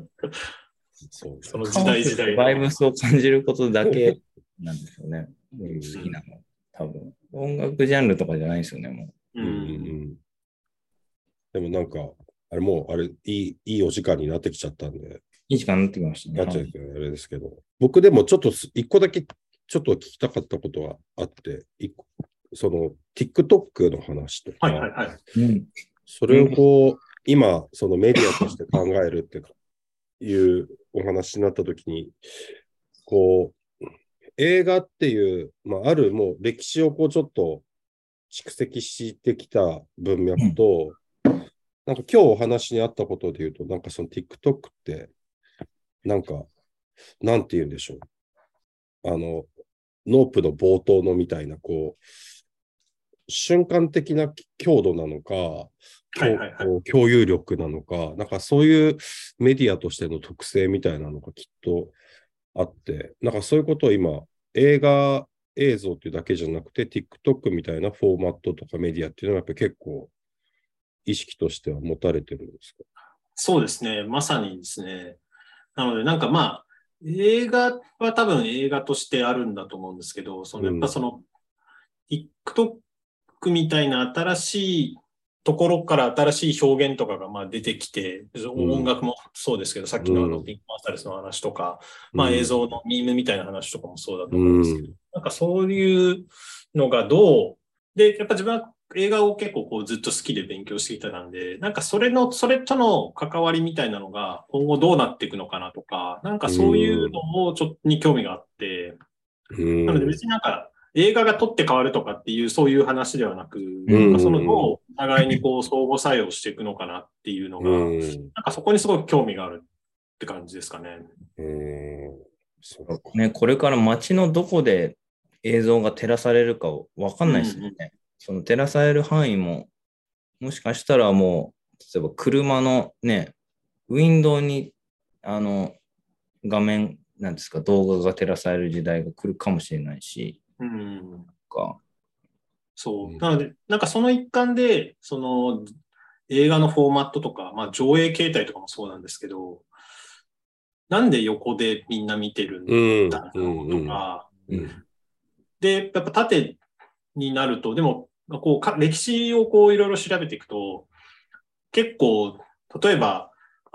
その時代バイブスを感じることだけなんですよね。好きなの。多分。音楽ジャンルとかじゃないですよね、もう。 でもなんか、あれもう、いいお時間になってきちゃったんで。 いい時間になってきましたね。 あれですけど。僕でもちょっと、一個だけちょっと聞きたかったことがあって、その TikTok の話とか、それをこう、今、そのメディアとして考えるっていうお話になったときに、こう、映画っていう、あるもう歴史をこうちょっと蓄積してきた文脈と、なんか今日お話にあったことで言うと、なんかその TikTok って、なんか、なんて言うんでしょう。ノープの冒頭のみたいな、こう、瞬間的な強度なのか、共有力なのか、なんかそういうメディアとしての特性みたいなのがきっとあって、なんかそういうことを今、映像っていうだけじゃなくて、TikTok みたいなフォーマットとかメディアっていうのはやっぱり結構意識としては持たれてるんですか？ そうですね。まさにですね。 なので、なんかまあ、映画は多分映画としてあるんだと思うんですけど、そのやっぱその、TikTok みたいな新しいところから新しい表現とかがまあ出てきて、音楽もそうですけど、さっきのピンクマーサレスの話とか、まあ映像のミームみたいな話とかもそうだと思うんですけど、なんかそういうのがどう、で、やっぱ自分は映画を結構こうずっと好きで勉強していたんで、なんかそれとの関わりみたいなのが今後どうなっていくのかなとか、なんかそういうのをちょっとに興味があって、なので別になんか映画が撮って変わるとかっていうそういう話ではなく、なんかそのどうお互いにこう相互作用していくのかなっていうのが、なんかそこにすごく興味があるって感じですかね。 ね、これから街のどこで映像が照らされるかわかんないですよね。その照らされる範囲も、もしかしたらもう、例えば車のね、ウィンドウに画面、なんですか、動画が照らされる時代が来るかもしれないし、 そう。なので、なんかその一環で、その映画のフォーマットとか、まあ上映形態とかもそうなんですけど、なんで横でみんな見てるんだろうとか、で、やっぱ縦になると、でも、こう歴史をこういろいろ調べていくと、結構、例えば、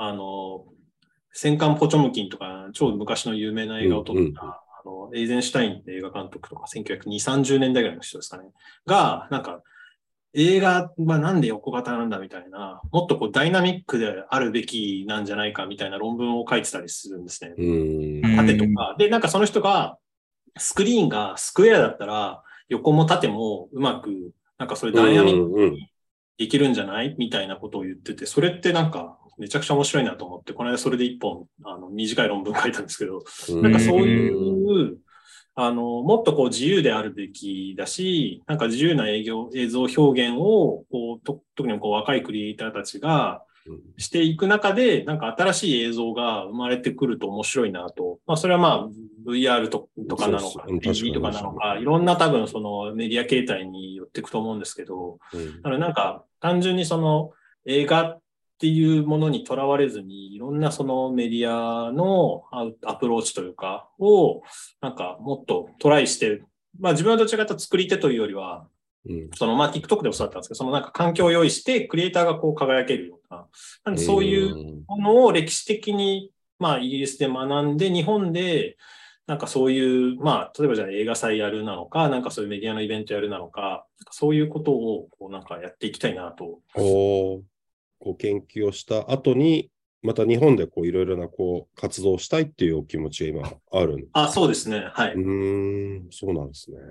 戦艦ポチョムキンとか、超昔の有名な映画を撮った、エイゼンシュタインって映画監督とか、1920、30年代ぐらいの人ですかね。が、なんか、映画はなんで横型なんだみたいな、もっとこうダイナミックであるべきなんじゃないかみたいな論文を書いてたりするんですね。縦とか。で、なんかその人が、スクリーンがスクエアだったら、横も縦もうまく、なんかそれダイナミックにできるんじゃないみたいなことを言ってて、それってなんかめちゃくちゃ面白いなと思って、この間それで一本、短い論文書いたんですけど、なんかそういう、もっとこう自由であるべきだし、なんか自由な映像表現を、こう、特にこう若いクリエイターたちがしていく中で、なんか新しい映像が生まれてくると面白いなと。まあ、それはまあ、VR とかなのか、TV とかなのか、いろんな多分そのメディア形態によっていくと思うんですけど、だからなんか単純にその映画っていうものにとらわれずに、いろんなそのメディアのアプローチというかを、なんかもっとトライして、まあ自分はどちらかというと作り手というよりは、まあ TikTok でもそうだったんですけど、そのなんか環境を用意して、クリエイターがこう輝けるような、なんでそういうものを歴史的に、まあイギリスで学んで、日本で、なんかそういう、まあ、例えばじゃあ映画祭やるなのか、なんかそういうメディアのイベントやるなのか、そういうことをこうなんかやっていきたいなと。 こう研究をした後に、また日本でこういろいろなこう活動をしたいっていうお気持ちが今あるんですか？ そうですね。はい。 そうなんですね。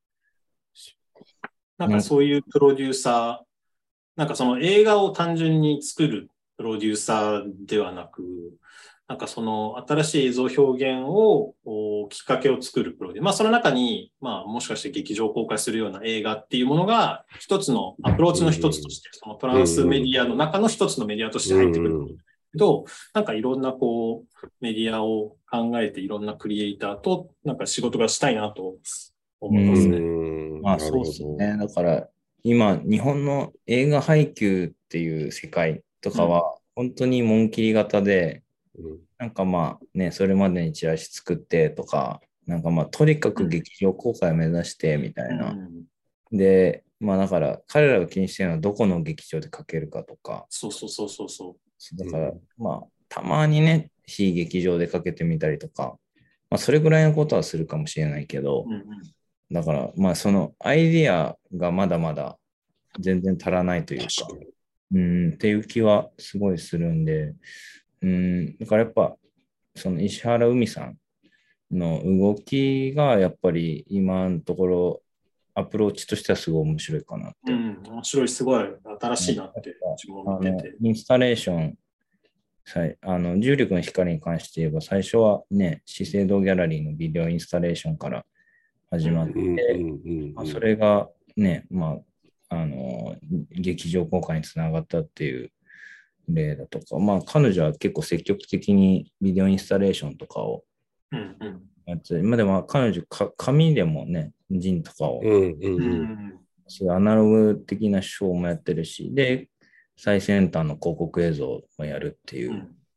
なんかそういうプロデューサー、なんかその映画を単純に作るプロデューサーではなく、なんかその新しい映像表現をきっかけを作るプロデューサー。まあその中に、まあもしかして劇場公開するような映画っていうものが一つのアプローチの一つとして、そのトランスメディアの中の一つのメディアとして入ってくるけど、なんかいろんなこうメディアを考えていろんなクリエイターとなんか仕事がしたいなと思いますね。 まあそうですね。だから今日本の映画配給っていう世界とかは本当に紋切り型で、なんかまあね、それまでにチラシ作ってとか、なんかまあとにかく劇場公開を目指してみたいな。で、まあだから彼らが気にしてるのはどこの劇場でかけるかとか。 そうそうそうそうそう。 だからまあたまにね、非劇場でかけてみたりとか、まあそれぐらいのことはするかもしれないけど、だからまあそのアイディアがまだまだ全然足らないというか、っていう気はすごいするんで、だからやっぱその石原海さんの動きがやっぱり今のところアプローチとしてはすごい面白いかなって。 面白い、すごい新しいなって自分も見てて。 インスタレーション、重力の光に関して言えば最初はね、資生堂ギャラリーのビデオインスタレーションから始まって、それがね、まあ、劇場公開につながったっていう例だとか、まあ彼女は結構積極的にビデオインスタレーションとかをやって、でも彼女紙でもね、人とかを、そういうアナログ的なショーもやってるし、で、最先端の広告映像もやるっていう。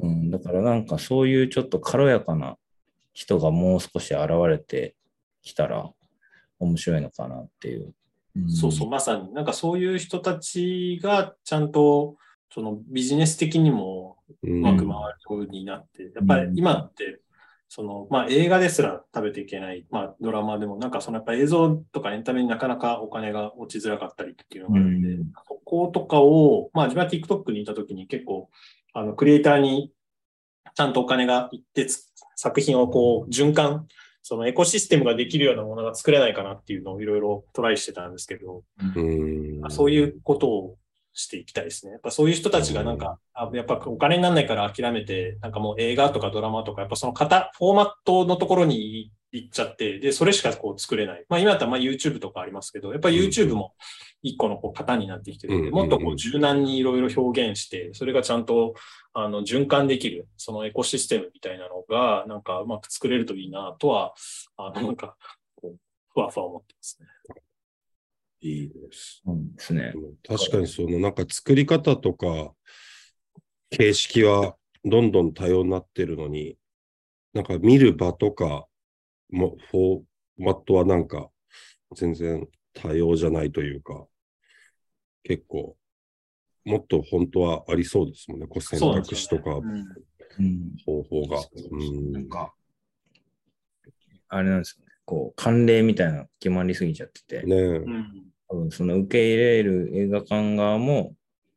だからなんかそういうちょっと軽やかな人がもう少し現れてきたら面白いのかなっていう。 そうそう、まさになんかそういう人たちがちゃんとそのビジネス的にもうまく回るようになって、やっぱり今ってその、まあ映画ですら食べていけない、まあドラマでもなんかそのやっぱ映像とかエンタメになかなかお金が落ちづらかったりっていうのがあるんで、そことかを、まあ自分は TikTok にいた時に結構クリエイターにちゃんとお金がいって作品をこう循環、そのエコシステムができるようなものが作れないかなっていうのをいろいろトライしてたんですけど、そういうことをしていきたいですね。やっぱそういう人たちがなんか、やっぱお金にならないから諦めて、なんかもう映画とかドラマとか、やっぱそのフォーマットのところに行っちゃって、で、それしかこう作れない。まあ今だったらまあ YouTube とかありますけど、やっぱり YouTube も一個のこう型になってきてるので、もっとこう柔軟にいろいろ表現して、それがちゃんと循環できる、そのエコシステムみたいなのが、なんかうまく作れるといいなとは、なんか、ふわふわ思ってますね。 いいです。 ですね。 確かにそのなんか作り方とか形式はどんどん多様になってるのに、なんか見る場とかもフォーマットはなんか全然多様じゃないというか、結構もっと本当はありそうですもんね。こう選択肢とか方法が。 なんか、あれなんですよね。こう、慣例みたいなの決まりすぎちゃってて、多分その受け入れる映画館側も、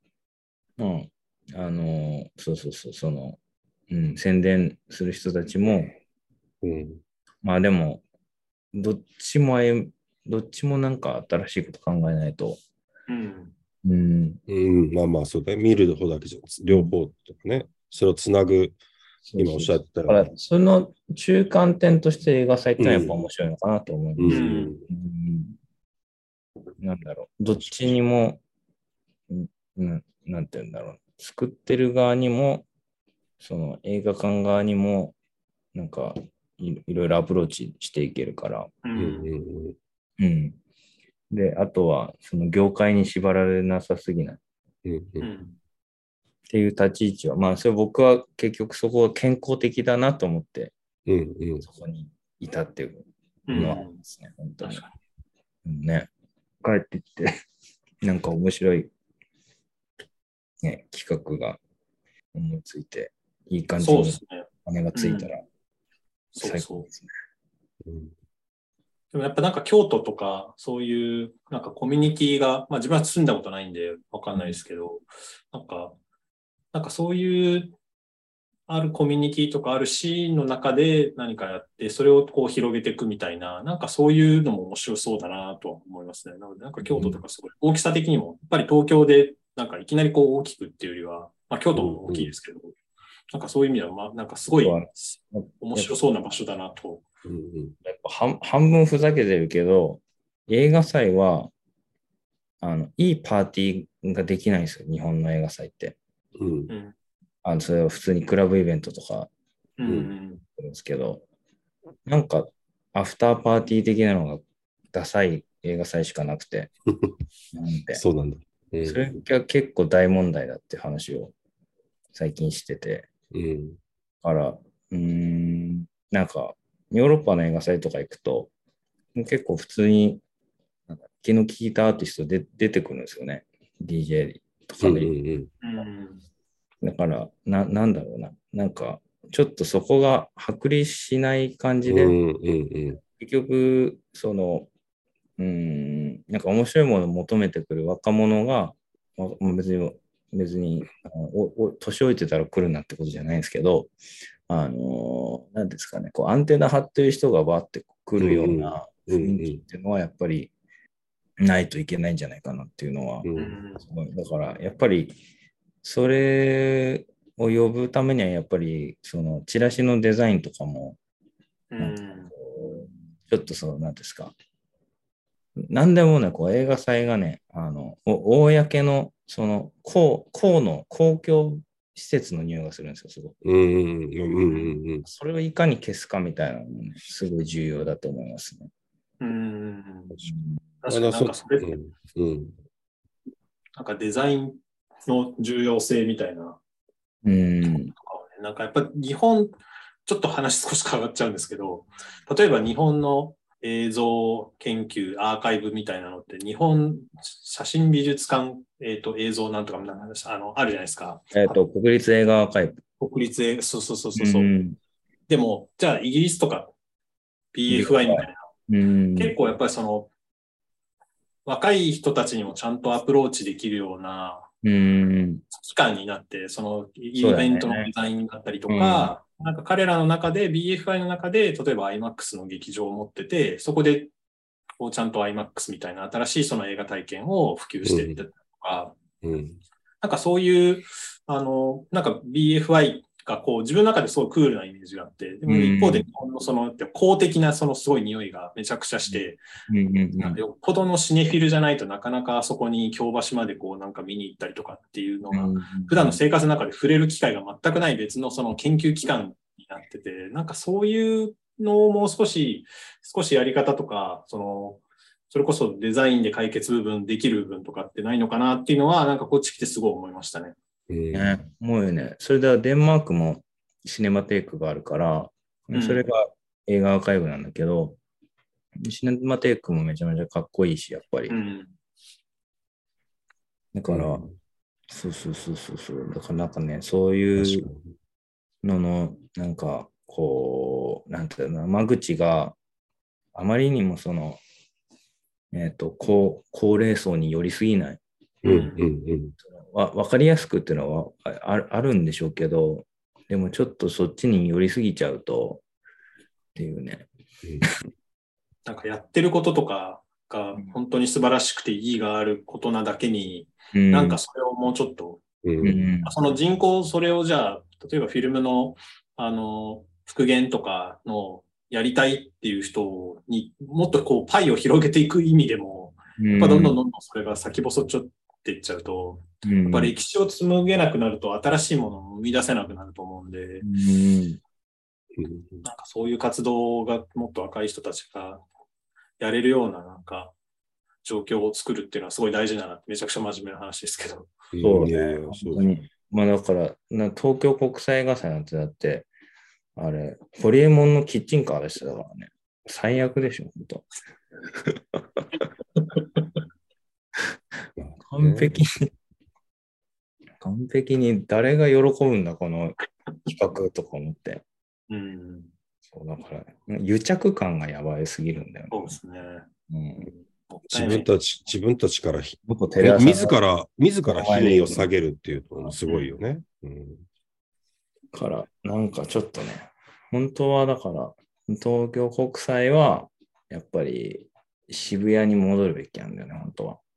その、宣伝する人たちも、まあでも、どっちもなんか新しいこと考えないと。 まあまあ、そうだね。見る方だけじゃ両方とかね。それをつなぐ、今おっしゃったら。 その中間点として映画祭ってのはやっぱ面白いのかなと思います。なんだろう。どっちにも、なんて言うんだろう。作ってる側にも、その映画館側にも、なんかいろいろアプローチしていけるから。で、あとは、その業界に縛られなさすぎない。っていう立ち位置は、まあ、それ僕は結局そこが健康的だなと思って、そこにいたっていうのはありますね、本当に。ね、帰ってきて、なんか面白い、ね、企画が思いついて、いい感じに羽がついたら、最高ですね。 でもやっぱなんか京都とか、そういうなんかコミュニティが、まあ自分は住んだことないんでわかんないですけど、なんかそういうあるコミュニティとかあるシーンの中で何かやって、それをこう広げていくみたいな、なんかそういうのも面白そうだなとは思いますね。なのでなんか京都とかすごい大きさ的にも、やっぱり東京でなんかいきなりこう大きくっていうよりは、まあ京都も大きいですけど、なんかそういう意味では、まあなんかすごい面白そうな場所だなと。 やっぱ半分ふざけてるけど、映画祭はいいパーティーができないんですよ、日本の映画祭って。それは普通にクラブイベントとかですけど、なんかアフターパーティー的なのがダサい映画祭しかなくて。 そうなんだ。 それが結構大問題だって話を最近してて。だから、なんかヨーロッパの映画祭とか行くと、結構普通に気の利いたアーティストで出てくるんですよね。DJ とかね。だから、なんだろうな。なんか、ちょっとそこが剥離しない感じで、結局、その、なんか面白いものを求めてくる若者が、別に年老いてたら来るなってことじゃないんですけど、なんですかね、こうアンテナ張ってる人がバーって来るような雰囲気っていうのはやっぱりないといけないんじゃないかなっていうのは、だからやっぱりそれを呼ぶためにはやっぱりそのチラシのデザインとかもなんかちょっとそうなんですか、何でもね、こう映画祭がね、公のその公共施設の匂いがするんですよ、すごく。それをいかに消すかみたいなのも、ね、すごい重要だと思いますね。 確かになんかそれって、なんかデザインの重要性みたいな、とかをね、 なんかやっぱ日本、ちょっと話少し変わっちゃうんですけど、例えば日本の映像研究、アーカイブみたいなのって、日本写真美術館、映像なんとかあるじゃないですか。 国立映画アーカイブ。 国立映画、そう。でも、じゃあイギリスとか BFI みたいな、結構やっぱりその、若い人たちにもちゃんとアプローチできるような期間になって、そのイベントのデザインだったりとか、なんか彼らの中で、BFI の中で、例えば IMAX の劇場を持ってて、そこでこうちゃんと IMAX みたいな新しいその映画体験を普及していったりとか、なんかそういう、なんか BFI がこう自分の中ですごいクールなイメージがあって、でも一方で日本のその公的なそのすごい匂いがめちゃくちゃして、よっぽどのシネフィルじゃないとなかなかあそこに京橋までこうなんか見に行ったりとかっていうのが、普段の生活の中で触れる機会が全くない別のその研究機関になってて、なんかそういうのをもう少しやり方とか、それこそデザインで解決部分、できる部分とかってないのかなっていうのは、なんかこっち来てすごい思いましたね。 もうよね。それではデンマークもシネマテイクがあるから、それが映画アーカイブなんだけど、シネマテイクもめちゃめちゃかっこいいし、やっぱり。だから、そう。だからなんかね、そういうのの、なんか、こう、なんていうの、間口があまりにもその、高齢層に寄りすぎない。わかりやすくっていうのはあるんでしょうけど、でもちょっとそっちに寄りすぎちゃうとっていうね。 なんかやってることとかが本当に素晴らしくて意義があることなだけに、なんかそれをもうちょっと、その人口、それをじゃあ、例えばフィルムの、復元とかのやりたいっていう人にもっとこうパイを広げていく意味でも、やっぱどんどんそれが先細っちゃっていっちゃうと、やっぱ歴史を紡げなくなると新しいものを生み出せなくなると思うんで、なんかそういう活動がもっと若い人たちがやれるようななんか状況を作るっていうのはすごい大事だなって、めちゃくちゃ真面目な話ですけど。 そうね、本当に。まあだから、東京国際映画祭なんてだって、あれ、ホリエモンのキッチンカーでしたからね。最悪でしょ、本当。完璧に誰が喜ぶんだ、この企画とか思って。そうだから、癒着感がやばいすぎるんだよね。 そうですね。 自分たちから自ら品位を下げるっていうのもすごいよね。 から、なんかちょっとね、本当はだから、東京国際は、やっぱり渋谷に戻るべきなんだよね、本当は。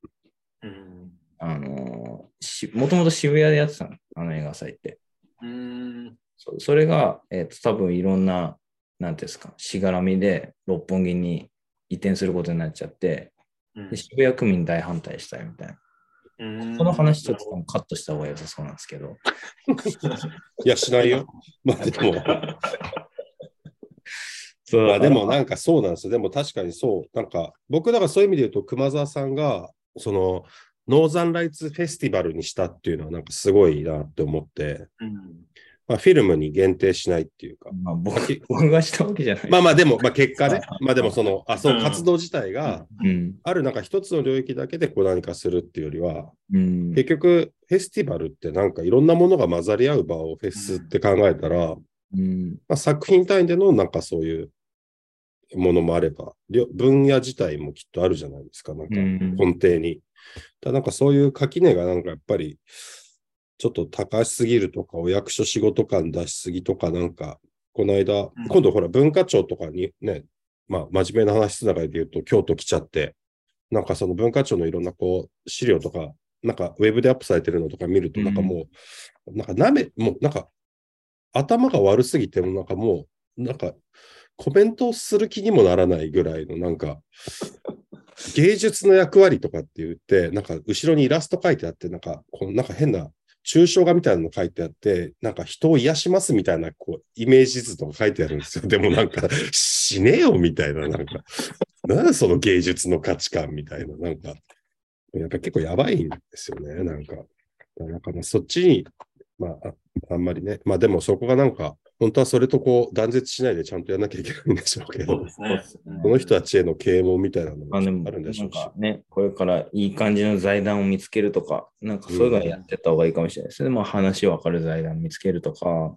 もともと渋谷でやってたの、あの映画祭って。それが、多分いろんな、なんていうんですか、しがらみで六本木に移転することになっちゃって、で渋谷区民大反対したいみたいな。この話ちょっとカットした方が良さそうなんですけど。 いや、しないよ。まあでも。まあでもなんかそうなんですよ。でも確かにそう。なんか僕だからそういう意味で言うと熊沢さんがそのノーザンライツフェスティバルにしたっていうのはなんかすごいなって思って、まあ、フィルムに限定しないっていうか。 まあ、僕がしたわけじゃない。 まあでも、結果ね。まあでもその活動自体があるなんか一つの領域だけでこう何かするっていうよりは、結局フェスティバルってなんかいろんなものが混ざり合う場をフェスって考えたら、まあ、作品単位でのなんかそういうものもあれば、分野自体もきっとあるじゃないですか、なんか根底に。なんかそういう垣根がなんかやっぱりちょっと高すぎるとか、お役所仕事感出しすぎとか、なんか、この間、今度ほら文化庁とかにね、まあ真面目な話つながりで言うと京都来ちゃって、なんかその文化庁のいろんなこう資料とか、なんかウェブでアップされてるのとか見ると、なんかもう、なんかもうなんか頭が悪すぎてもなんかもう、なんかコメントをする気にもならないぐらいのなんか、芸術の役割とかって言って、なんか後ろにイラスト書いてあって、なんかこのなんか変な抽象画みたいなの書いてあって、なんか人を癒しますみたいなこうイメージ図とか書いてあるんですよ。でもなんか死ねよみたいな、なんか、なんでその芸術の価値観みたいな、なんか、やっぱ結構やばいんですよね、なんかまあそっちにまあ、あんまりね。まあでもそこがなんか、本当はそれとこう断絶しないでちゃんとやらなきゃいけないんでしょうけど、 そうですね。 この人たちへの啓蒙みたいなのもでも、 あるんでしなょうし。 んかね、これからいい感じの財団を見つけるとか、なんかそういうのをやってった方がいいかもしれないですね。まあ話分かる財団見つけるとか、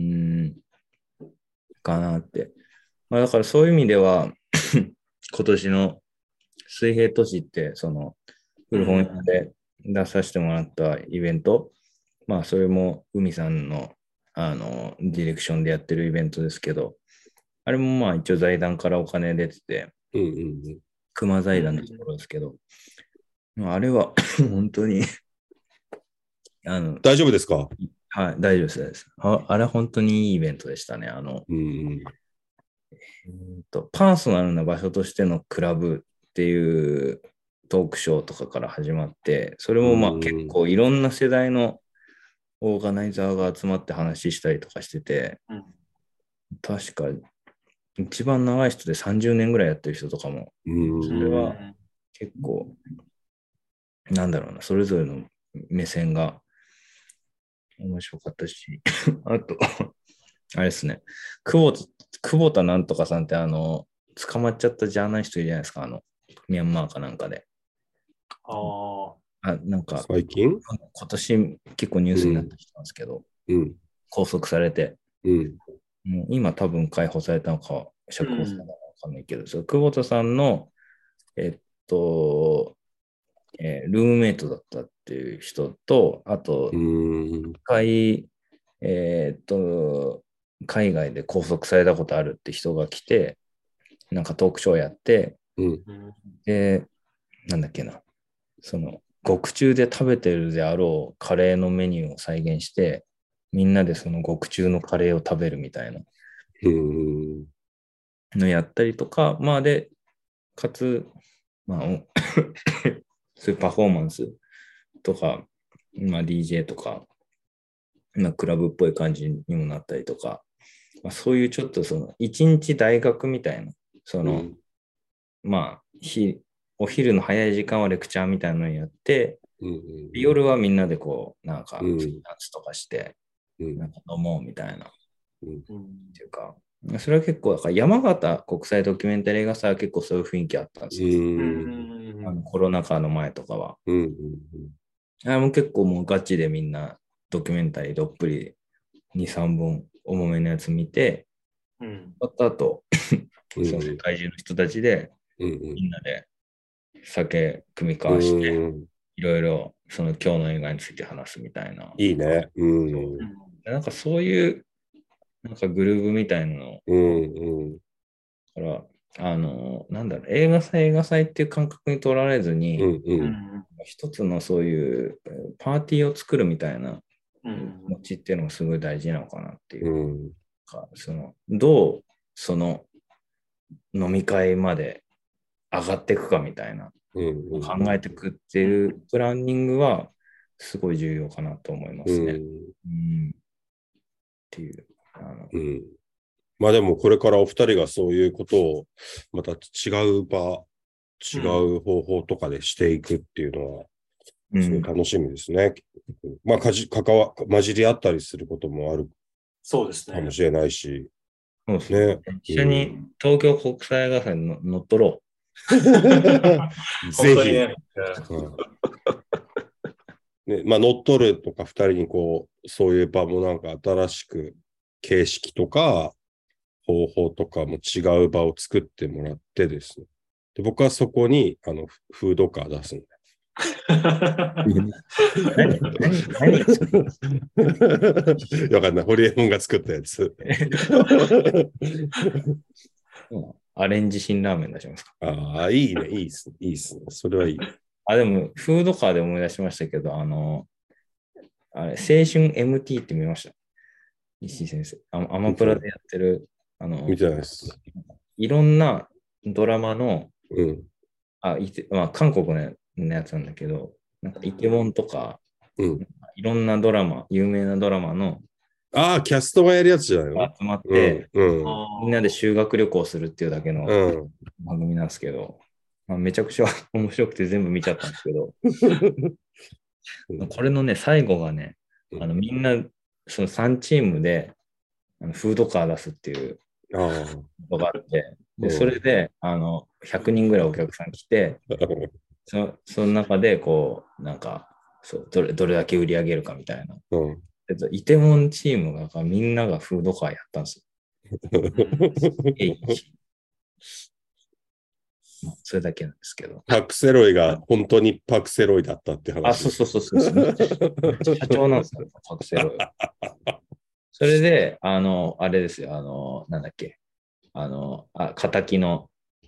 かなって。まあだからそういう意味では、今年の水平都市って、その、古本屋で出させてもらったイベント、まあそれも海さんの、ディレクションでやってるイベントですけど、あれもまあ一応財団からお金出てて、熊財団のところですけど、あれは本当に大丈夫ですか？ はい、大丈夫です。あれは本当にいいイベントでしたね。パーソナルな場所としてのクラブっていうトークショーとかから始まって、それもまあ結構いろんな世代のオーガナイザーが集まって話したりとかしてて、確か一番長い人で30年ぐらいやってる人とかも、それは結構、なんだろうな、それぞれの目線が面白かったし、あと、あれですね、久保田なんとかさんって捕まっちゃったジャーナリストいるじゃないですか、ミャンマーかなんかで。なんか、 最近今年結構ニュースになった人なんですけど、拘束されて、もう今多分解放されたのか、釈放されたのかわかんないけど、久保田さんの、ルームメイトだったっていう人と、あと、一回、海外で拘束されたことあるって人が来て、なんかトークショーやって、で、なんだっけな、その、獄中で食べてるであろうカレーのメニューを再現して、みんなでその獄中のカレーを食べるみたいなのやったりとか、まあで、かつ、まあ、そういうパフォーマンスとか、まあ DJ とか、まあクラブっぽい感じにもなったりとか、まあ、そういうちょっとその、一日大学みたいな、その、まあ、お昼の早い時間はレクチャーみたいなのをやって、夜はみんなでこう、なんか、ダンスとかして、なんか飲もうみたいな。っていうか、それは結構、だから山形国際ドキュメンタリー映画祭は結構そういう雰囲気あったんですよ。コロナ禍の前とかは。あれも結構もうガチでみんなドキュメンタリーどっぷり2、3本重めのやつ見て、終わった後、その世界中の人たちで、みんなで酒組み交わして、いろいろその今日の映画について話すみたいな。 いいね。 なんかそういうなんかグルーブみたいなの。だから、なんだろう、映画祭っていう感覚にとらわれずに、一つのそういうパーティーを作るみたいな気持ちっていうのがすごい大事なのかなっていう。どうその飲み会まで上がっていくかみたいな、考えていくっていうプランニングはすごい重要かなと思いますね。っていう。 まあでもこれからお二人がそういうことをまた違う場、違う方法とかでしていくっていうのは、すごい楽しみですね。まあ混じり合ったりすることもあるかもしれないし。 そうですね。一緒に東京国際映画祭に乗っ取ろう。ぜひ。ね、まあ乗っ取るとか二人にこう、そういう場もなんか新しく形式とか方法とかも違う場を作ってもらってですね。で僕はそこにフードカー出すんで。何わかんない。ホリエモンが作ったやつ。 アレンジ辛ラーメン出しますか。 ああ、いいね、いいっすね、いいっすね。それはいい。 でも、フードカーで思い出しましたけど、あれ、青春 MT って見ました。石井先生。アマプラでやってる、 見てないです。 いろんなドラマの、まあ、韓国のやつなんだけど、なんかイテウォンとか、いろんなドラマ、有名なドラマの、 キャストがやるやつじゃないの？ 集まって、みんなで修学旅行するっていうだけの番組なんですけど、まあ、めちゃくちゃ面白くて全部見ちゃったんですけど、これのね、最後がね、 みんな、その3チームでフードカー出すっていうのがあって、でそれで100人ぐらいお客さん来て、その中でこう、なんか、どれだけ売り上げるかみたいな。イテウォンチームがみんながフードカーやったんですよ。それだけなんですけど。 パクセロイが本当にパクセロイだったって話。 そう。社長なんですよ、パクセロイ。それで、あれですよ、なんだっけ。仇の。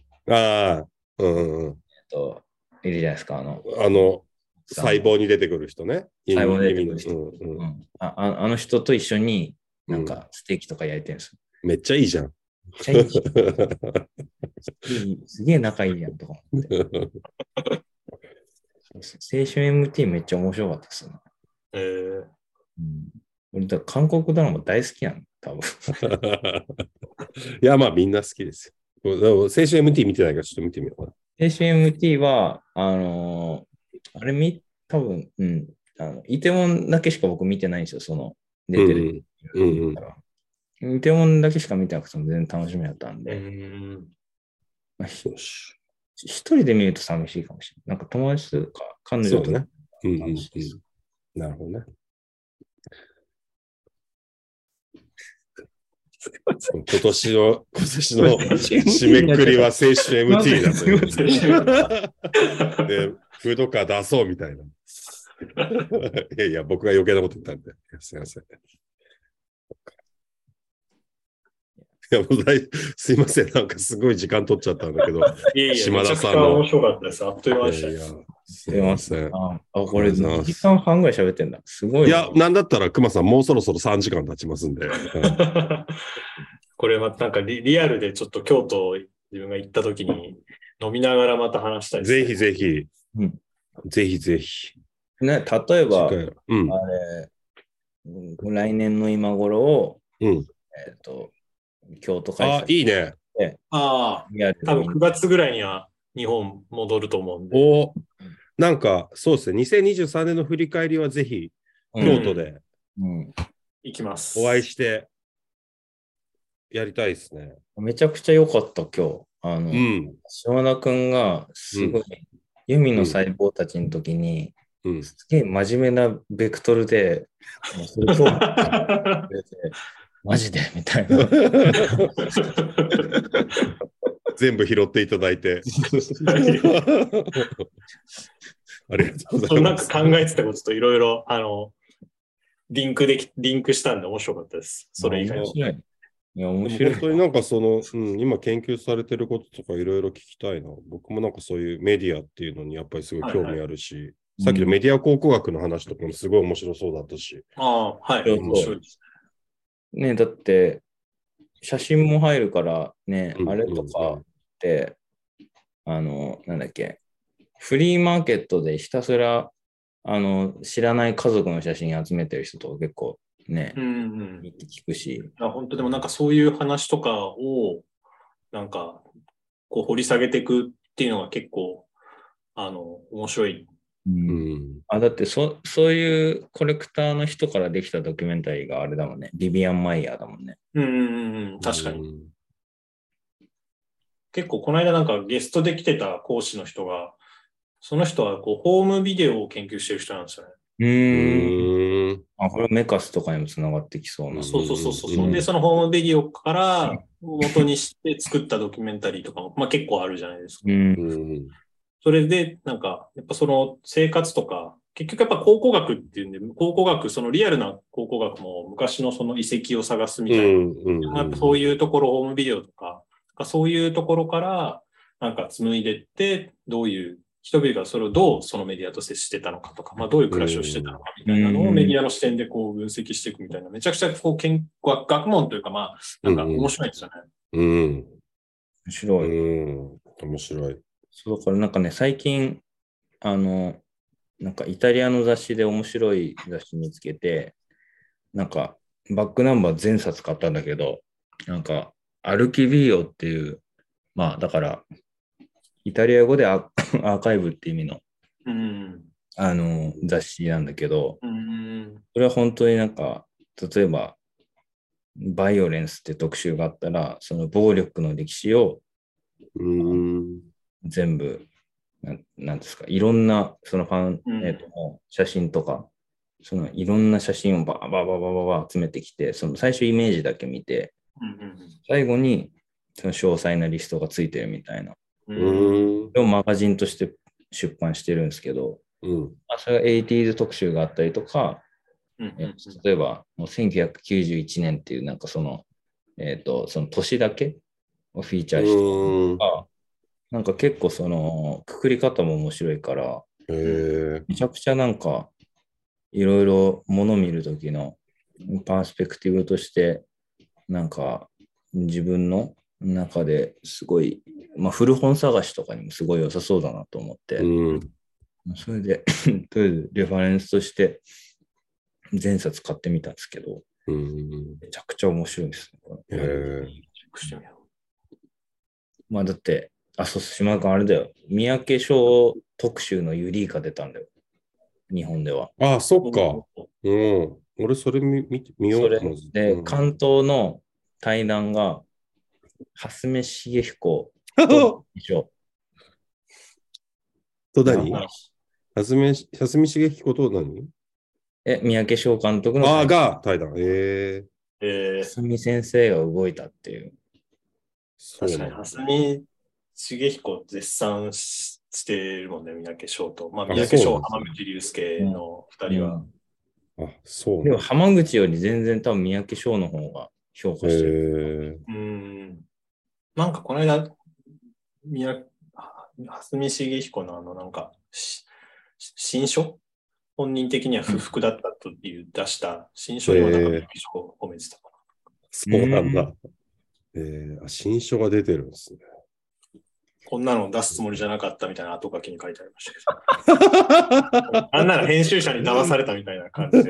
いるじゃないですか。 細胞に出てくる人ね。 細胞に出てくる人。あの人と一緒になんかステーキとか焼いてるんですよ。 めっちゃいいじゃん。 めっちゃいいじゃん。すげえ仲いいやんとか思って。青春 MT めっちゃ面白かったですね。俺韓国ドラマ大好きやん、多分。 いや、まあみんな好きですよ。青春 MT 見てないからちょっと見てみようかな。 青春 MT は、あれ多分、イテウォンだけしか僕見てないんですよ、その、出てる。イテウォンだけしか見てなくても全然楽しみだったんで。一人で見ると寂しいかもしれない。なんか友達とか彼女とか。 なるほどね。今年の締めくくりは青春 MT だという。で、フードカー出そうみたいな。いや、僕が余計なこと言ったんで。すいません。いやすいません。なんかすごい時間取っちゃったんだけど。 島田さんの。面白かったです。あっという間でした。 すいません。これ2時間半ぐらい喋ってんだ。すごい。 いや、なんだったら熊さんもうそろそろ3時間経ちますんで。 これまたなんかリアルでちょっと京都自分が行った時に飲みながらまた話したいですね。 ぜひぜひ。ぜひぜひ。 ね、例えば、来年の今頃を、京都開催。 いいね。 多分9月ぐらいには日本戻ると思うんで。 なんか、そうですね。2023年の振り返りはぜひ、京都で、 行きます。 お会いして、やりたいですね。 めちゃくちゃ良かった、今日。島田くんが、すごい、弓の細胞たちの時に、すげえ真面目なベクトルで、マジでみたいな。 全部拾っていただいて。ありがとうございます。 なんか考えてたことといろいろ、リンクしたんで面白かったです。それ以外は。 いや、面白い。 本当になんか今研究されてることとかいろいろ聞きたいな。僕もなんかそういうメディアっていうのにやっぱりすごい興味あるし、さっきのメディア考古学の話とかもすごい面白そうだったし。 面白いですね。だって、写真も入るからね、あれとかって、なんだっけ、フリーマーケットでひたすら、知らない家族の写真集めてる人とか結構ね、聞くし。 本当でもなんかそういう話とかを、なんか、こう掘り下げていくっていうのが結構、面白い。 だってそういうコレクターの人からできたドキュメンタリーがあれだもんね。ビビアン・マイヤーだもんね。 確かに。結構この間なんかゲストで来てた講師の人が、その人はこうホームビデオを研究してる人なんですよね。 これメカスとかにもつながってきそうな。 そう。で、そのホームビデオから元にして作ったドキュメンタリーとかも、結構あるじゃないですか。それで、なんか、やっぱその生活とか、結局やっぱ考古学っていうんで、考古学、そのリアルな考古学も昔のその遺跡を探すみたいな、やっぱそういうところ、ホームビデオとか、そういうところから、なんか紡いでって、どういう、人々がそれをどうそのメディアと接してたのかとか、どういう暮らしをしてたのかみたいなのをメディアの視点でこう分析していくみたいな、めちゃくちゃこう学問というか、なんか面白いですよね。 面白い。 面白い。 そう、だからなんかね、最近、なんかイタリアの雑誌で面白い雑誌見つけて、なんかバックナンバー全冊買ったんだけど、なんかアルキビーオっていう、だからイタリア語でアーカイブって意味の雑誌なんだけど、 うん。 それは本当になんか、例えば、バイオレンスって特集があったら、その暴力の歴史を全部、なんですか、いろんなそのファン、写真とか、そのいろんな写真をバーバーバーバーバー集めてきて、その最初イメージだけ見て、最後にその詳細なリストがついてるみたいな。それをマガジンとして出版してるんですけど、それが 80s 特集があったりとか、例えばもう1991年っていうなんかその年だけをフィーチャーしてとか、なんか結構そのくくり方も面白いから、めちゃくちゃなんかいろいろもの見るときのパースペクティブとしてなんか自分の中ですごい、古本探しとかにもすごい良さそうだなと思って、それでとりあえずレファレンスとして全冊買ってみたんですけど、めちゃくちゃ面白いですね。だって、そう島君あれだよ。三宅翔特集のユリイカ出たんだよ。日本では。 そっか。俺それ見よう。 それで、関東の対談が、蓮見茂彦と一緒。 と何？蓮見茂彦と何？ 三宅翔監督の対談。 蓮見先生が動いたっていう。 確かに、蓮見茂彦絶賛してるもんね、三宅翔と。三宅翔、浜口竜介の2人は。 そうでも浜口より全然多分三宅翔の方が評価してる。 なんかこの間、蓮見茂彦のなんか、新書本人的には不服だったという出した新書にもなんか三宅翔を褒めてたかな。 そうなんだ。新書が出てるんですね。 こんなの出すつもりじゃなかったみたいな後書きに書いてありましたけど。あんなら編集者に騙されたみたいな感じで。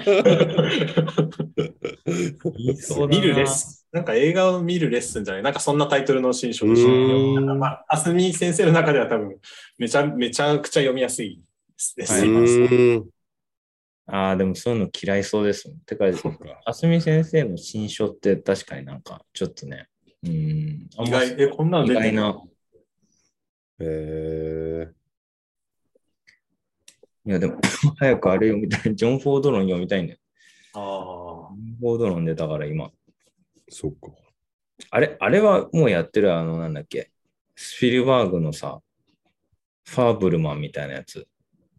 見るレッスン。なんか映画を見るレッスンじゃない。なんかそんなタイトルの新書でした。蓮見先生の中では多分めちゃくちゃ読みやすいレッスン。 でもそういうの嫌いそうですもん。てか、蓮見先生の新書って確かになんかちょっとね、 意外、こんなの出てるの？ いや、でも、早くあれ読みたい。ジョン・フォード論読みたいんだよ。ジョン・フォード論でだから今。 そっか。 あれはもうやってる、なんだっけ。スピルバーグのさ、ファーブルマンみたいなやつ。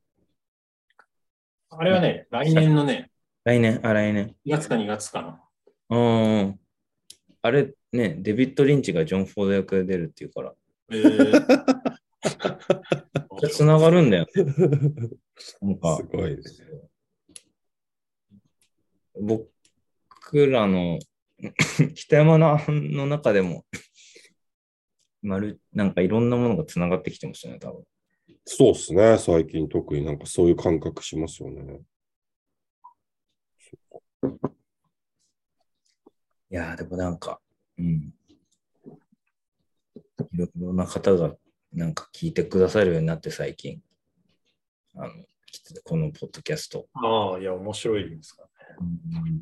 あれはね、来年のね。 来年。 1月か2月かな。 あれね、デビッド・リンチがジョン・フォード役で出るっていうから。つながるんだよ。なんか、 すごい。 僕らの北山の中でも、なんかいろんなものがつながってきてますよね、多分。 そうですね、最近特になんかそういう感覚しますよね。 いやー、でもなんか、いろいろな方がなんか聞いてくださるようになって最近、このポッドキャスト。 いや、面白いですかね。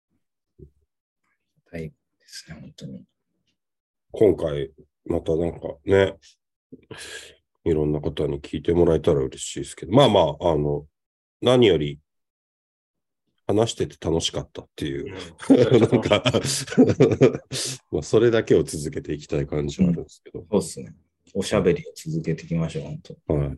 はいですね、本当に。 今回、またなんかね、いろんな方に聞いてもらえたら嬉しいですけど、何より話してて楽しかったっていう、なんかそれだけを続けていきたい感じはあるんですけど。 そうですね。おしゃべりを続けていきましょう、本当。 はい。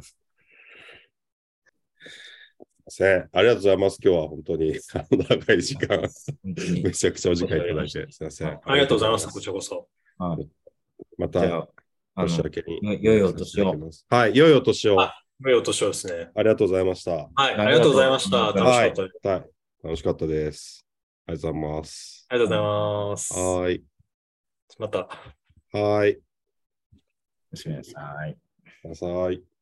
ありがとうございます。今日は本当に長い時間、めちゃくちゃお時間いただいて、すみません。 ありがとうございます。こちらこそ。 また、年明けに。 良いお年を。 はい、良いお年を。 良いお年をですね。 ありがとうございました。 はい、ありがとうございました。楽しかったです。 はい、楽しかったです。ありがとうございます。 ありがとうございます。 はい。 また。 はい。 おやすみなさい。 おやすみなさい。